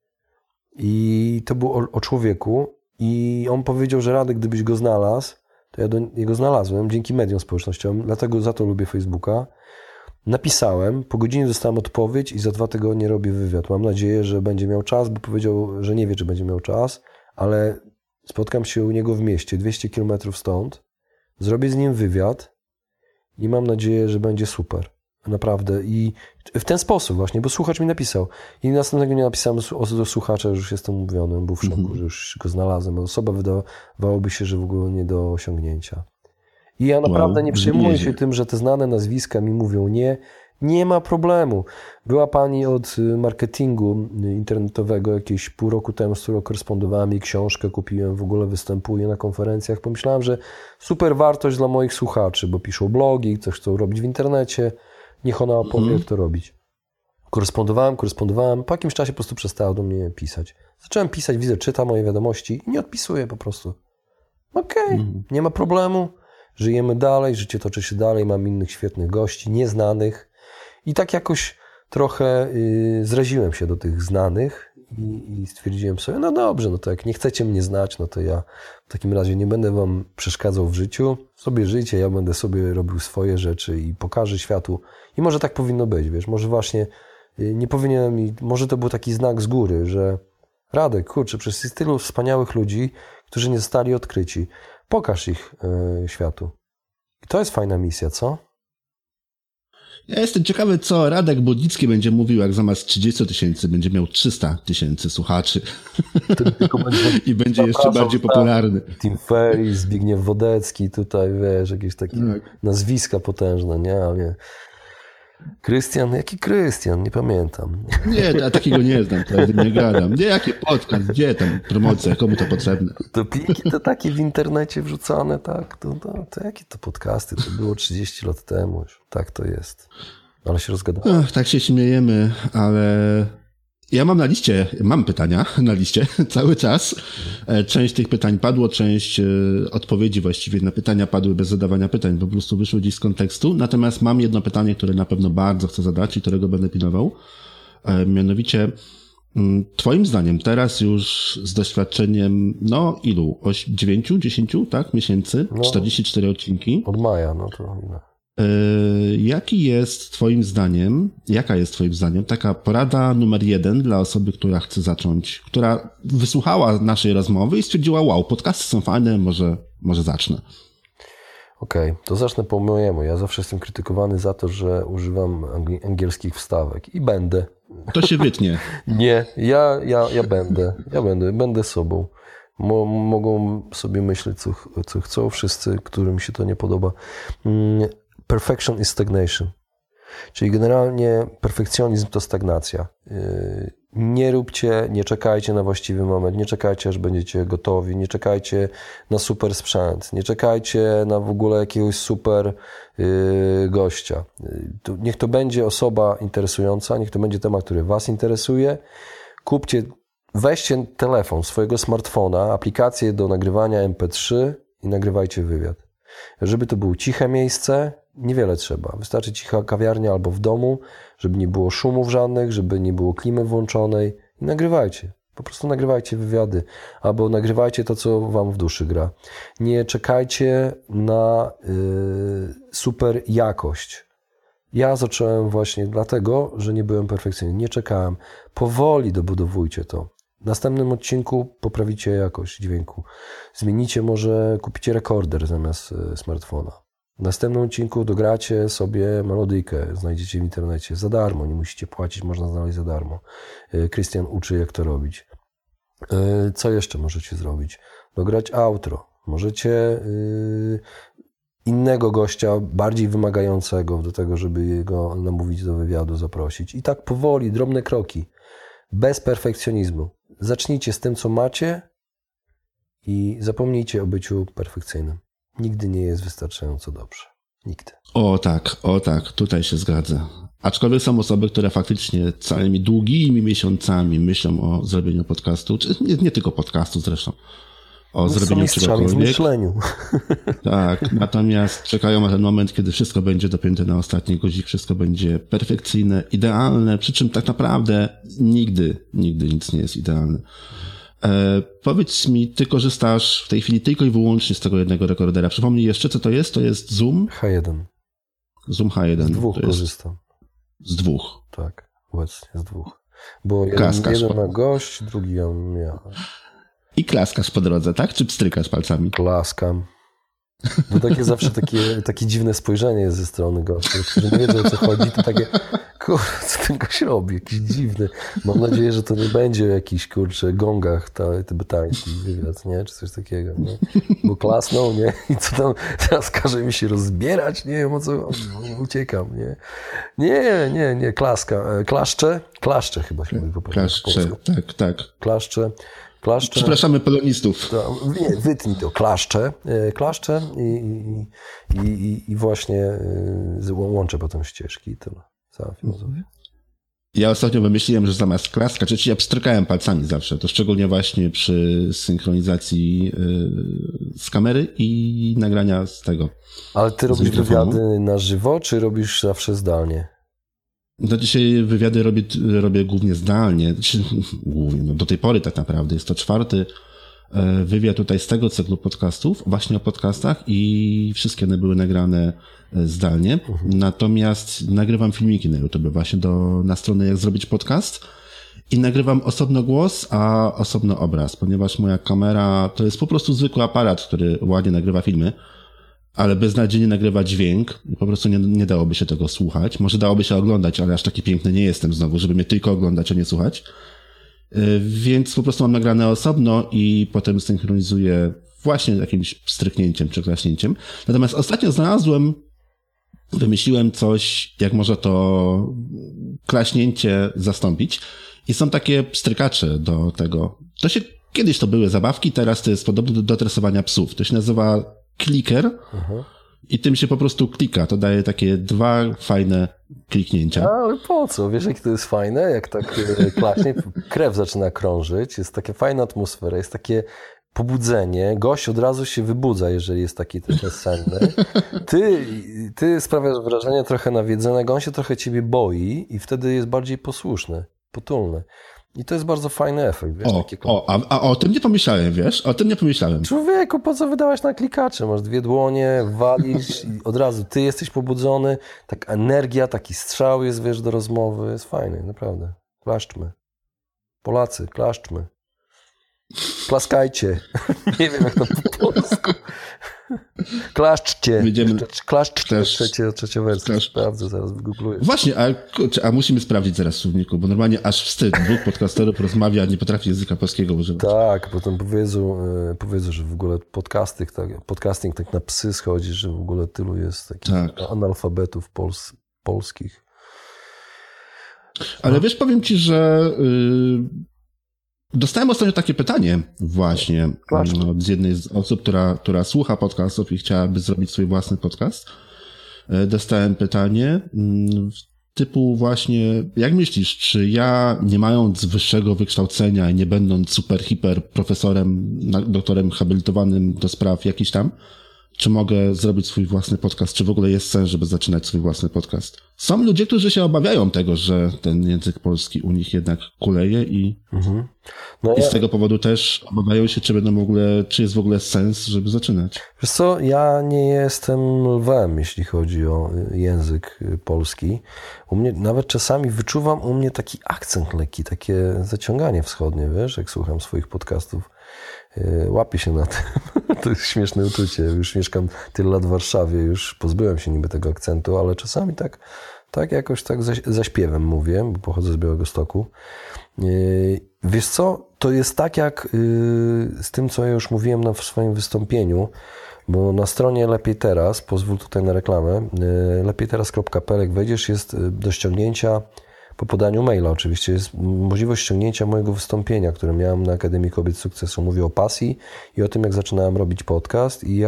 I to było o człowieku. I on powiedział, że Radek, gdybyś go znalazł, to ja go znalazłem dzięki mediom społecznościowym, dlatego za to lubię Facebooka. Napisałem, po godzinie dostałem odpowiedź i za 2 tygodnie robię wywiad. Mam nadzieję, że będzie miał czas, bo powiedział, że nie wie, czy będzie miał czas, ale spotkam się u niego w mieście, 200 km stąd. Zrobię z nim wywiad i mam nadzieję, że będzie super. Naprawdę. I w ten sposób właśnie, bo słuchacz mi napisał. I następnego dnia napisałem do słuchacza, że już jestem umówiony. On był w szoku, że już go znalazłem. Osoba wydawałoby się, że w ogóle nie do osiągnięcia. I ja naprawdę nie przejmuję się tym, że te znane nazwiska mi mówią nie. Nie ma problemu. Była pani od marketingu internetowego jakieś pół roku temu, z którą korespondowałem, jej książkę kupiłem, w ogóle występuję na konferencjach. Pomyślałem, że super wartość dla moich słuchaczy, bo piszą blogi, coś chcą robić w internecie. Niech ona opowie, jak to robić. Korespondowałem. Po jakimś czasie po prostu przestała do mnie pisać. Zacząłem pisać, widzę, czyta moje wiadomości i nie odpisuję po prostu. Okej, nie ma problemu. Żyjemy dalej, życie toczy się dalej, mam innych świetnych gości, nieznanych. I tak jakoś trochę zraziłem się do tych znanych i stwierdziłem sobie, no dobrze, no to jak nie chcecie mnie znać, no to ja w takim razie nie będę wam przeszkadzał w życiu. Sobie żyjcie, ja będę sobie robił swoje rzeczy i pokażę światu. I może tak powinno być, wiesz, może właśnie nie powinienem, może to był taki znak z góry, że Radek, kurczę, przez jest tylu wspaniałych ludzi, którzy nie zostali odkryci. Pokaż ich światu. I to jest fajna misja, co? Ja jestem ciekawy, co Radek Budnicki będzie mówił, jak zamiast 30 000 będzie miał 300 000 słuchaczy. I będzie jeszcze bardziej popularny. Tim Ferriss, Zbigniew Wodecki, tutaj wiesz, jakieś takie nazwiska potężne, nie? Ale Krystian, jaki Krystian? Nie pamiętam. Nie, ja takiego nie znam, to nie gadam. Nie, jaki podcast, gdzie tam promocja, komu to potrzebne? To pliki to takie w internecie wrzucane, tak? To jakie to podcasty? To było 30 lat temu już. Tak to jest. Ale się rozgadałem. Tak się śmiejemy, ale ja mam pytania na liście cały czas. Część tych pytań padło, część odpowiedzi właściwie na pytania padły bez zadawania pytań, po prostu wyszły gdzieś z kontekstu. Natomiast mam jedno pytanie, które na pewno bardzo chcę zadać i którego będę pilnował. Mianowicie, twoim zdaniem teraz już z doświadczeniem, ilu? 9, 10, tak? Miesięcy? 44 odcinki? Od maja, to ile? Jaka jest twoim zdaniem taka porada numer 1 dla osoby, która chce zacząć, która wysłuchała naszej rozmowy i stwierdziła, wow, podcasty są fajne, może zacznę. Okej, to zacznę po mojemu. Ja zawsze jestem krytykowany za to, że używam angielskich wstawek i będę. To się wytnie. Nie, ja będę sobą. Mogą sobie myśleć, co chcą wszyscy, którym się to nie podoba. Perfection is stagnation. Czyli generalnie perfekcjonizm to stagnacja. Nie czekajcie na właściwy moment, nie czekajcie, aż będziecie gotowi, nie czekajcie na super sprzęt, nie czekajcie na w ogóle jakiegoś super gościa. Niech to będzie osoba interesująca, niech to będzie temat, który was interesuje. Weźcie telefon, swojego smartfona, aplikację do nagrywania MP3 i nagrywajcie wywiad. Żeby to było ciche miejsce, niewiele trzeba. Wystarczy cicha kawiarnia albo w domu, żeby nie było szumów żadnych, żeby nie było klimy włączonej i nagrywajcie. Po prostu nagrywajcie wywiady albo nagrywajcie to, co wam w duszy gra. Nie czekajcie na super jakość. Ja zacząłem właśnie dlatego, że nie byłem perfekcyjny. Nie czekałem. Powoli dobudowujcie to. W następnym odcinku poprawicie jakość dźwięku. Zmienicie, może kupicie rekorder zamiast smartfona. W następnym odcinku dogracie sobie melodyjkę, znajdziecie w internecie za darmo, nie musicie płacić, można znaleźć za darmo. Krystian uczy, jak to robić. Co jeszcze możecie zrobić? Dograć outro. Możecie innego gościa, bardziej wymagającego do tego, żeby go namówić do wywiadu, zaprosić. I tak powoli, drobne kroki, bez perfekcjonizmu. Zacznijcie z tym, co macie i zapomnijcie o byciu perfekcyjnym. Nigdy nie jest wystarczająco dobrze. Nigdy. O tak, tutaj się zgadzę. Aczkolwiek są osoby, które faktycznie całymi długimi miesiącami myślą o zrobieniu podcastu, czy nie tylko podcastu zresztą, o zrobieniu czegokolwiek. W myśleniu. Tak, natomiast czekają na ten moment, kiedy wszystko będzie dopięte na ostatni guzik, wszystko będzie perfekcyjne, idealne, przy czym tak naprawdę nigdy nic nie jest idealne. Powiedz mi, ty korzystasz w tej chwili tylko i wyłącznie z tego jednego rekordera. Przypomnij jeszcze, co to jest? To jest Zoom? H1. Zoom H1. Z dwóch korzystam. Z dwóch? Tak, obecnie z dwóch. Bo jeden ma gość, drugi ja. I klaskasz po drodze, tak? Czy pstrykasz palcami? Klaskam. Bo takie zawsze takie dziwne spojrzenie jest ze strony gości, którzy nie wiedzą, o co chodzi, to takie, kurwa, co ten gość robi, jakiś dziwny. Mam nadzieję, że to nie będzie o jakichś, gongach tybetańskich wywiad, nie? Czy coś takiego, nie? Bo klasnął, nie? I co tam, teraz każe mi się rozbierać, nie wiem, o co uciekam, nie? Nie, klaska. Klaszcze chyba się mówi po polsku. Klaszcze, tak. Klaszcze. Przepraszamy polonistów. Nie, wytnij to, klaszcze i właśnie łączę potem ścieżki i tyle. Cała filozofia. Ja ostatnio wymyśliłem, że zamiast klaskać, ja pstrykałem palcami zawsze, to szczególnie właśnie przy synchronizacji z kamery i nagrania z tego. Ale ty robisz wywiady na żywo, czy robisz zawsze zdalnie? No dzisiaj wywiady robię głównie zdalnie. Głównie, do tej pory tak naprawdę. Jest to 4. wywiad tutaj z tego cyklu podcastów, właśnie o podcastach i wszystkie one były nagrane zdalnie. Natomiast nagrywam filmiki na YouTube właśnie na stronę Jak Zrobić Podcast i nagrywam osobno głos, a osobno obraz, ponieważ moja kamera to jest po prostu zwykły aparat, który ładnie nagrywa filmy, ale beznadziejnie nagrywa dźwięk i po prostu nie dałoby się tego słuchać. Może dałoby się oglądać, ale aż taki piękny nie jestem znowu, żeby mnie tylko oglądać, a nie słuchać. Więc po prostu mam nagrane osobno i potem synchronizuję właśnie jakimś stryknięciem czy klaśnięciem. Natomiast ostatnio wymyśliłem coś, jak można to klaśnięcie zastąpić. I są takie pstrykacze do tego. Kiedyś to były zabawki, teraz to jest podobne do tresowania psów. To się nazywa clicker i tym się po prostu klika. To daje takie 2 fajne kliknięcia. Ale po co? Wiesz, jakie to jest fajne? Jak tak klaśnie, krew zaczyna krążyć, jest taka fajna atmosfera, jest takie pobudzenie. Gość od razu się wybudza, jeżeli jest taki trochę senny. Ty sprawiasz wrażenie trochę nawiedzonego, on się trochę ciebie boi i wtedy jest bardziej posłuszny, potulny. I to jest bardzo fajny efekt. Wiesz, a o tym nie pomyślałem, wiesz? O tym nie pomyślałem. Człowieku, po co wydałaś na klikacze? Masz 2 dłonie, walisz i od razu ty jesteś pobudzony, tak energia, taki strzał jest, wiesz, do rozmowy. Jest fajny, naprawdę. Klaszczmy. Polacy, klaszczmy. Klaskajcie. Nie wiem, jak to po polsku. Klaszczcie. Klaszczcie. Trzecia wersja. Sprawdzę, zaraz wygoogluję. Właśnie, a musimy sprawdzić zaraz w słowniku, bo normalnie aż wstyd. 2 podcasterów rozmawia, nie potrafi języka polskiego używać. Tak, potem powiedzą, że w ogóle podcasting tak na psy schodzi, że w ogóle tylu jest takich analfabetów polskich. Ale wiesz, powiem ci, że dostałem ostatnio takie pytanie właśnie od jednej z osób, która słucha podcastów i chciałaby zrobić swój własny podcast. Dostałem pytanie typu właśnie, jak myślisz, czy ja, nie mając wyższego wykształcenia i nie będąc super, hiper profesorem, doktorem habilitowanym do spraw jakichś tam, czy mogę zrobić swój własny podcast, czy w ogóle jest sens, żeby zaczynać swój własny podcast? Są ludzie, którzy się obawiają tego, że ten język polski u nich jednak kuleje i z tego powodu też obawiają się, czy jest w ogóle sens, żeby zaczynać. Wiesz co, ja nie jestem lwem, jeśli chodzi o język polski. U mnie nawet czasami wyczuwam taki akcent lekki, takie zaciąganie wschodnie, wiesz, jak słucham swoich podcastów. Łapię się na tym. To jest śmieszne uczucie. Już mieszkam tyle lat w Warszawie, już pozbyłem się niby tego akcentu, ale czasami tak jakoś tak za śpiewem mówię, bo pochodzę z Białegostoku. Wiesz co, to jest tak jak z tym, co ja już mówiłem w swoim wystąpieniu, Bo na stronie Lepiej Teraz, pozwól tutaj na reklamę, lepiejteraz.pl, jak wejdziesz, jest do ściągnięcia, po podaniu maila oczywiście, jest możliwość ściągnięcia mojego wystąpienia, które miałem na Akademii Kobiet Sukcesu. Mówię o pasji i o tym, jak zaczynałem robić podcast i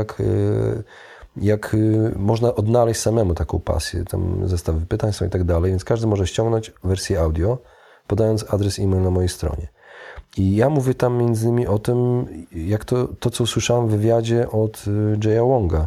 jak można odnaleźć samemu taką pasję. Tam zestawy pytań są i tak dalej, więc każdy może ściągnąć wersję audio, podając adres e-mail na mojej stronie. I ja mówię tam między innymi o tym, jak to co usłyszałem w wywiadzie od Jaya Wonga,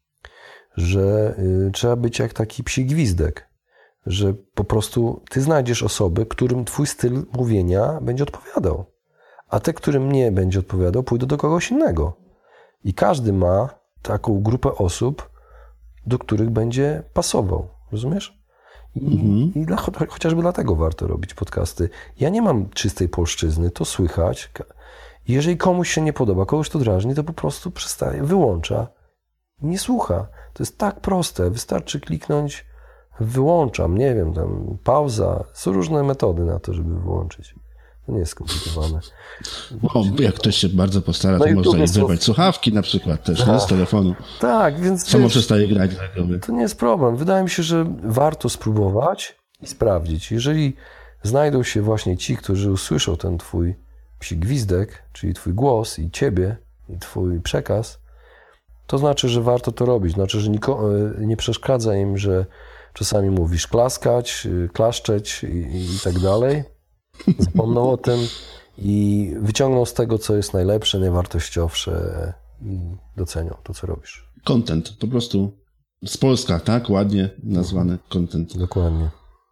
że trzeba być jak taki psi gwizdek, że po prostu ty znajdziesz osoby, którym twój styl mówienia będzie odpowiadał, a te, którym nie będzie odpowiadał, pójdą do kogoś innego. I każdy ma taką grupę osób, do których będzie pasował. Rozumiesz? I chociażby dlatego warto robić podcasty. Ja nie mam czystej polszczyzny, to słychać. Jeżeli komuś się nie podoba, kogoś to drażni, to po prostu przestaje, wyłącza i nie słucha. To jest tak proste. Wystarczy kliknąć wyłączam, nie wiem, tam pauza. Są różne metody na to, żeby wyłączyć. To nie jest skomplikowane. Jak ktoś się bardzo postara, to można i wyrwać słuchawki na przykład też, nie? Z telefonu. Tak, więc samo przestaje grać. To nie jest problem. Wydaje mi się, że warto spróbować i sprawdzić. Jeżeli znajdą się właśnie ci, którzy usłyszą ten twój psi gwizdek, czyli twój głos i ciebie, i twój przekaz, to znaczy, że warto to robić. Znaczy, że nie przeszkadza im, że czasami mówisz klaskać, klaszczeć i tak dalej. Zapomną o tym i wyciągną z tego, co jest najlepsze, najwartościowsze i docenią to, co robisz. Content, po prostu z Polska, tak? Ładnie nazwany content. Dokładnie.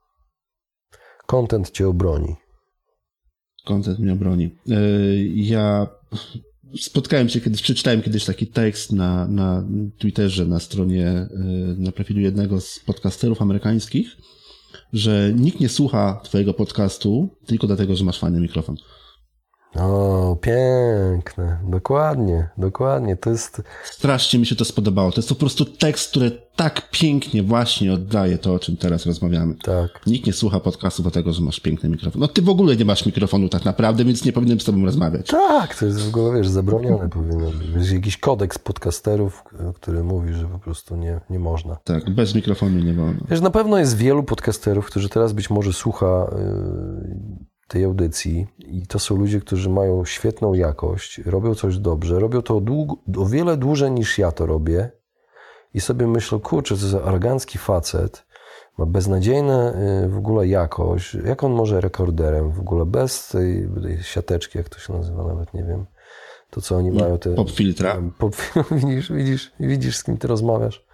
Content cię obroni. Content mnie obroni. Ja spotkałem się kiedyś, przeczytałem kiedyś taki tekst na Twitterze, na stronie, na profilu jednego z podcasterów amerykańskich, że nikt nie słucha twojego podcastu tylko dlatego, że masz fajny mikrofon. O, piękne. Dokładnie. To jest... Strasznie mi się to spodobało. To jest po prostu tekst, który tak pięknie właśnie oddaje to, o czym teraz rozmawiamy. Tak. Nikt nie słucha podcastu dlatego, że masz piękny mikrofon. No ty w ogóle nie masz mikrofonu tak naprawdę, więc nie powinienem z tobą rozmawiać. Tak, to jest w ogóle, wiesz, zabronione powinno być. Jest jakiś kodeks podcasterów, który mówi, że po prostu nie można. Tak, bez mikrofonu nie wolno. Wiesz, na pewno jest wielu podcasterów, którzy teraz być może słucha tej audycji i to są ludzie, którzy mają świetną jakość, robią coś dobrze, robią to o wiele dłużej niż ja to robię i sobie myślę, kurczę, to za arogancki facet, ma beznadziejną w ogóle jakość, jak on może rekorderem w ogóle, bez tej siateczki, jak to się nazywa, nawet nie wiem, to co oni mają. Pop filtra. Widzisz, z kim ty rozmawiasz.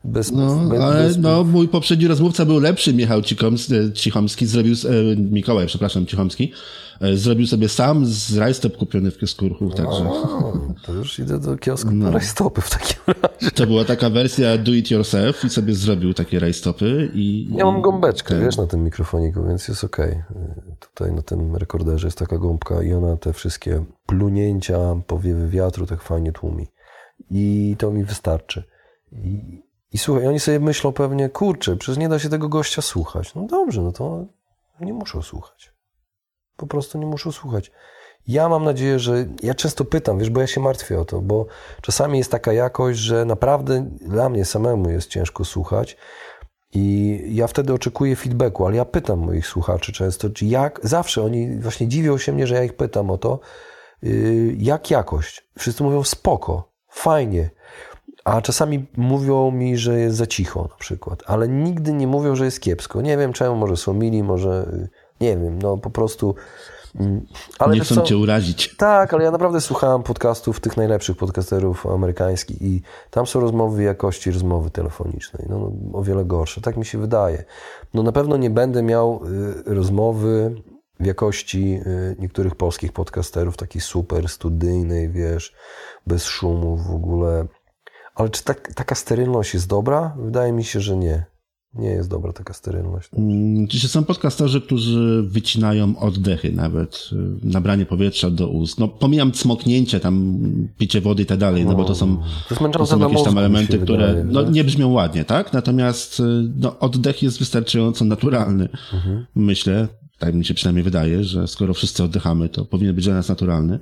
Mój poprzedni rozmówca był lepszy, Cichomski, Cichomski, zrobił sobie sam z rajstop kupiony w kiosku ruchów, także... To już idę do kiosku po rajstopy w takim razie. To była taka wersja do it yourself i sobie zrobił takie rajstopy i... Ja mam gąbeczkę, wiesz, na tym mikrofoniku, więc jest okej. Tutaj na tym rekorderze jest taka gąbka i ona te wszystkie plunięcia, powiewy wiatru tak fajnie tłumi. I to mi wystarczy. I słuchaj, oni sobie myślą pewnie, kurczę, przecież nie da się tego gościa słuchać. No dobrze, no to nie muszą słuchać. Po prostu nie muszą słuchać. Ja mam nadzieję, że... Ja często pytam, wiesz, bo ja się martwię o to, bo czasami jest taka jakość, że naprawdę dla mnie samemu jest ciężko słuchać i ja wtedy oczekuję feedbacku, ale ja pytam moich słuchaczy często, czy jak... Zawsze oni właśnie dziwią się mnie, że ja ich pytam o to, jak jakość. Wszyscy mówią spoko, fajnie. A czasami mówią mi, że jest za cicho na przykład, ale nigdy nie mówią, że jest kiepsko. Nie wiem czemu, może są mili, może nie wiem, no po prostu... Ale nie chcą cię urazić. Tak, ale ja naprawdę słuchałem podcastów tych najlepszych podcasterów amerykańskich i tam są rozmowy jakości rozmowy telefonicznej. No, o wiele gorsze, tak mi się wydaje. No na pewno nie będę miał rozmowy w jakości niektórych polskich podcasterów, takiej super studyjnej, wiesz, bez szumów w ogóle. Ale czy taka sterylność jest dobra? Wydaje mi się, że nie. Nie jest dobra taka sterylność. Są podcasterzy, którzy wycinają oddechy nawet, nabranie powietrza do ust. No pomijam cmoknięcie, tam picie wody i tak dalej, no bo to są jakieś tam elementy, które nie brzmią ładnie, tak? Natomiast oddech jest wystarczająco naturalny. Myślę, tak mi się przynajmniej wydaje, że skoro wszyscy oddychamy, to powinien być dla nas naturalny.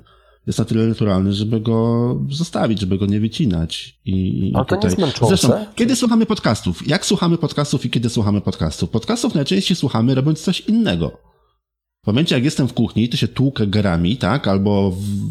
jest na tyle naturalny, żeby go zostawić, żeby go nie wycinać. Ale to nie jest męczące? Zresztą, kiedy słuchamy podcastów? Jak słuchamy podcastów i kiedy słuchamy podcastów? Podcastów najczęściej słuchamy robiąc coś innego. W momencie, jak jestem w kuchni, to się tłukę garami, tak? Albo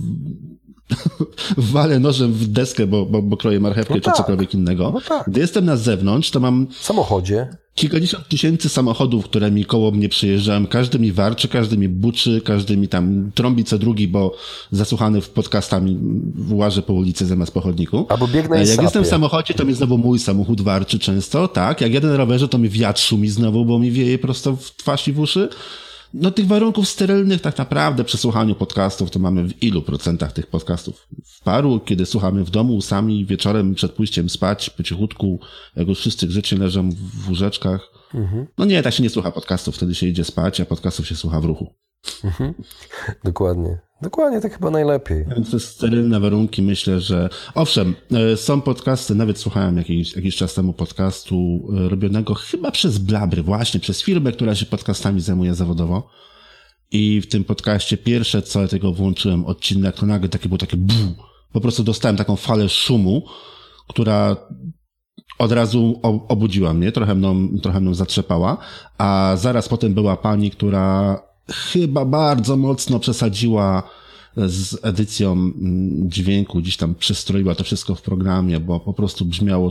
walę nożem w deskę, bo kroję marchewkę czy cokolwiek innego. No tak. Gdy jestem na zewnątrz, to mam w samochodzie kilkadziesiąt tysięcy samochodów, które mi koło mnie przejeżdżają. Każdy mi warczy, każdy mi buczy, każdy mi tam trąbi co drugi, bo zasłuchany w podcastami łażę po ulicy zamiast po chodniku. Albo biegnę i Jak sapię. jestem w samochodzie, to mi znowu mój samochód warczy często, tak? Jak jadę na rowerze, to mi wiatr szumi znowu, bo mi wieje prosto w twarz i w uszy. No tych warunków sterylnych tak naprawdę przy słuchaniu podcastów to mamy w ilu procentach tych podcastów? W paru, kiedy słuchamy w domu sami wieczorem przed pójściem spać, po cichutku, jak już wszyscy grzecznie leżą w łóżeczkach. No nie, tak się nie słucha podcastów, wtedy się idzie spać, a podcastów się słucha w ruchu. Dokładnie. Dokładnie, tak chyba najlepiej. Więc te sterylne warunki, myślę, że owszem, są podcasty, nawet słuchałem jakiś czas temu podcastu robionego chyba przez Blabry, właśnie przez firmę, która się podcastami zajmuje zawodowo. I w tym podcaście pierwsze, co ja tego włączyłem, odcinek, to nagle było takie po prostu dostałem taką falę szumu, która od razu obudziła mnie, trochę mną zatrzepała, a zaraz potem była pani, która chyba bardzo mocno przesadziła z edycją dźwięku, gdzieś tam przestroiła to wszystko w programie, bo po prostu brzmiało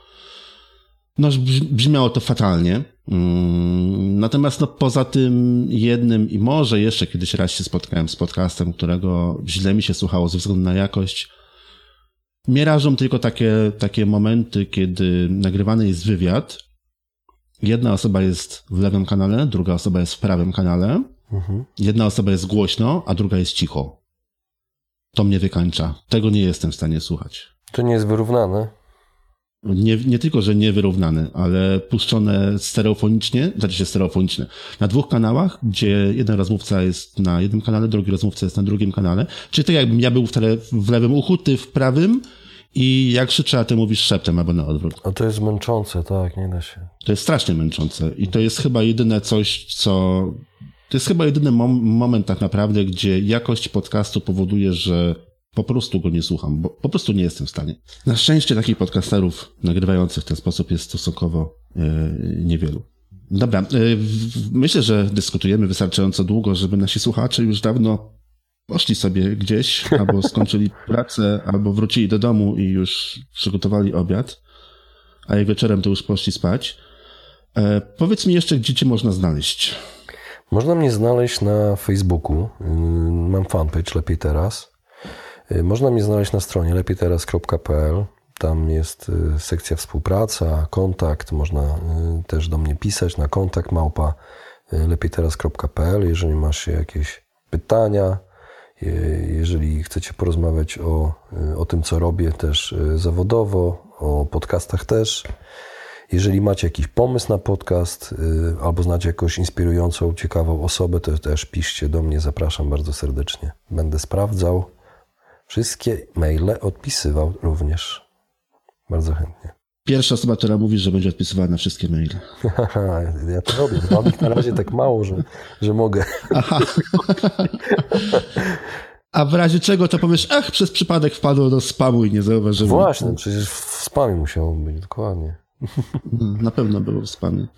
to fatalnie. Natomiast poza tym jednym i może jeszcze kiedyś raz się spotkałem z podcastem, którego źle mi się słuchało ze względu na jakość. Mnie rażą tylko takie momenty, kiedy nagrywany jest wywiad. Jedna osoba jest w lewym kanale, druga osoba jest w prawym kanale. Jedna osoba jest głośno, a druga jest cicho. To mnie wykańcza. Tego nie jestem w stanie słuchać. To nie jest wyrównane? Nie tylko, że niewyrównane, ale puszczone stereofonicznie, na dwóch kanałach, gdzie jeden rozmówca jest na jednym kanale, drugi rozmówca jest na drugim kanale. Czyli tak jakbym ja był w lewym uchu, ty w prawym i jak krzyczę, a ty mówisz szeptem albo na odwrót. A to jest męczące, tak, nie da się. To jest strasznie męczące i to jest chyba jedyne coś, to jest chyba jedyny moment tak naprawdę, gdzie jakość podcastu powoduje, że po prostu go nie słucham, bo po prostu nie jestem w stanie. Na szczęście takich podcasterów nagrywających w ten sposób jest stosunkowo niewielu. Dobra, myślę, że dyskutujemy wystarczająco długo, żeby nasi słuchacze już dawno poszli sobie gdzieś, albo skończyli pracę, albo wrócili do domu i już przygotowali obiad, a jak wieczorem to już poszli spać. Powiedz mi jeszcze, gdzie cię można znaleźć? Można mnie znaleźć na Facebooku. Mam fanpage Lepiej Teraz. Można mnie znaleźć na stronie lepiejteraz.pl. Tam jest sekcja współpraca, kontakt. Można też do mnie pisać na kontakt@lepiejteraz.pl. Jeżeli masz jakieś pytania, jeżeli chcecie porozmawiać o tym, co robię też zawodowo, o podcastach też. Jeżeli macie jakiś pomysł na podcast albo znacie jakąś inspirującą, ciekawą osobę, to też piszcie do mnie, zapraszam bardzo serdecznie. Będę sprawdzał wszystkie maile, odpisywał również. Bardzo chętnie. Pierwsza osoba, która mówi, że będzie odpisywała na wszystkie maile. Ja to robię. Mam ich na razie tak mało, że mogę. Aha. A w razie czego to powiesz, przez przypadek wpadło do spamu i nie zauważyłem. Właśnie, przecież w spamie musiało być, dokładnie. Na pewno było w spamie.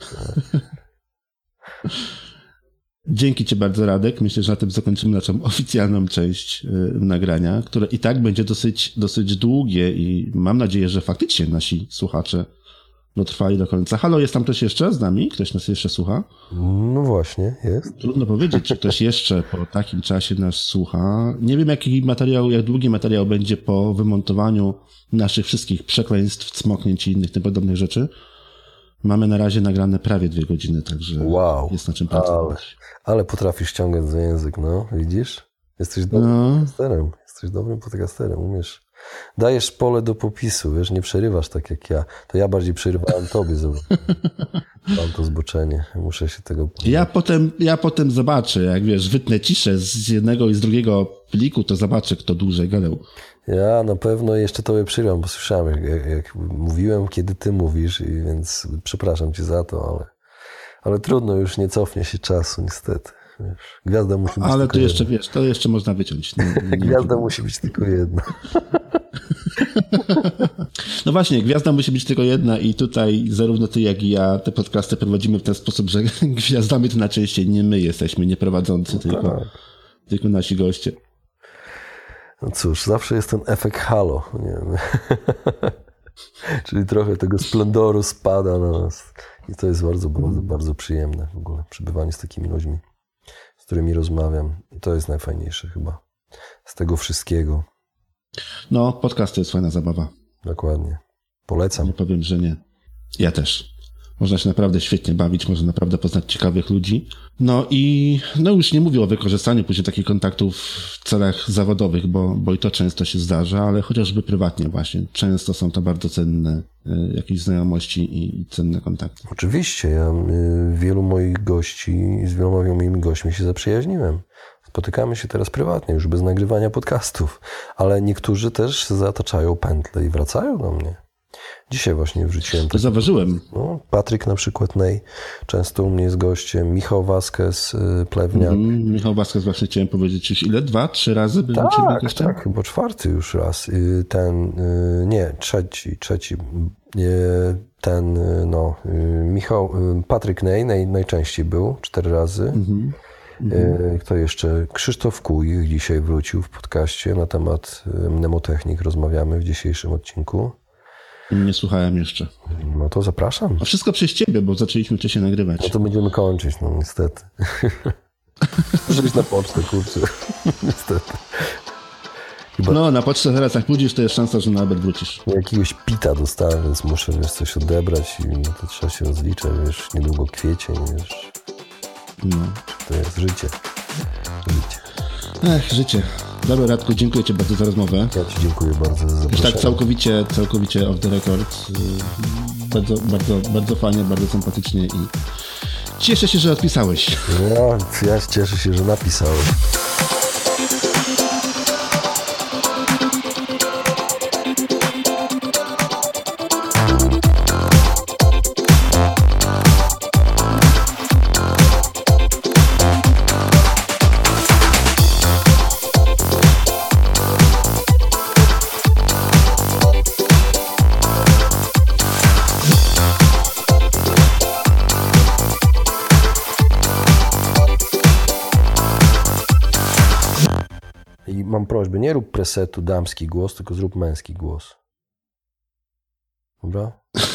Dzięki ci bardzo, Radek. Myślę, że na tym zakończymy naszą oficjalną część nagrania, które i tak będzie dosyć długie i mam nadzieję, że faktycznie nasi słuchacze dotrwali do końca. Halo, jest tam ktoś jeszcze z nami? Ktoś nas jeszcze słucha? No właśnie, jest. Trudno powiedzieć, czy ktoś jeszcze po takim czasie nas słucha. Nie wiem, jak długi materiał będzie po wymontowaniu naszych wszystkich przekleństw, cmoknięć i innych tym podobnych rzeczy. Mamy na razie nagrane prawie 2 godziny, także jest na czym pracować. Ale potrafisz ściągać za język, no, widzisz? Jesteś dobrym podcasterem. Jesteś dobrym podcasterem, umiesz. Dajesz pole do popisu, wiesz, nie przerywasz tak jak ja. To ja bardziej przerywałem tobie. Mam to zboczenie. Muszę się tego... Ja potem zobaczę, jak wiesz, wytnę ciszę z jednego i z drugiego pliku, to zobaczę, kto dłużej gadał. Ja na pewno jeszcze tobie przerywam, bo słyszałem, jak mówiłem, kiedy ty mówisz, więc przepraszam cię za to, ale trudno, już nie cofnie się czasu, niestety. Wiesz, gwiazda musi być Ale tylko tu jeszcze, jedna. wiesz, to jeszcze można wyciąć. Gwiazda musi być tylko jedna. No właśnie, gwiazda musi być tylko jedna i tutaj zarówno ty, jak i ja te podcasty prowadzimy w ten sposób, że gwiazdami to najczęściej nie my jesteśmy, nie prowadzący, tylko nasi goście. No cóż, zawsze jest ten efekt halo. Nie wiem. Czyli trochę tego splendoru spada na nas. I to jest bardzo, bardzo, bardzo przyjemne w ogóle. Przebywanie z takimi ludźmi, z którymi rozmawiam. I to jest najfajniejsze chyba. Z tego wszystkiego. No, podcast to jest fajna zabawa. Dokładnie. Polecam. Nie powiem, że nie. Ja też. Można się naprawdę świetnie bawić, można naprawdę poznać ciekawych ludzi. No i już nie mówię o wykorzystaniu później takich kontaktów w celach zawodowych, bo i to często się zdarza, ale chociażby prywatnie właśnie. Często są to bardzo cenne jakieś znajomości i cenne kontakty. Oczywiście. Ja wielu moich gości, z wieloma moimi gośćmi się zaprzyjaźniłem. Spotykamy się teraz prywatnie, już bez nagrywania podcastów, ale niektórzy też zataczają pętlę i wracają do mnie. Dzisiaj właśnie wrzuciłem. To zauważyłem. No, Patryk na przykład często u mnie jest gościem, Michał Vasquez, Plewniak. Michał Vasquez właśnie chciałem powiedzieć już ile? 2-3 razy był u ciebie gościem? Tak, chyba 4 już raz. Trzeci. Michał, Patryk najczęściej był 4 razy. Kto jeszcze? Krzysztof Kuj dzisiaj wrócił w podcaście na temat mnemotechnik. Rozmawiamy w dzisiejszym odcinku. Nie słuchałem jeszcze. No to zapraszam. A wszystko przez ciebie, bo zaczęliśmy wcześniej nagrywać. No to będziemy kończyć, no niestety. Muszę być na pocztę, kurczę. Niestety. No, na pocztę teraz jak pójdziesz, to jest szansa, że nawet wrócisz. Jakiegoś pita dostałem, więc muszę coś odebrać i to trzeba się rozliczać, wiesz, niedługo kwiecień, wiesz. No. To jest życie. Życie. Dobra, Radku, dziękuję ci bardzo za rozmowę. Ja ci dziękuję bardzo za zaproszenie. Już tak całkowicie off the record. Bardzo, bardzo, bardzo fajnie, bardzo sympatycznie i cieszę się, że odpisałeś. Ja cieszę się, że napisałeś. I mam prośbę, nie rób presetu damski głos, tylko zrób męski głos. Dobra?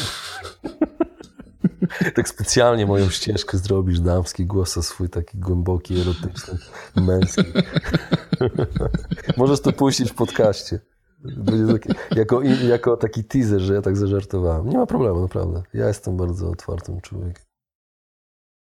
Tak specjalnie moją ścieżkę zrobisz, damski głos, a swój taki głęboki, erotyczny, męski. Możesz to puścić w podcaście. Będzie jako taki teaser, że ja tak zażartowałem. Nie ma problemu, naprawdę. Ja jestem bardzo otwartym człowiekiem.